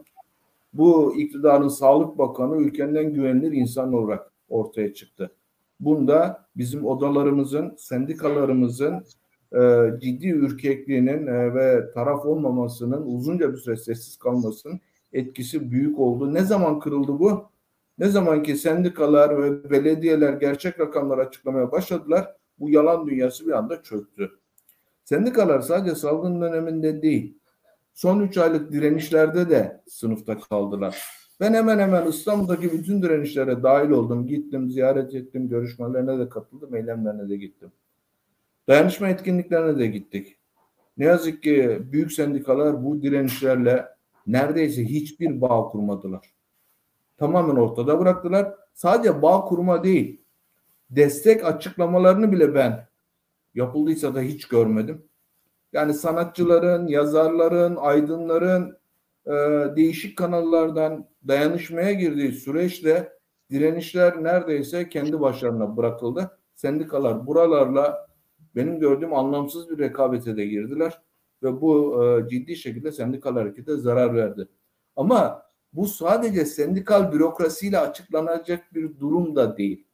bu iktidarın Sağlık Bakanı ülkenin en güvenilir insan olarak ortaya çıktı. Bunda bizim odalarımızın, sendikalarımızın ciddi ürkekliğinin ve taraf olmamasının, uzunca bir süre sessiz kalmasının etkisi büyük oldu. Ne zaman kırıldı bu? Ne zaman ki sendikalar ve belediyeler gerçek rakamları açıklamaya başladılar, bu yalan dünyası bir anda çöktü. Sendikalar sadece salgın döneminde değil, son 3 aylık direnişlerde de sınıfta kaldılar. Ben hemen hemen İstanbul'daki bütün direnişlere dahil oldum. Gittim, ziyaret ettim, görüşmelerine de katıldım, eylemlerine de gittim. Dayanışma etkinliklerine de gittik. Ne yazık ki büyük sendikalar bu direnişlerle neredeyse hiçbir bağ kurmadılar. Tamamen ortada bıraktılar. Sadece bağ kurma değil, destek açıklamalarını bile ben yapıldıysa da hiç görmedim. Yani sanatçıların, yazarların, aydınların değişik kanallardan dayanışmaya girdiği süreçte direnişler neredeyse kendi başlarına bırakıldı. Sendikalar buralarla benim gördüğüm anlamsız bir rekabete de girdiler ve bu ciddi şekilde sendikal harekete zarar verdi. Ama bu sadece sendikal bürokrasiyle açıklanacak bir durum da değil.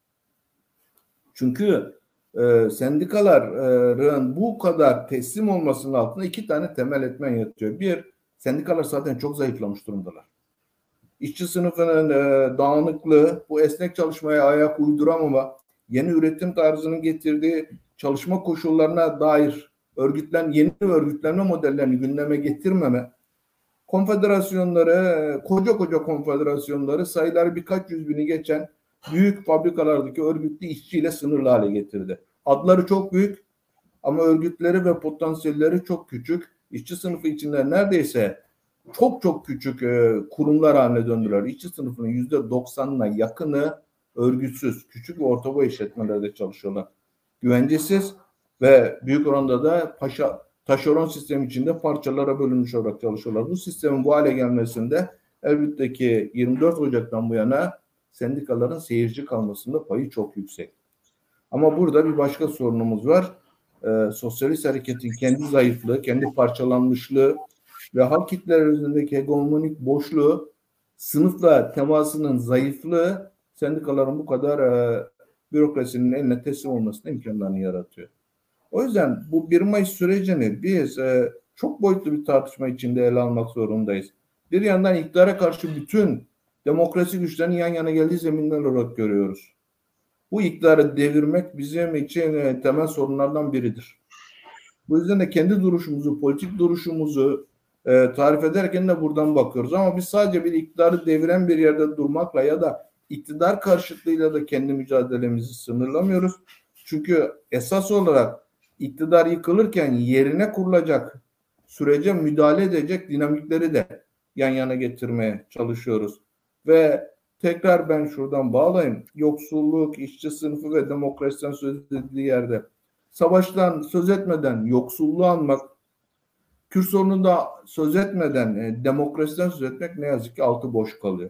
Çünkü sendikaların bu kadar teslim olmasının altında 2 tane temel etmen yatıyor. Bir, sendikalar zaten çok zayıflamış durumdalar. İşçi sınıfının dağınıklığı, bu esnek çalışmaya ayak uyduramama, yeni üretim tarzının getirdiği çalışma koşullarına dair yeni örgütlenme modellerini gündeme getirmeme, konfederasyonları, koca konfederasyonları sayıları birkaç yüz bini geçen büyük fabrikalardaki örgütlü işçiyle sınırlı hale getirdi. Adları çok büyük ama örgütleri ve potansiyelleri çok küçük. İşçi sınıfı içinde neredeyse çok küçük kurumlar haline döndüler. İşçi sınıfının %90'ına yakını örgütsüz, küçük ve orta boy işletmelerde çalışıyorlar. Güvencesiz ve büyük oranda da taşeron sistemi içinde parçalara bölünmüş olarak çalışıyorlar. Bu sistemin bu hale gelmesinde elbette ki 24 Ocak'tan bu yana sendikaların seyirci kalmasında payı çok yüksek. Ama burada bir başka sorunumuz var. Sosyalist hareketin kendi zayıflığı, kendi parçalanmışlığı ve halk kitleleri üzerindeki hegemonik boşluğu, sınıfla temasının zayıflığı sendikaların bu kadar bürokrasinin eline teslim olmasına imkanlarını yaratıyor. O yüzden bu 1 Mayıs sürecini biz çok boyutlu bir tartışma içinde ele almak zorundayız. Bir yandan iktidara karşı bütün demokrasi güçlerinin yan yana geldiği zeminler olarak görüyoruz. Bu iktidarı devirmek bizim için temel sorunlardan biridir. Bu yüzden de kendi duruşumuzu, politik duruşumuzu tarif ederken de buradan bakıyoruz. Ama biz sadece bir iktidarı deviren bir yerde durmakla ya da iktidar karşıtlığıyla da kendi mücadelemizi sınırlamıyoruz. Çünkü esas olarak iktidar yıkılırken yerine kurulacak sürece müdahale edecek dinamikleri de yan yana getirmeye çalışıyoruz. Ve tekrar ben şuradan bağlayayım. Yoksulluk, işçi sınıfı ve demokrasiden söz edildiği yerde savaştan söz etmeden yoksulluğu anmak, Kürt sorununda söz etmeden demokrasiden söz etmek ne yazık ki altı boş kalıyor.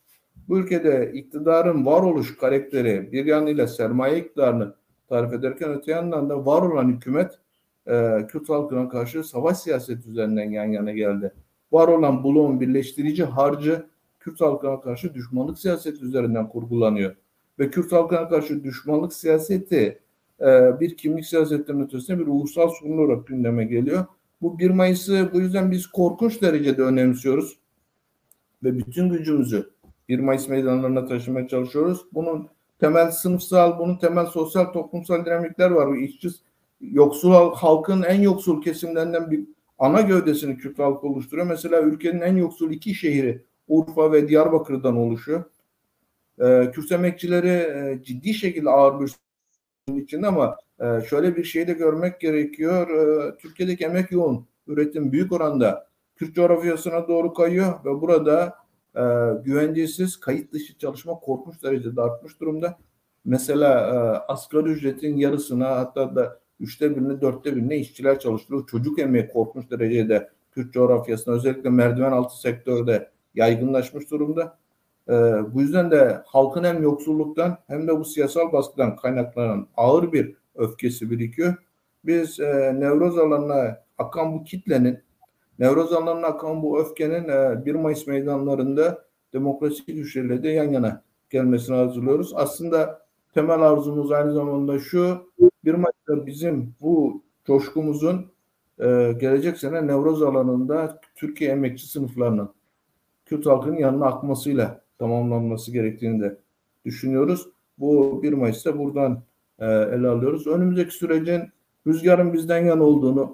Bu ülkede iktidarın varoluş karakteri bir yanıyla sermaye iktidarını tarif ederken öte yandan da var olan hükümet Kürt halkına karşı savaş siyaseti üzerinden yan yana geldi. Var olan bloğun birleştirici harcı Kürt halkına karşı düşmanlık siyaseti üzerinden kurgulanıyor. Ve Kürt halkına karşı düşmanlık siyaseti bir kimlik siyasetlerinin ötesinde bir ulusal sorun olarak gündeme geliyor. Bu 1 Mayıs'ı bu yüzden biz korkunç derecede önemsiyoruz. Ve bütün gücümüzü 1 Mayıs meydanlarına taşımaya çalışıyoruz. Bunun temel sınıfsal, bunun temel sosyal, toplumsal dinamikler var. İşçi, yoksul halkın en yoksul kesimlerinden bir ana gövdesini Kürt halkı oluşturuyor. Mesela ülkenin en yoksul 2 şehri Urfa ve Diyarbakır'dan oluşuyor. Kürt emekçileri ciddi şekilde ağır bir sorun içinde ama şöyle bir şey de görmek gerekiyor. Türkiye'deki emek yoğun üretim büyük oranda Kürt coğrafyasına doğru kayıyor ve burada güvencesiz, kayıt dışı çalışma korkunç derecede artmış durumda. Mesela asgari ücretin yarısına, hatta da 1/3'ine, 4/1'ine işçiler çalıştırıyor. Çocuk emeği korkunç derecede Kürt coğrafyasında, özellikle merdiven altı sektörde yaygınlaşmış durumda. Bu yüzden de halkın hem yoksulluktan hem de bu siyasal baskıdan kaynaklanan ağır bir öfkesi birikiyor. Biz Nevroz alanına akan bu kitlenin, Nevroz alanına akan bu öfkenin 1 Mayıs meydanlarında demokrasi güçleriyle de yan yana gelmesini hazırlıyoruz. Aslında temel arzumuz aynı zamanda şu: 1 Mayıs'ta bizim bu coşkumuzun gelecek sene Nevroz alanında Türkiye emekçi sınıflarının, Kürt halkının yanına akmasıyla tamamlanması gerektiğini de düşünüyoruz. Bu 1 Mayıs'ta buradan ele alıyoruz. Önümüzdeki sürecin rüzgarın bizden yana olduğunu,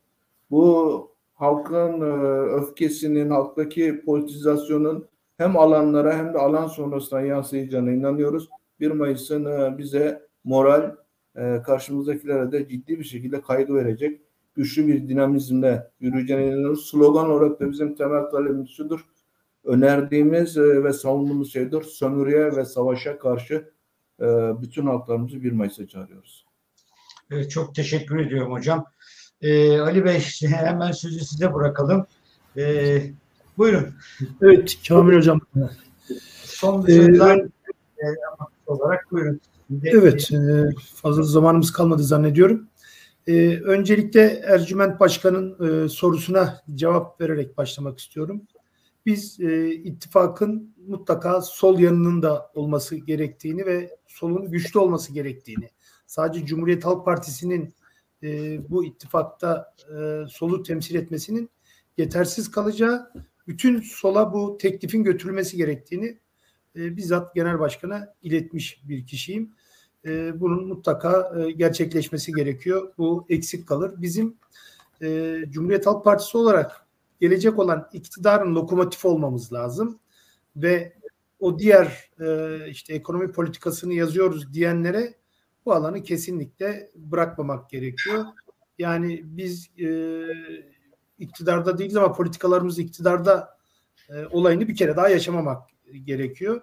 bu halkın öfkesinin, halktaki politizasyonun hem alanlara hem de alan sonrasına yansıyacağına inanıyoruz. 1 Mayıs'ın bize moral, karşımızdakilere de ciddi bir şekilde kaygı verecek güçlü bir dinamizmle yürüyeceğine inanıyoruz. Slogan olarak da bizim temel talebimiz şudur: önerdiğimiz ve savunduğumuz şeydir: sömürüye ve savaşa karşı bütün halklarımızı 1 Mayıs'a çağırıyoruz. Evet, çok teşekkür ediyorum hocam. Ali Bey, hemen sözü size bırakalım. Buyurun. Evet, Kamil Hocam. Son bir sözler olarak buyurun. Evet, fazla zamanımız kalmadı zannediyorum. Öncelikle Ercüment Başkan'ın sorusuna cevap vererek başlamak istiyorum. Biz ittifakın mutlaka sol yanının da olması gerektiğini ve solun güçlü olması gerektiğini, sadece Cumhuriyet Halk Partisi'nin bu ittifakta solu temsil etmesinin yetersiz kalacağı, bütün sola bu teklifin götürülmesi gerektiğini bizzat Genel Başkan'a iletmiş bir kişiyim. Bunun mutlaka gerçekleşmesi gerekiyor. Bu eksik kalır. Bizim Cumhuriyet Halk Partisi olarak gelecek olan iktidarın lokomotifi olmamız lazım ve o diğer işte ekonomi politikasını yazıyoruz diyenlere bu alanı kesinlikle bırakmamak gerekiyor. Yani biz iktidarda değiliz ama politikalarımız iktidarda olayını bir kere daha yaşamamak gerekiyor.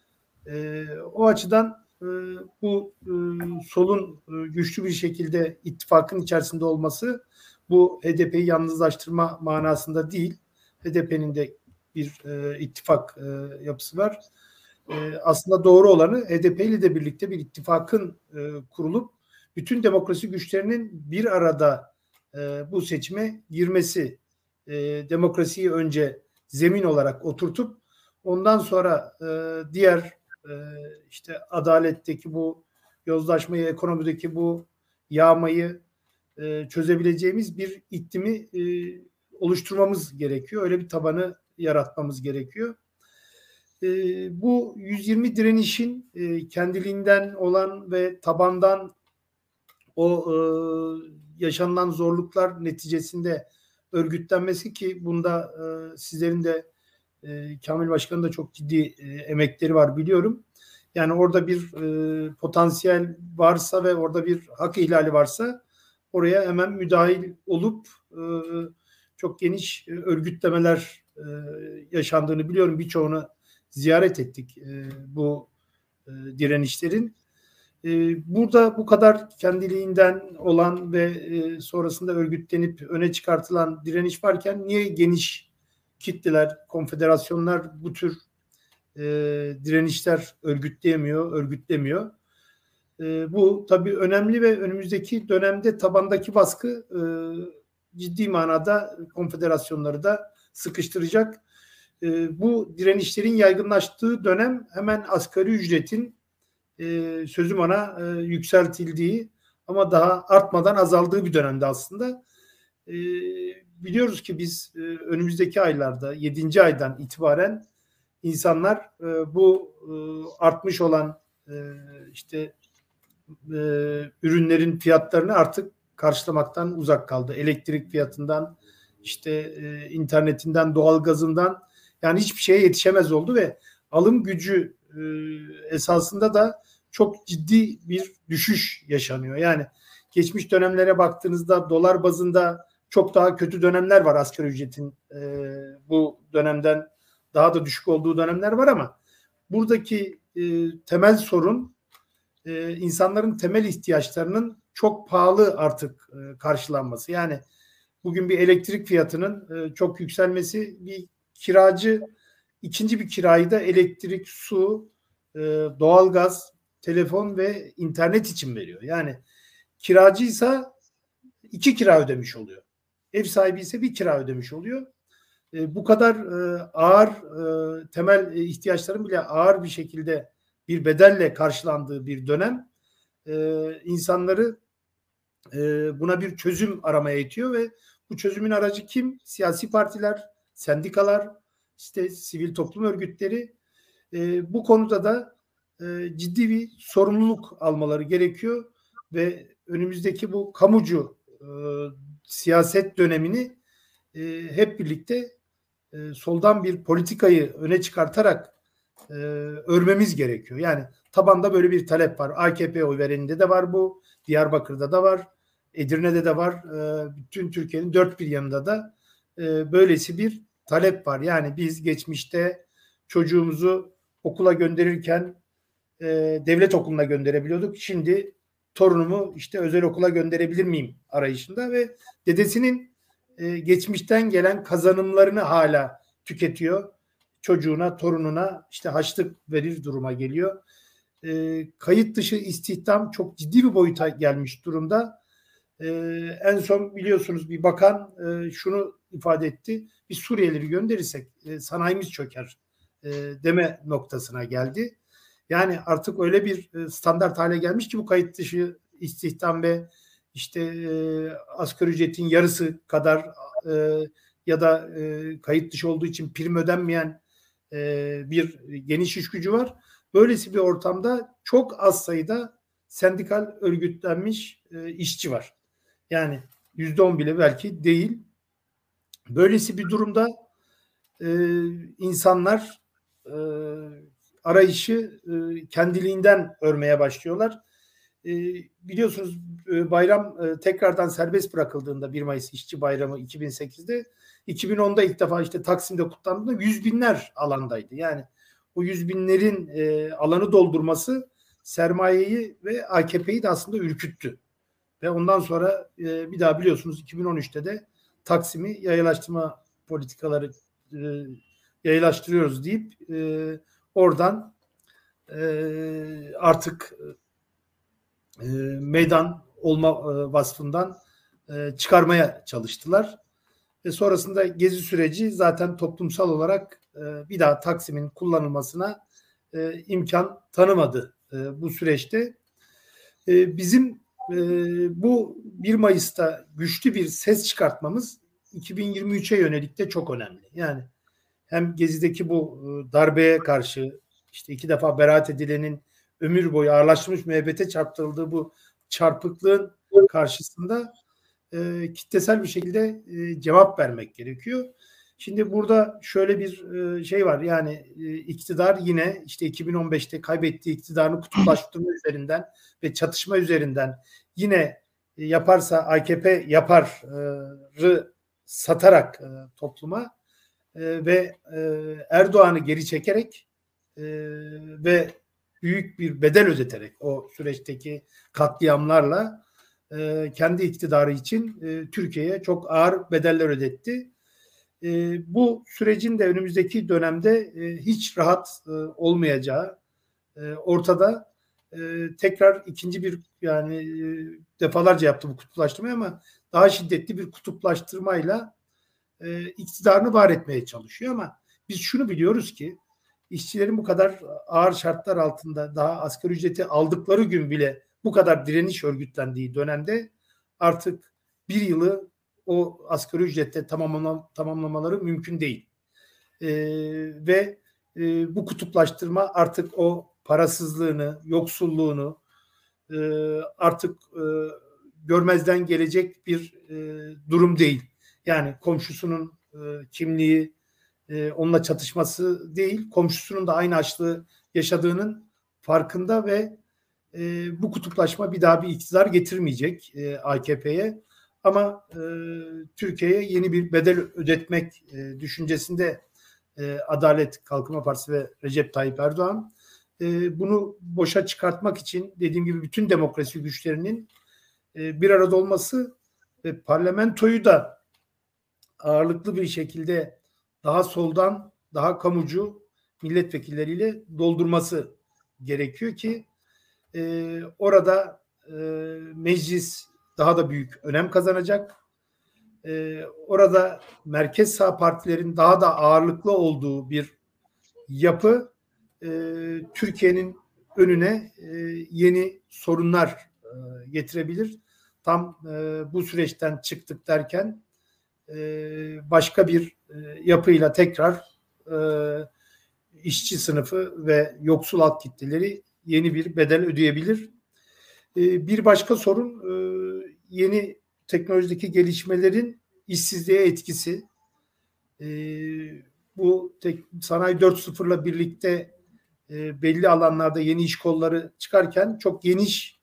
O açıdan bu solun güçlü bir şekilde ittifakın içerisinde olması, bu HDP'yi yalnızlaştırma manasında değil. HDP'nin de bir ittifak yapısı var. Aslında doğru olanı HDP ile de birlikte bir ittifakın kurulup bütün demokrasi güçlerinin bir arada bu seçime girmesi, demokrasiyi önce zemin olarak oturtup ondan sonra diğer işte adaletteki bu yozlaşmayı, ekonomideki bu yağmayı çözebileceğimiz bir iklimi oluşturmamız gerekiyor. Öyle bir tabanı yaratmamız gerekiyor. Bu 120 direnişin kendiliğinden olan ve tabandan o yaşanılan zorluklar neticesinde örgütlenmesi, ki bunda sizlerin de Kamil Başkan'ın da çok ciddi emekleri var biliyorum. Yani orada bir potansiyel varsa ve orada bir hak ihlali varsa oraya hemen müdahil olup çok geniş örgütlemeler yaşandığını biliyorum. Birçoğunu ziyaret ettik bu direnişlerin. Burada bu kadar kendiliğinden olan ve sonrasında örgütlenip öne çıkartılan direniş varken niye geniş kitleler, konfederasyonlar bu tür direnişler örgütlemiyor? Bu tabii önemli ve önümüzdeki dönemde tabandaki baskı ciddi manada konfederasyonları da sıkıştıracak. Bu direnişlerin yaygınlaştığı dönem hemen asgari ücretin sözüm ona yükseltildiği ama daha artmadan azaldığı bir dönemde aslında. Biliyoruz ki biz önümüzdeki aylarda 7. aydan itibaren insanlar bu artmış olan ürünlerin fiyatlarını artık karşılamaktan uzak kaldı. Elektrik fiyatından, internetinden, doğalgazından, yani hiçbir şeye yetişemez oldu ve alım gücü esasında da çok ciddi bir düşüş yaşanıyor. Yani geçmiş dönemlere baktığınızda dolar bazında çok daha kötü dönemler var, asgari ücretin bu dönemden daha da düşük olduğu dönemler var ama buradaki temel sorun insanların temel ihtiyaçlarının çok pahalı artık karşılanması. Yani bugün bir elektrik fiyatının çok yükselmesi, bir kiracı ikinci bir kirayı da elektrik, su, doğalgaz, telefon ve internet için veriyor. Yani kiracıysa 2 kira ödemiş oluyor. Ev sahibi ise 1 kira ödemiş oluyor. Bu kadar ağır temel ihtiyaçların bile ağır bir şekilde bir bedelle karşılandığı bir dönem insanları buna bir çözüm aramaya itiyor ve bu çözümün aracı kim? Siyasi partiler, sendikalar, sivil toplum örgütleri. Bu konuda da ciddi bir sorumluluk almaları gerekiyor ve önümüzdeki bu kamucu siyaset dönemini hep birlikte soldan bir politikayı öne çıkartarak örmemiz gerekiyor. Yani tabanda böyle bir talep var. AKP oy vereninde de var bu. Diyarbakır'da da var. Edirne'de de var. Bütün Türkiye'nin dört bir yanında da böylesi bir talep var. Yani biz geçmişte çocuğumuzu okula gönderirken devlet okuluna gönderebiliyorduk. Şimdi torunumu özel okula gönderebilir miyim arayışında ve dedesinin geçmişten gelen kazanımlarını hala tüketiyor. Çocuğuna, torununa harçlık verir duruma geliyor. Kayıt dışı istihdam çok ciddi bir boyuta gelmiş durumda. En son biliyorsunuz bir bakan şunu ifade etti. Biz Suriyelileri gönderirsek sanayimiz çöker deme noktasına geldi. Yani artık öyle bir standart hale gelmiş ki bu kayıt dışı istihdam ve asgari ücretin yarısı kadar ya da kayıt dışı olduğu için prim ödenmeyen bir geniş iş gücü var. Böylesi bir ortamda çok az sayıda sendikal örgütlenmiş işçi var. Yani %10 bile belki değil. Böylesi bir durumda insanlar arayışı kendiliğinden örmeye başlıyorlar. Biliyorsunuz bayram tekrardan serbest bırakıldığında 1 Mayıs İşçi Bayramı 2008'de 2010'da ilk defa Taksim'de kutlandığında 100 binler alandaydı. Yani o 100 binlerin alanı doldurması sermayeyi ve AKP'yi de aslında ürküttü. Ve ondan sonra bir daha biliyorsunuz 2013'te de Taksim'i yayalaştırma politikaları yayalaştırıyoruz deyip oradan artık meydan olma vasfından çıkarmaya çalıştılar. Ve sonrasında Gezi süreci zaten toplumsal olarak bir daha Taksim'in kullanılmasına imkan tanımadı bu süreçte. Bizim bu 1 Mayıs'ta güçlü bir ses çıkartmamız 2023'e yönelik de çok önemli. Yani hem Gezi'deki bu darbeye karşı 2 defa beraat edilenin ömür boyu ağırlaştırılmış müebbete çarptırıldığı bu çarpıklığın karşısında kitlesel bir şekilde cevap vermek gerekiyor. Şimdi burada şöyle bir şey var. Yani iktidar yine 2015'te kaybettiği iktidarını kutuplaştırma üzerinden ve çatışma üzerinden yine yaparsa AKP yaparı satarak topluma ve Erdoğan'ı geri çekerek ve büyük bir bedel ödeterek o süreçteki katliamlarla kendi iktidarı için Türkiye'ye çok ağır bedeller ödetti. Bu sürecin de önümüzdeki dönemde hiç rahat olmayacağı ortada. Tekrar ikinci bir defalarca yaptı bu kutuplaştırmayı ama daha şiddetli bir kutuplaştırmayla iktidarını var etmeye çalışıyor ama Biz şunu biliyoruz ki işçilerin bu kadar ağır şartlar altında daha asgari ücreti aldıkları gün bile bu kadar direniş örgütlendiği dönemde artık bir yılı o asgari ücrette tamamlamaları mümkün değil. Ve bu kutuplaştırma artık o parasızlığını, yoksulluğunu artık görmezden gelecek bir durum değil. Yani komşusunun kimliği onunla çatışması değil, komşusunun da aynı açlığı yaşadığının farkında ve bu kutuplaşma bir daha bir iktidar getirmeyecek AKP'ye. Ama Türkiye'ye yeni bir bedel ödetmek düşüncesinde Adalet Kalkınma Partisi ve Recep Tayyip Erdoğan. Bunu boşa çıkartmak için dediğim gibi bütün demokrasi güçlerinin bir arada olması ve parlamentoyu da ağırlıklı bir şekilde daha soldan, daha kamucu milletvekilleriyle doldurması gerekiyor ki orada meclis daha da büyük önem kazanacak. Orada merkez sağ partilerin daha da ağırlıklı olduğu bir yapı Türkiye'nin önüne yeni sorunlar getirebilir. Tam bu süreçten çıktık derken başka bir yapıyla tekrar işçi sınıfı ve yoksul alt kitleleri yeni bir bedel ödeyebilir. Bir başka sorun yeni teknolojideki gelişmelerin işsizliğe etkisi. Bu Sanayi 4.0'la birlikte belli alanlarda yeni iş kolları çıkarken çok geniş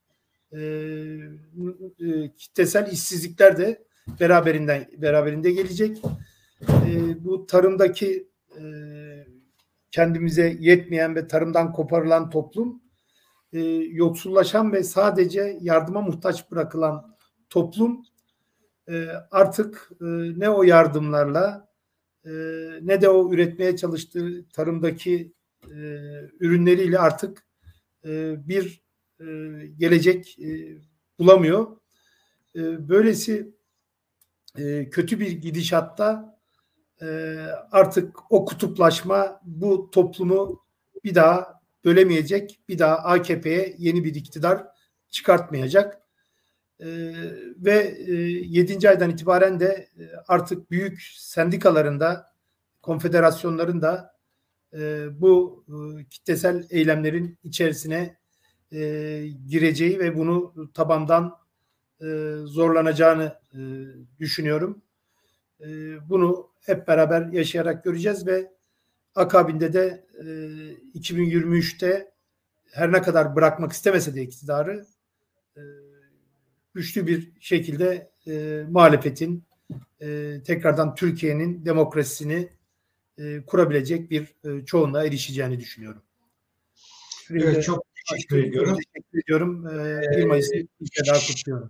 kitlesel işsizlikler de beraberinde gelecek. Bu tarımdaki kendimize yetmeyen ve tarımdan koparılan toplum, yoksullaşan ve sadece yardıma muhtaç bırakılan toplum artık ne o yardımlarla ne de o üretmeye çalıştığı tarımdaki ürünleriyle artık bir gelecek bulamıyor. Böylesi kötü bir gidişatta artık o kutuplaşma bu toplumu bir daha bölemeyecek, bir daha AKP'ye yeni bir iktidar çıkartmayacak. Ve 7. aydan itibaren de artık büyük sendikalarında, konfederasyonların da bu kitlesel eylemlerin içerisine gireceği ve bunu tabandan zorlanacağını düşünüyorum. Bunu hep beraber yaşayarak göreceğiz ve akabinde de 2023'te her ne kadar bırakmak istemese de iktidarı güçlü bir şekilde muhalefetin tekrardan Türkiye'nin demokrasisini kurabilecek bir çoğunluğa erişeceğini düşünüyorum. Evet, çok teşekkür ediyorum. Teşekkür ediyorum. 1 Mayıs'ı bir kere daha kutluyorum.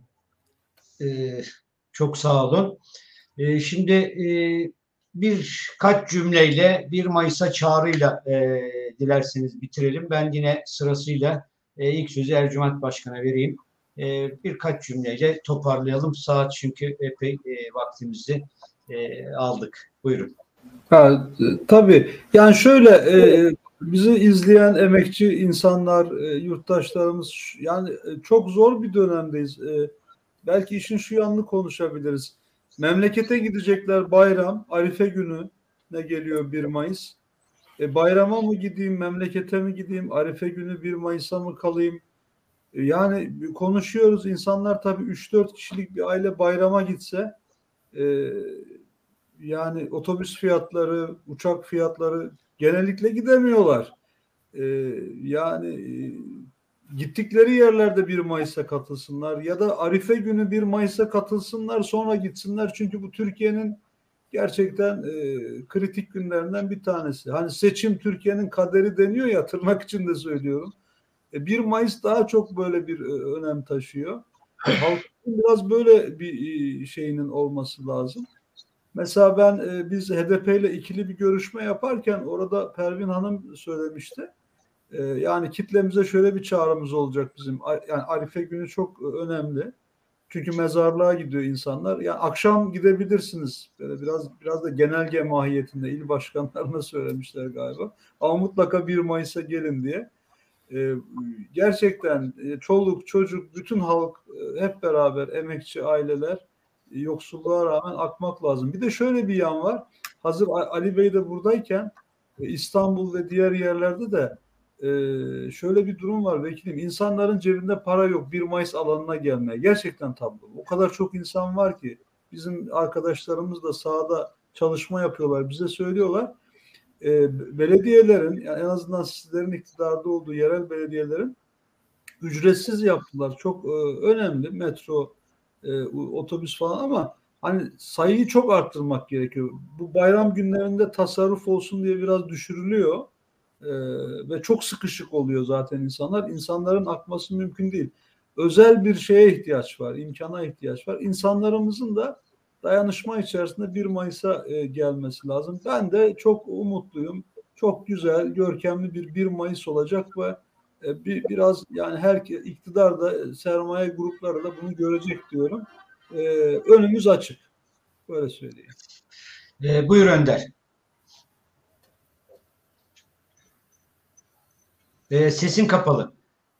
Çok sağ olun. Şimdi birkaç cümleyle 1 Mayıs'a çağrıyla dilerseniz bitirelim. Ben yine sırasıyla ilk sözü Ercüment Başkan'a vereyim. Birkaç cümleyle toparlayalım. Saat çünkü epey vaktimizi aldık. Buyurun. Tabii. Yani şöyle bizi izleyen emekçi insanlar, yurttaşlarımız yani çok zor bir dönemdeyiz. Belki işin şu yanını konuşabiliriz. Memlekete gidecekler bayram, Arife günü ne geliyor 1 Mayıs. Bayrama mı gideyim, memlekete mi gideyim, Arife günü 1 Mayıs'a mı kalayım? Yani konuşuyoruz. İnsanlar tabii 3-4 kişilik bir aile bayrama gitse yani otobüs fiyatları, uçak fiyatları genellikle gidemiyorlar. Yani gittikleri yerlerde 1 Mayıs'a katılsınlar ya da Arife günü 1 Mayıs'a katılsınlar sonra gitsinler. Çünkü bu Türkiye'nin gerçekten kritik günlerinden bir tanesi. Hani seçim Türkiye'nin kaderi deniyor ya, tırnak içinde söylüyorum. 1 Mayıs daha çok böyle bir önem taşıyor. Halkın biraz böyle bir şeyinin olması lazım. Mesela biz HDP ile ikili bir görüşme yaparken orada Pervin Hanım söylemişti. Yani kitlemize şöyle bir çağrımız olacak bizim. Yani Arife günü çok önemli. Çünkü mezarlığa gidiyor insanlar. Ya akşam gidebilirsiniz. Böyle biraz da genelge mahiyetinde il başkanlarına söylemişler galiba. Ama mutlaka 1 Mayıs'a gelin diye. Gerçekten çoluk, çocuk, bütün halk hep beraber, emekçi aileler yoksulluğa rağmen akmak lazım. Bir de şöyle bir yan var. Hazır Ali Bey de buradayken İstanbul ve diğer yerlerde de şöyle bir durum var vekilim. İnsanların cebinde para yok 1 Mayıs alanına gelmeye. Gerçekten tablo. O kadar çok insan var ki bizim arkadaşlarımız da sahada çalışma yapıyorlar. Bize söylüyorlar. Belediyelerin, yani en azından sizlerin iktidarda olduğu yerel belediyelerin ücretsiz yaptılar. Çok önemli metro, otobüs falan ama hani sayıyı çok arttırmak gerekiyor. Bu bayram günlerinde tasarruf olsun diye biraz düşürülüyor. Ve çok sıkışık oluyor zaten insanlar. İnsanların akması mümkün değil. Özel bir şeye ihtiyaç var, imkana ihtiyaç var. İnsanlarımızın da dayanışma içerisinde 1 Mayıs'a gelmesi lazım. Ben de çok umutluyum. Çok güzel, görkemli bir 1 Mayıs olacak ve biraz yani herkes iktidar da sermaye grupları da bunu görecek diyorum. Önümüz açık. Böyle söyleyeyim. Buyur Önder. Sesin kapalı.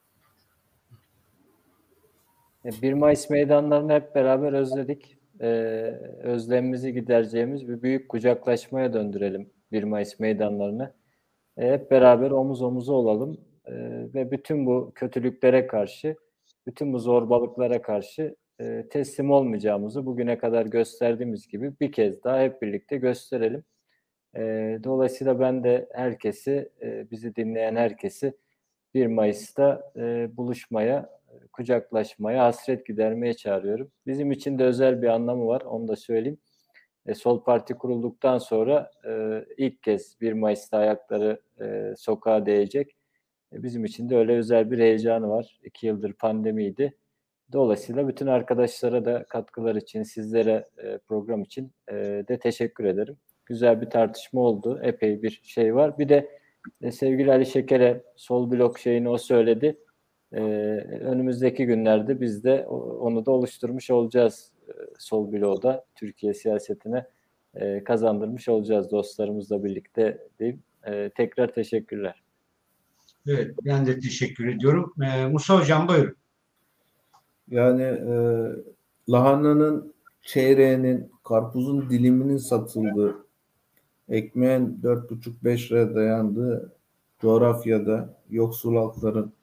1 Mayıs meydanlarını hep beraber özledik. Özlemimizi gidereceğimiz bir büyük kucaklaşmaya döndürelim 1 Mayıs meydanlarını. Hep beraber omuz omuza olalım ve bütün bu kötülüklere karşı, bütün bu zorbalıklara karşı teslim olmayacağımızı bugüne kadar gösterdiğimiz gibi bir kez daha hep birlikte gösterelim. Dolayısıyla ben de herkesi, bizi dinleyen herkesi 1 Mayıs'ta buluşmaya, kucaklaşmaya, hasret gidermeye çağırıyorum. Bizim için de özel bir anlamı var, onu da söyleyeyim. Sol Parti kurulduktan sonra ilk kez 1 Mayıs'ta ayakları sokağa değecek. Bizim için de öyle özel bir heyecanı var. 2 yıldır pandemiydi. Dolayısıyla bütün arkadaşlara da katkılar için, sizlere program için de teşekkür ederim. Güzel bir tartışma oldu. Epey bir şey var. Bir de sevgili Ali Şeker'e sol blok şeyini o söyledi. Önümüzdeki günlerde biz de onu da oluşturmuş olacağız. Sol bloğu da Türkiye siyasetine kazandırmış olacağız dostlarımızla birlikte diyeyim. Tekrar teşekkürler. Evet, ben de teşekkür ediyorum. Musa Hocam buyurun. Yani lahananın çeyreğinin, karpuzun diliminin satıldığı, ekmeğin 4,5-5 liraya dayandığı coğrafyada yoksul halkların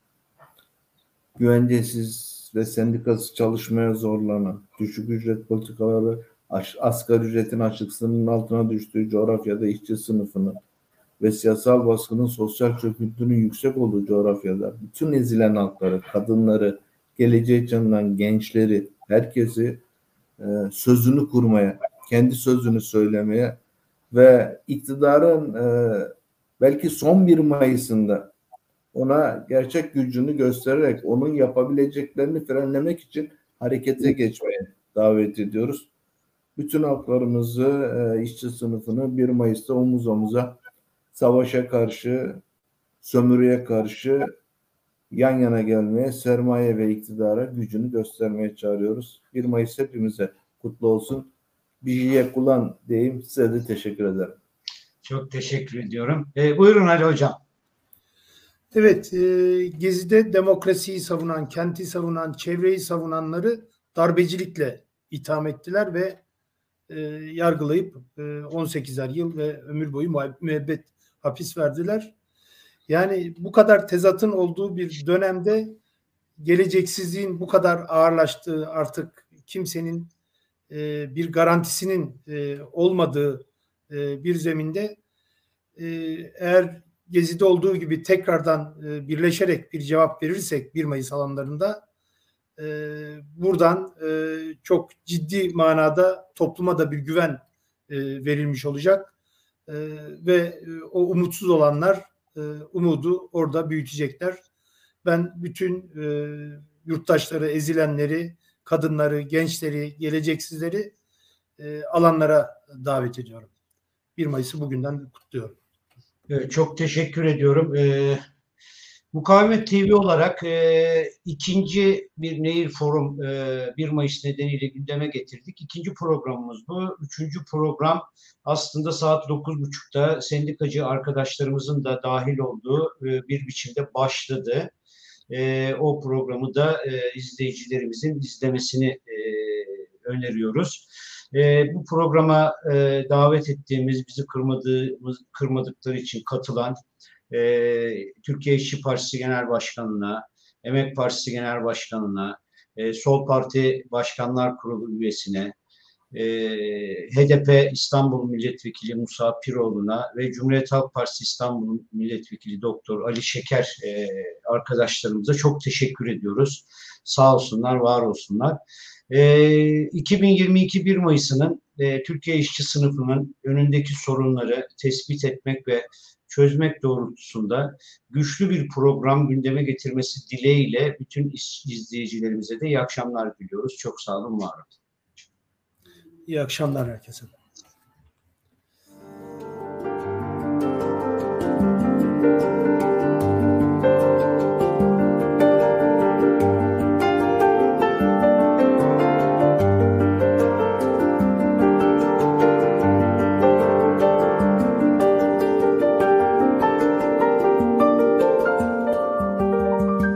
güvencesiz ve sendikası çalışmaya zorlanan, düşük ücret politikaları, asgari ücretin açlık sınırının altına düştüğü coğrafyada işçi sınıfının ve siyasal baskının sosyal çöküntünün yüksek olduğu coğrafyada bütün ezilen halkları, kadınları, geleceğe canlanan gençleri, herkesi sözünü kurmaya, kendi sözünü söylemeye ve iktidarın belki son 1 Mayıs'ında ona gerçek gücünü göstererek onun yapabileceklerini frenlemek için harekete geçmeye davet ediyoruz. Bütün halklarımızı, işçi sınıfını 1 Mayıs'ta omuz omuza savaşa karşı, sömürüye karşı yan yana gelmeye, sermaye ve iktidara gücünü göstermeye çağırıyoruz. 1 Mayıs hepimize kutlu olsun. Bijiye kulan diyeyim. Size de teşekkür ederim. Çok teşekkür ediyorum. Buyurun Ali Hocam. Evet, Gezi'de demokrasiyi savunan, kenti savunan, çevreyi savunanları darbecilikle itham ettiler ve yargılayıp 18'er yıl ve ömür boyu müebbet hapis verdiler. Yani bu kadar tezatın olduğu bir dönemde geleceksizliğin bu kadar ağırlaştığı, artık kimsenin bir garantisinin olmadığı bir zeminde eğer Gezi'de olduğu gibi tekrardan birleşerek bir cevap verirsek 1 Mayıs alanlarında buradan çok ciddi manada topluma da bir güven verilmiş olacak ve o umutsuz olanlar umudu orada büyütecekler. Ben bütün yurttaşları, ezilenleri, kadınları, gençleri, geleceksizleri alanlara davet ediyorum. 1 Mayıs'ı bugünden kutluyorum. Evet, çok teşekkür ediyorum. Mukavemet TV olarak ikinci bir Nehir Forum 1 Mayıs nedeniyle gündeme getirdik. İkinci programımız bu. Üçüncü program aslında saat 9.30'da sendikacı arkadaşlarımızın da dahil olduğu bir biçimde başladı. O programı da izleyicilerimizin izlemesini öneriyoruz. Bu programa davet ettiğimiz, bizi kırmadıkları için katılan Türkiye İşçi Partisi Genel Başkanı'na, Emek Partisi Genel Başkanı'na, Sol Parti Başkanlar Kurulu üyesine, HDP İstanbul Milletvekili Musa Piroğlu'na ve Cumhuriyet Halk Partisi İstanbul Milletvekili Doktor Ali Şeker arkadaşlarımıza çok teşekkür ediyoruz. Sağ olsunlar, var olsunlar. 2022 1 Mayıs'ının Türkiye işçi sınıfının önündeki sorunları tespit etmek ve çözmek doğrultusunda güçlü bir program gündeme getirmesi dileğiyle bütün izleyicilerimize de iyi akşamlar diliyoruz. Çok sağ olun, var olun. İyi akşamlar herkese.